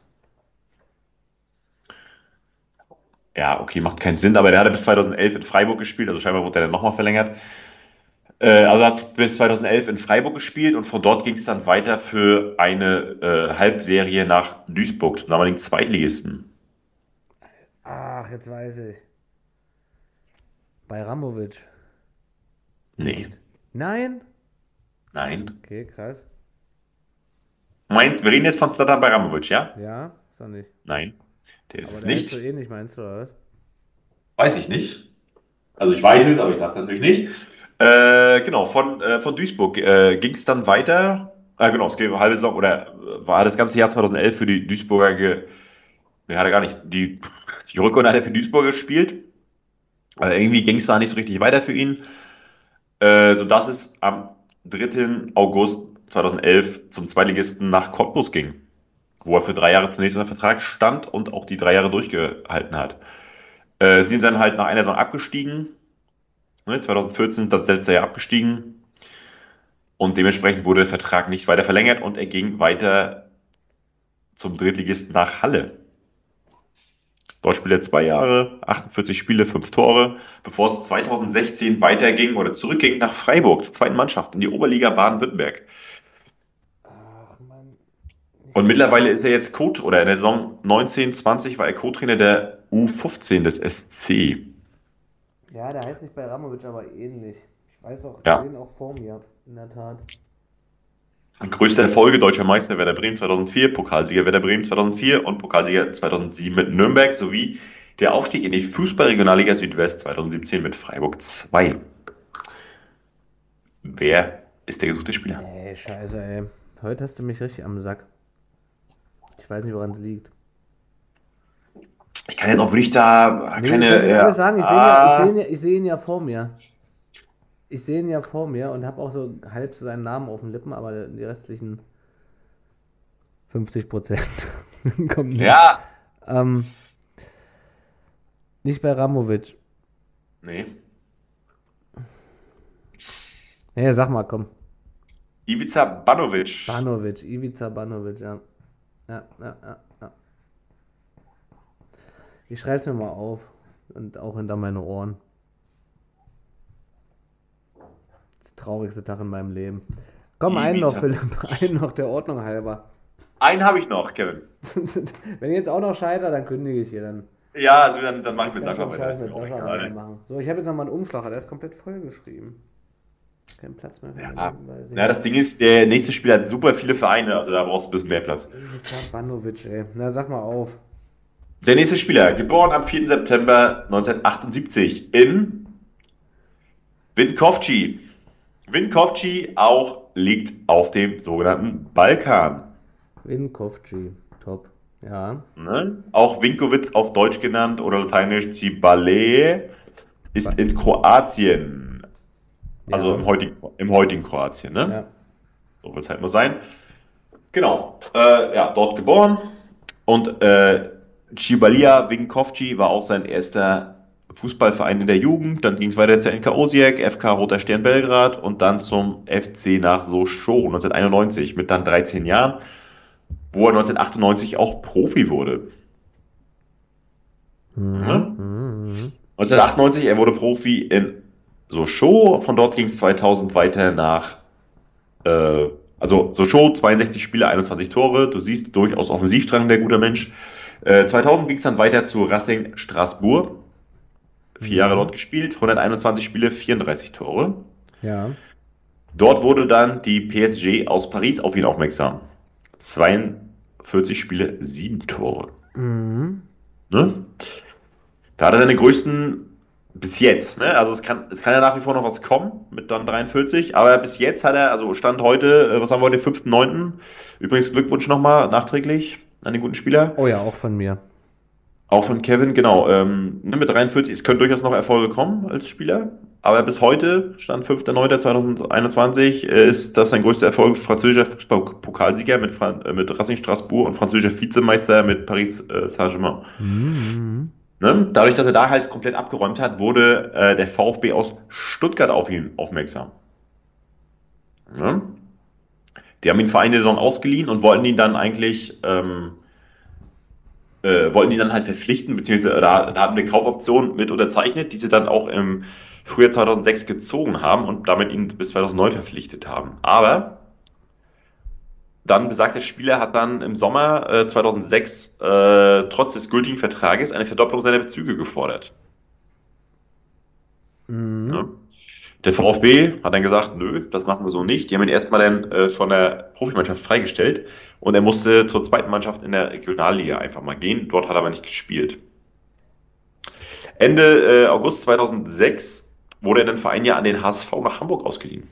Ja, okay, macht keinen Sinn, aber der hatte bis zweitausendelf in Freiburg gespielt, also scheinbar wurde er dann nochmal verlängert. Äh, also hat bis zweitausendelf in Freiburg gespielt und von dort ging es dann weiter für eine äh, Halbserie nach Duisburg, zum damaligen Zweitligisten. Ach, jetzt weiß ich. Bei Ramovic. Nee, Nein? nein. Okay, krass. Meinst, wir reden jetzt von Zlatan Baramovic, ja? Ja, ist doch nicht. Nein, der ist Aber es der nicht. ist so ähnlich, meinst du, oder was? Weiß ich nicht. Also ich weiß es, aber ich sage natürlich nicht. Äh, genau, von, äh, von Duisburg äh, ging es dann weiter. Ah, genau, es ging eine halbe Saison, oder äh, war das ganze Jahr zweitausendelf für die Duisburger, ge, ne, hat er gar nicht, die, die Rückrunde hat er für Duisburg gespielt. Aber irgendwie ging es da nicht so richtig weiter für ihn. Äh, sodass es am dritten August zweitausendelf zum Zweitligisten nach Cottbus ging, wo er für drei Jahre zunächst unter Vertrag stand und auch die drei Jahre durchgehalten hat. Äh, sie sind dann halt nach einer Saison abgestiegen. Ne, zweitausendvierzehn ist das letzte Jahr abgestiegen. Und dementsprechend wurde der Vertrag nicht weiter verlängert und er ging weiter zum Drittligisten nach Halle. Dort spielte er zwei Jahre, achtundvierzig Spiele, fünf Tore, bevor es zweitausendsechzehn weiterging oder zurückging nach Freiburg, zur zweiten Mannschaft, in die Oberliga Baden-Württemberg. Ach, Mann. Und mittlerweile ist er jetzt Co- oder in der Saison neunzehn zwanzig war er Co-Trainer der U fünfzehn des S C. Ja, der heißt nicht bei Ramovic, aber ähnlich. Ich weiß auch, Ja. den auch vor mir, in der Tat. Größte Erfolge: Deutscher Meister Werder Bremen zweitausendvier, Pokalsieger Werder Bremen zweitausendvier und Pokalsieger zweitausendsieben mit Nürnberg sowie der Aufstieg in die Fußball-Regionalliga Südwest zweitausendsiebzehn mit Freiburg zwei. Wer ist der gesuchte Spieler? Ey, scheiße, ey. Heute hast du mich richtig am Sack. Ich weiß nicht, woran es liegt. Ich kann jetzt auch wirklich da Nee, keine. ich kann nicht ja, alles sagen. Ich sehe ah, ihn, ja, ich seh ihn, ja, ich seh ihn ja vor mir. Ich sehe ihn ja vor mir und habe auch so halb zu seinen Namen auf den Lippen, aber die restlichen fünfzig Prozent. Kommt nicht. Ja. Ähm, nicht bei Ramovic. Nee. Nee, sag mal, komm. Ivica Banovic. Banovic, Ivica Banovic, ja. Ja, ja, ja, ja. Ich schreib's mir mal auf. Und auch hinter meine Ohren. Das ist der traurigste Tag in meinem Leben. Komm, einen noch, Philipp. Einen noch, der Ordnung halber. Einen habe ich noch, Kevin. Wenn ich jetzt auch noch scheiter, dann kündige ich hier dann. Ja, du, dann, dann mach ich mit Dann Sascha kann ich weiter. Scheiß mit Sascha weitermachen. So, ich habe jetzt noch mal einen Umschlag, der ist komplett vollgeschrieben. Kein Platz mehr. Für Ja. Nebenweise. Ja, das Ding ist, der nächste Spieler hat super viele Vereine, also da brauchst du ein bisschen mehr Platz. Ivica Banovic, ey. Na, sag mal auf. Der nächste Spieler, geboren am vierten September neunzehnhundertachtundsiebzig in Vinkovci. Vinkovci auch liegt auf dem sogenannten Balkan. Vinkovci, top. Ja. Ne? Auch Vinkovec auf Deutsch genannt oder lateinisch Cibale ist in Kroatien. Also Ja. im heutigen, im heutigen Kroatien. Ne? Ja. So wird es halt nur sein. Genau. Äh, ja, dort geboren. Und äh, Cibalia Vinkovci war auch sein erster Fußballverein in der Jugend. Dann ging es weiter zu N K Osijek, F K Roter Stern Belgrad und dann zum F C nach Sochaux neunzehnhunderteinundneunzig mit dann dreizehn Jahren, wo er neunzehnhundertachtundneunzig auch Profi wurde. Mhm. Ja? Mhm. neunzehnhundertachtundneunzig, er wurde Profi in Sochaux. Von dort ging es zweitausend weiter nach, äh, also Sochaux, zweiundsechzig Spiele, einundzwanzig Tore. Du siehst durchaus Offensivdrang, der gute Mensch. Äh, zweitausend ging es dann weiter zu Racing Straßburg. Vier Jahre dort gespielt, hunderteinundzwanzig Spiele, vierunddreißig Tore. Ja. Dort wurde dann die P S G aus Paris auf ihn aufmerksam. zweiundvierzig Spiele, sieben Tore. Mhm. Ne? Da hat er seine größten bis jetzt, ne? Also es kann, es kann ja nach wie vor noch was kommen mit dann dreiundvierzig, aber bis jetzt hat er, also Stand heute, äh, was haben wir heute, fünften neunten Übrigens Glückwunsch nochmal nachträglich an den guten Spieler. Oh ja, auch von mir. Auch von Kevin, genau. Ähm, ne, mit dreiundvierzig, es können durchaus noch Erfolge kommen als Spieler, aber bis heute, Stand fünfter neunter zweitausendeinundzwanzig, äh, ist das sein größter Erfolg, französischer Fußball-Pokalsieger mit, Fran äh, mit Racing Straßburg und französischer Vizemeister mit Paris äh, Saint-Germain. Mhm. Ne? Dadurch, dass er da halt komplett abgeräumt hat, wurde äh, der VfB aus Stuttgart auf ihn aufmerksam. Ne? Die haben ihn für eine Saison ausgeliehen und wollten ihn dann eigentlich ähm, äh, wollten ihn dann halt verpflichten, beziehungsweise da, da hatten wir Kaufoptionen mit unterzeichnet, die sie dann auch im Frühjahr zweitausendsechs gezogen haben und damit ihn bis zweitausendneun verpflichtet haben. Aber dann besagter Spieler hat dann im Sommer äh, zweitausendsechs äh, trotz des gültigen Vertrages eine Verdopplung seiner Bezüge gefordert. Mhm. Ja. Der VfB hat dann gesagt, nö, das machen wir so nicht. Die haben ihn erstmal dann äh, von der Profimannschaft freigestellt und er musste zur zweiten Mannschaft in der Regionalliga einfach mal gehen. Dort hat er aber nicht gespielt. Ende äh, August zweitausendsechs wurde er dann für ein Jahr an den H S V nach Hamburg ausgeliehen.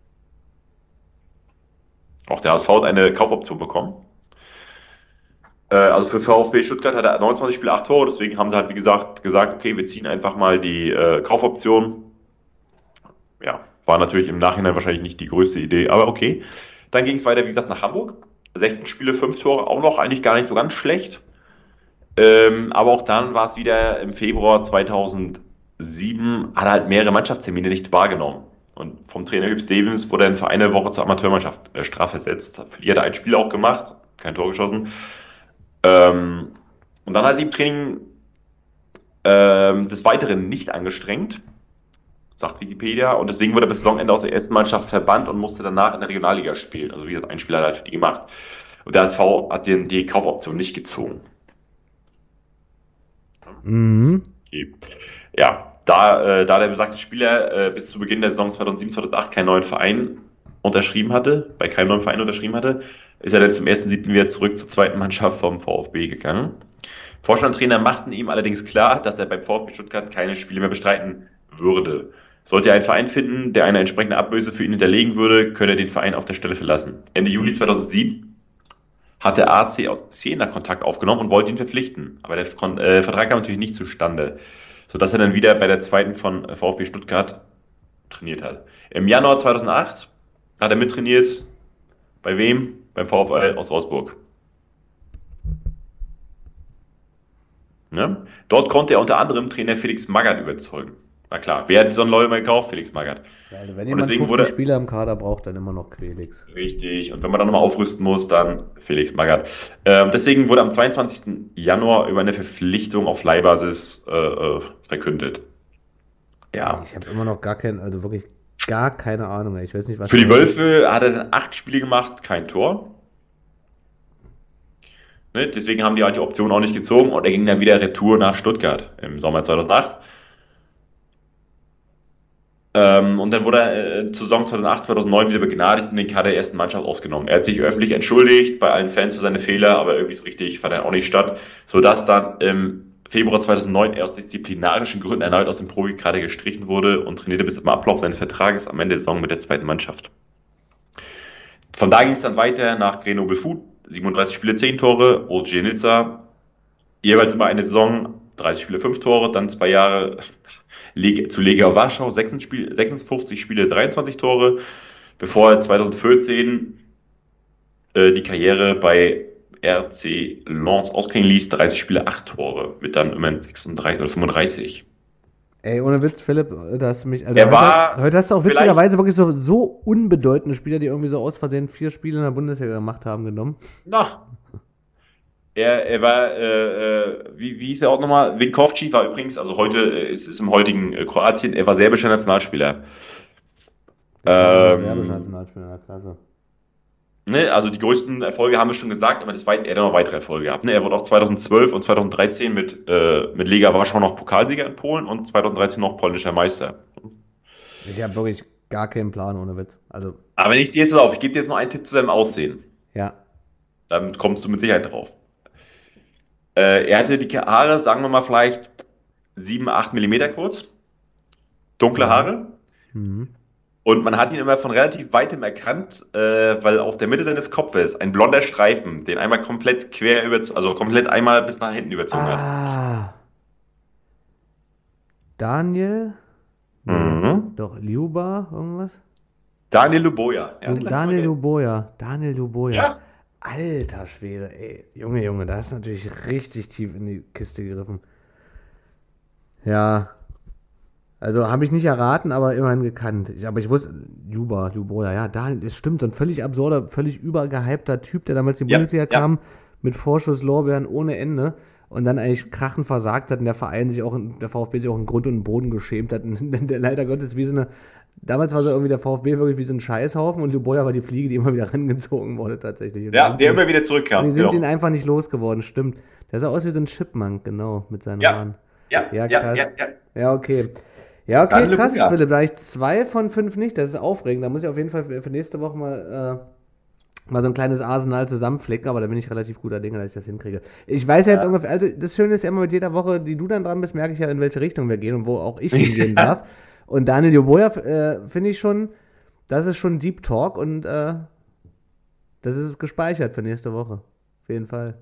Auch der H S V hat eine Kaufoption bekommen. Äh, also für VfB Stuttgart hat er neunundzwanzig Spiele, acht Tore. Deswegen haben sie halt, wie gesagt, gesagt, okay, wir ziehen einfach mal die äh, Kaufoption. Ja, war natürlich im Nachhinein wahrscheinlich nicht die größte Idee, aber okay. Dann ging es weiter, wie gesagt, nach Hamburg. sechzehn Spiele, fünf Tore, auch noch eigentlich gar nicht so ganz schlecht. Ähm, aber auch dann war es wieder im Februar zweitausendsieben, hat er halt mehrere Mannschaftstermine nicht wahrgenommen. Und vom Trainer Hüb Stevens wurde er für eine Woche zur Amateurmannschaft äh, strafversetzt. Für die hat er ein Spiel auch gemacht, kein Tor geschossen. Ähm, und dann hat sie im Training ähm, des Weiteren nicht angestrengt, sagt Wikipedia, und deswegen wurde er bis Saisonende aus der ersten Mannschaft verbannt und musste danach in der Regionalliga spielen. Also wie gesagt, ein Spieler hat halt für die gemacht. Und der H S V hat den, die Kaufoption nicht gezogen. Mhm. Okay. Ja, da, äh, da der besagte Spieler äh, bis zu Beginn der Saison zweitausendsieben zweitausendacht keinen neuen Verein unterschrieben hatte, bei keinem neuen Verein unterschrieben hatte, ist er dann zum ersten siebten wieder zurück zur zweiten Mannschaft vom VfB gegangen. Vorstand und Trainer machten ihm allerdings klar, dass er beim VfB Stuttgart keine Spiele mehr bestreiten würde. Sollte er einen Verein finden, der eine entsprechende Ablöse für ihn hinterlegen würde, könne er den Verein auf der Stelle verlassen. Ende Juli zweitausendsieben hat der A C aus Siena Kontakt aufgenommen und wollte ihn verpflichten. Aber der äh, Vertrag kam natürlich nicht zustande, sodass er dann wieder bei der zweiten von VfB Stuttgart trainiert hat. Im Januar zweitausendacht hat er mittrainiert. Bei wem? Beim VfL aus Wolfsburg. Ne? Dort konnte er unter anderem Trainer Felix Magath überzeugen. Na klar, wer hat so einen Leute mal gekauft? Felix Magath. Ja, also wenn Und jemand deswegen fünfzig wurde- Spieler im Kader braucht, dann immer noch Quelix. Richtig. Und wenn man dann nochmal aufrüsten muss, dann Felix Magath. Ähm, deswegen wurde am zweiundzwanzigsten Januar über eine Verpflichtung auf Leihbasis äh, äh, verkündet. Ja. Ich habe immer noch gar kein, also wirklich gar keine Ahnung. Ich weiß nicht, was. Für die Wölfe hat er dann acht Spiele gemacht, kein Tor. Ne? Deswegen haben die halt die Option auch nicht gezogen und er ging dann wieder retour nach Stuttgart im Sommer zweitausendacht. Ähm, und dann wurde er äh, zur Saison zweitausendacht, zweitausendneun wieder begnadigt und den Kader der ersten Mannschaft ausgenommen. Er hat sich öffentlich entschuldigt bei allen Fans für seine Fehler, aber irgendwie so richtig fand er auch nicht statt, sodass dann im Februar zweitausendneun er aus disziplinarischen Gründen erneut aus dem Profikader gestrichen wurde und trainierte bis zum Ablauf seines Vertrages am Ende der Saison mit der zweiten Mannschaft. Von da ging es dann weiter nach Grenoble Foot, siebenunddreißig Spiele, zehn Tore, O G Nizza, jeweils immer eine Saison, dreißig Spiele, fünf Tore, dann zwei Jahre Leg- zu Legia Warschau, sechsundfünfzig Spiele, dreiundzwanzig Tore, bevor er zweitausendvierzehn äh, die Karriere bei R C Lens ausklingen ließ, dreißig Spiele, acht Tore, mit dann immerhin sechsunddreißig oder fünfunddreißig. Ey, ohne Witz, Philipp, da hast du mich. Also Er heute, war heute hast du auch vielleicht- witzigerweise wirklich so, so unbedeutende Spieler, die irgendwie so aus Versehen vier Spiele in der Bundesliga gemacht haben, genommen. Na. Er, er war, äh, äh, wie, wie hieß er auch nochmal? Vinkovci war übrigens, also heute äh, ist es im heutigen äh, Kroatien, er war serbischer Nationalspieler. Ähm, Ähm, Serbischer Nationalspieler in der Klasse. Ne, also die größten Erfolge haben wir schon gesagt, aber das weit, er hat noch weitere Erfolge gehabt. Ne? Er wurde auch zweitausendzwölf und zweitausenddreizehn mit, äh, mit Legia Warschau noch Pokalsieger in Polen und zweitausenddreizehn noch polnischer Meister. Ich habe wirklich gar keinen Plan, ohne Witz. Also, Aber wenn ich dir jetzt auf, ich gebe dir jetzt noch einen Tipp zu seinem Aussehen. ja. Dann kommst du mit Sicherheit drauf. Äh, er hatte die Haare, sagen wir mal vielleicht sieben, acht Millimeter kurz. Dunkle Haare. Mhm. Und man hat ihn immer von relativ weitem erkannt, äh, weil auf der Mitte seines Kopfes ein blonder Streifen, den einmal komplett quer über, also komplett einmal bis nach hinten überzogen hat. Ah. Daniel? Mhm. Doch, Liuba, irgendwas? Daniel Luboja. Ja, Du, Daniel Luboja. Daniel Luboja. Ja. Alter Schwede, ey. Junge, Junge, da ist natürlich richtig tief in die Kiste gegriffen. Ja. Also habe ich nicht erraten, aber immerhin gekannt. Ich, aber ich wusste, Juba, Luboja, ja, Daniel, das stimmt, so ein völlig absurder, völlig übergehypter Typ, der damals in die Ja, Bundesliga ja. kam, mit Vorschusslorbeeren ohne Ende und dann eigentlich krachend versagt hat und der Verein sich auch, der VfB sich auch in Grund und Boden geschämt hat. Und der leider Gottes wie so eine, damals war so irgendwie der VfB wirklich wie so ein Scheißhaufen und Luboja war die Fliege, die immer wieder rangezogen wurde tatsächlich. Und Ja, die der sind- immer wieder zurückkam. und die sind Genau. ihn einfach nicht losgeworden, stimmt. Der sah aus wie so ein Chipmunk, genau, mit seinen Ja. Haaren. Ja, Ja, ja, krass. ja, ja. Ja, okay. Ja, okay, Daniel krass, Luboja. Philipp. Da habe ich zwei von fünf nicht. Das ist aufregend. Da muss ich auf jeden Fall für nächste Woche mal, äh, mal so ein kleines Arsenal zusammenflicken, aber da bin ich relativ guter Dinge, dass ich das hinkriege. Ich weiß ja jetzt ungefähr, also das Schöne ist ja immer mit jeder Woche, die du dann dran bist, merke ich ja, in welche Richtung wir gehen und wo auch ich hingehen darf. Und Daniel Luboja äh, finde ich schon, das ist schon Deep Talk und äh, das ist gespeichert für nächste Woche. Auf jeden Fall.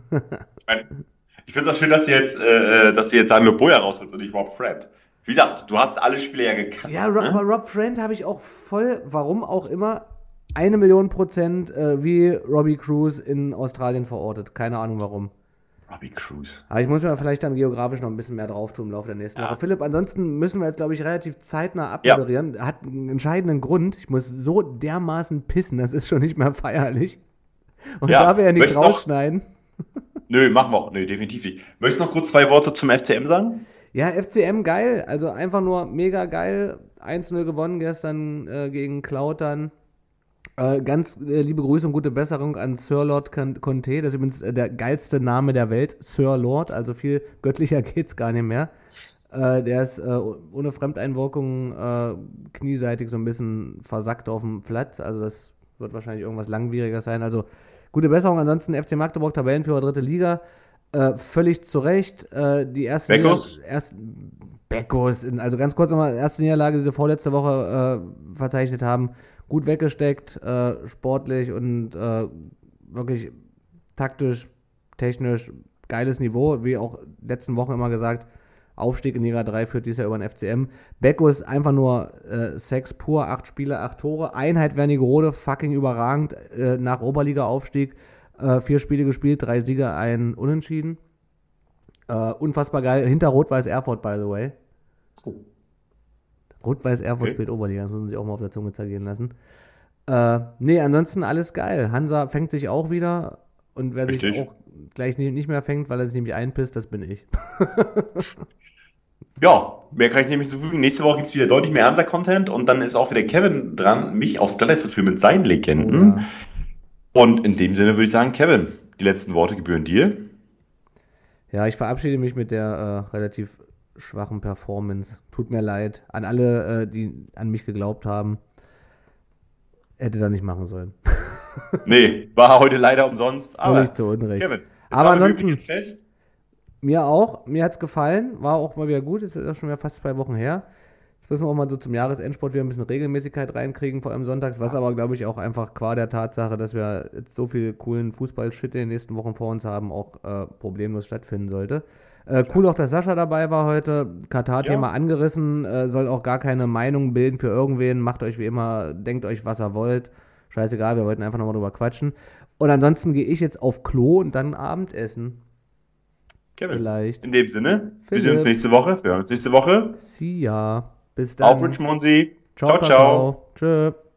Ich finde es auch schön, dass du jetzt, äh, dass du jetzt Daniel Luboja rausholst und nicht Rob Friend. Wie gesagt, du hast alle Spiele ja gekannt. Ja, Rob, aber Rob Friend habe ich auch voll, warum auch immer, eine Million Prozent äh, wie Robbie Cruz in Australien verortet. Keine Ahnung warum. Robbie Cruz. Aber ich muss mir vielleicht dann geografisch noch ein bisschen mehr drauf tun im Laufe der nächsten Ja. Woche. Philipp, ansonsten müssen wir jetzt, glaube ich, relativ zeitnah abmoderieren. Hat einen entscheidenden Grund. Ich muss so dermaßen pissen, das ist schon nicht mehr feierlich. Und Ja, da wir ja nichts möchtest noch- rausschneiden. Nö, machen wir auch. Nö, definitiv nicht. Möchtest du noch kurz zwei Worte zum F C M sagen? Ja, F C M geil, also einfach nur mega geil. eins null gewonnen gestern äh, gegen Klautern. Äh, ganz äh, liebe Grüße und gute Besserung an Sir Lord Con- Conte. Das ist übrigens äh, der geilste Name der Welt, Sir Lord, also viel göttlicher geht's gar nicht mehr. Äh, der ist äh, ohne Fremdeinwirkung äh, knieseitig so ein bisschen versackt auf dem Platz, also das wird wahrscheinlich irgendwas Langwieriges sein. Also gute Besserung, ansonsten F C Magdeburg, Tabellenführer, dritte Liga. Äh, völlig zu Recht. Äh, die erste Beckos? Nieder- erst, Beckos, in, also ganz kurz nochmal, erste Niederlage, die sie vorletzte Woche äh, verzeichnet haben, gut weggesteckt, äh, sportlich und äh, wirklich taktisch, technisch geiles Niveau, wie auch letzten Wochen immer gesagt, Aufstieg in Liga drei führt dies Jahr über den F C M. Beckos einfach nur äh, Sex pur, acht Spiele, acht Tore, Einheit Wernigerode, fucking überragend, äh, nach Oberliga-Aufstieg, äh, vier Spiele gespielt, drei Siege, ein Unentschieden. Äh, unfassbar geil. Hinter Rot-Weiß Erfurt, by the way. Oh. Rot-Weiß Erfurt Okay. spielt Oberliga, das muss man sich auch mal auf der Zunge zergehen lassen. Äh, nee, ansonsten alles geil. Hansa fängt sich auch wieder und wer sich Richtig. auch gleich nicht, nicht mehr fängt, weil er sich nämlich einpisst, das bin ich. Ja, mehr kann ich nämlich hinzufügen. Nächste Woche gibt es wieder deutlich mehr Hansa-Content und dann ist auch wieder Kevin dran, mich aufs Glatteis zu führen mit seinen Legenden. Oh, ja. Und in dem Sinne würde ich sagen, Kevin, die letzten Worte gebühren dir. Ja, ich verabschiede mich mit der äh, relativ schwachen Performance. Tut mir leid an alle, äh, die an mich geglaubt haben. Hätte da nicht machen sollen. Nee, war heute leider umsonst, aber Völlig zu Unrecht. Kevin, es Aber war mir ansonsten- wirklich ein Fest. Mir auch. Mir hat es gefallen. War auch mal wieder gut. Ist ja schon wieder fast zwei Wochen her. Jetzt müssen wir auch mal so zum Jahresendsport wieder ein bisschen Regelmäßigkeit reinkriegen, vor allem sonntags. Was aber, glaube ich, auch einfach qua der Tatsache, dass wir jetzt so viel coolen Fußball-Shit in den nächsten Wochen vor uns haben, auch äh, problemlos stattfinden sollte. Äh, cool auch, dass Sascha dabei war heute. Katar-Thema Ja. angerissen. Äh, soll auch gar keine Meinung bilden für irgendwen. Macht euch wie immer, denkt euch, was ihr wollt. Scheißegal, wir wollten einfach nochmal drüber quatschen. Und ansonsten gehe ich jetzt auf Klo und dann Abendessen. Kevin, Vielleicht. in dem Sinne, wir Philipp. sehen uns nächste Woche. Wir hören uns nächste Woche. See ya. Bis dann. Auf Rich Monsi. Ciao, ciao. Ciao. Tschö.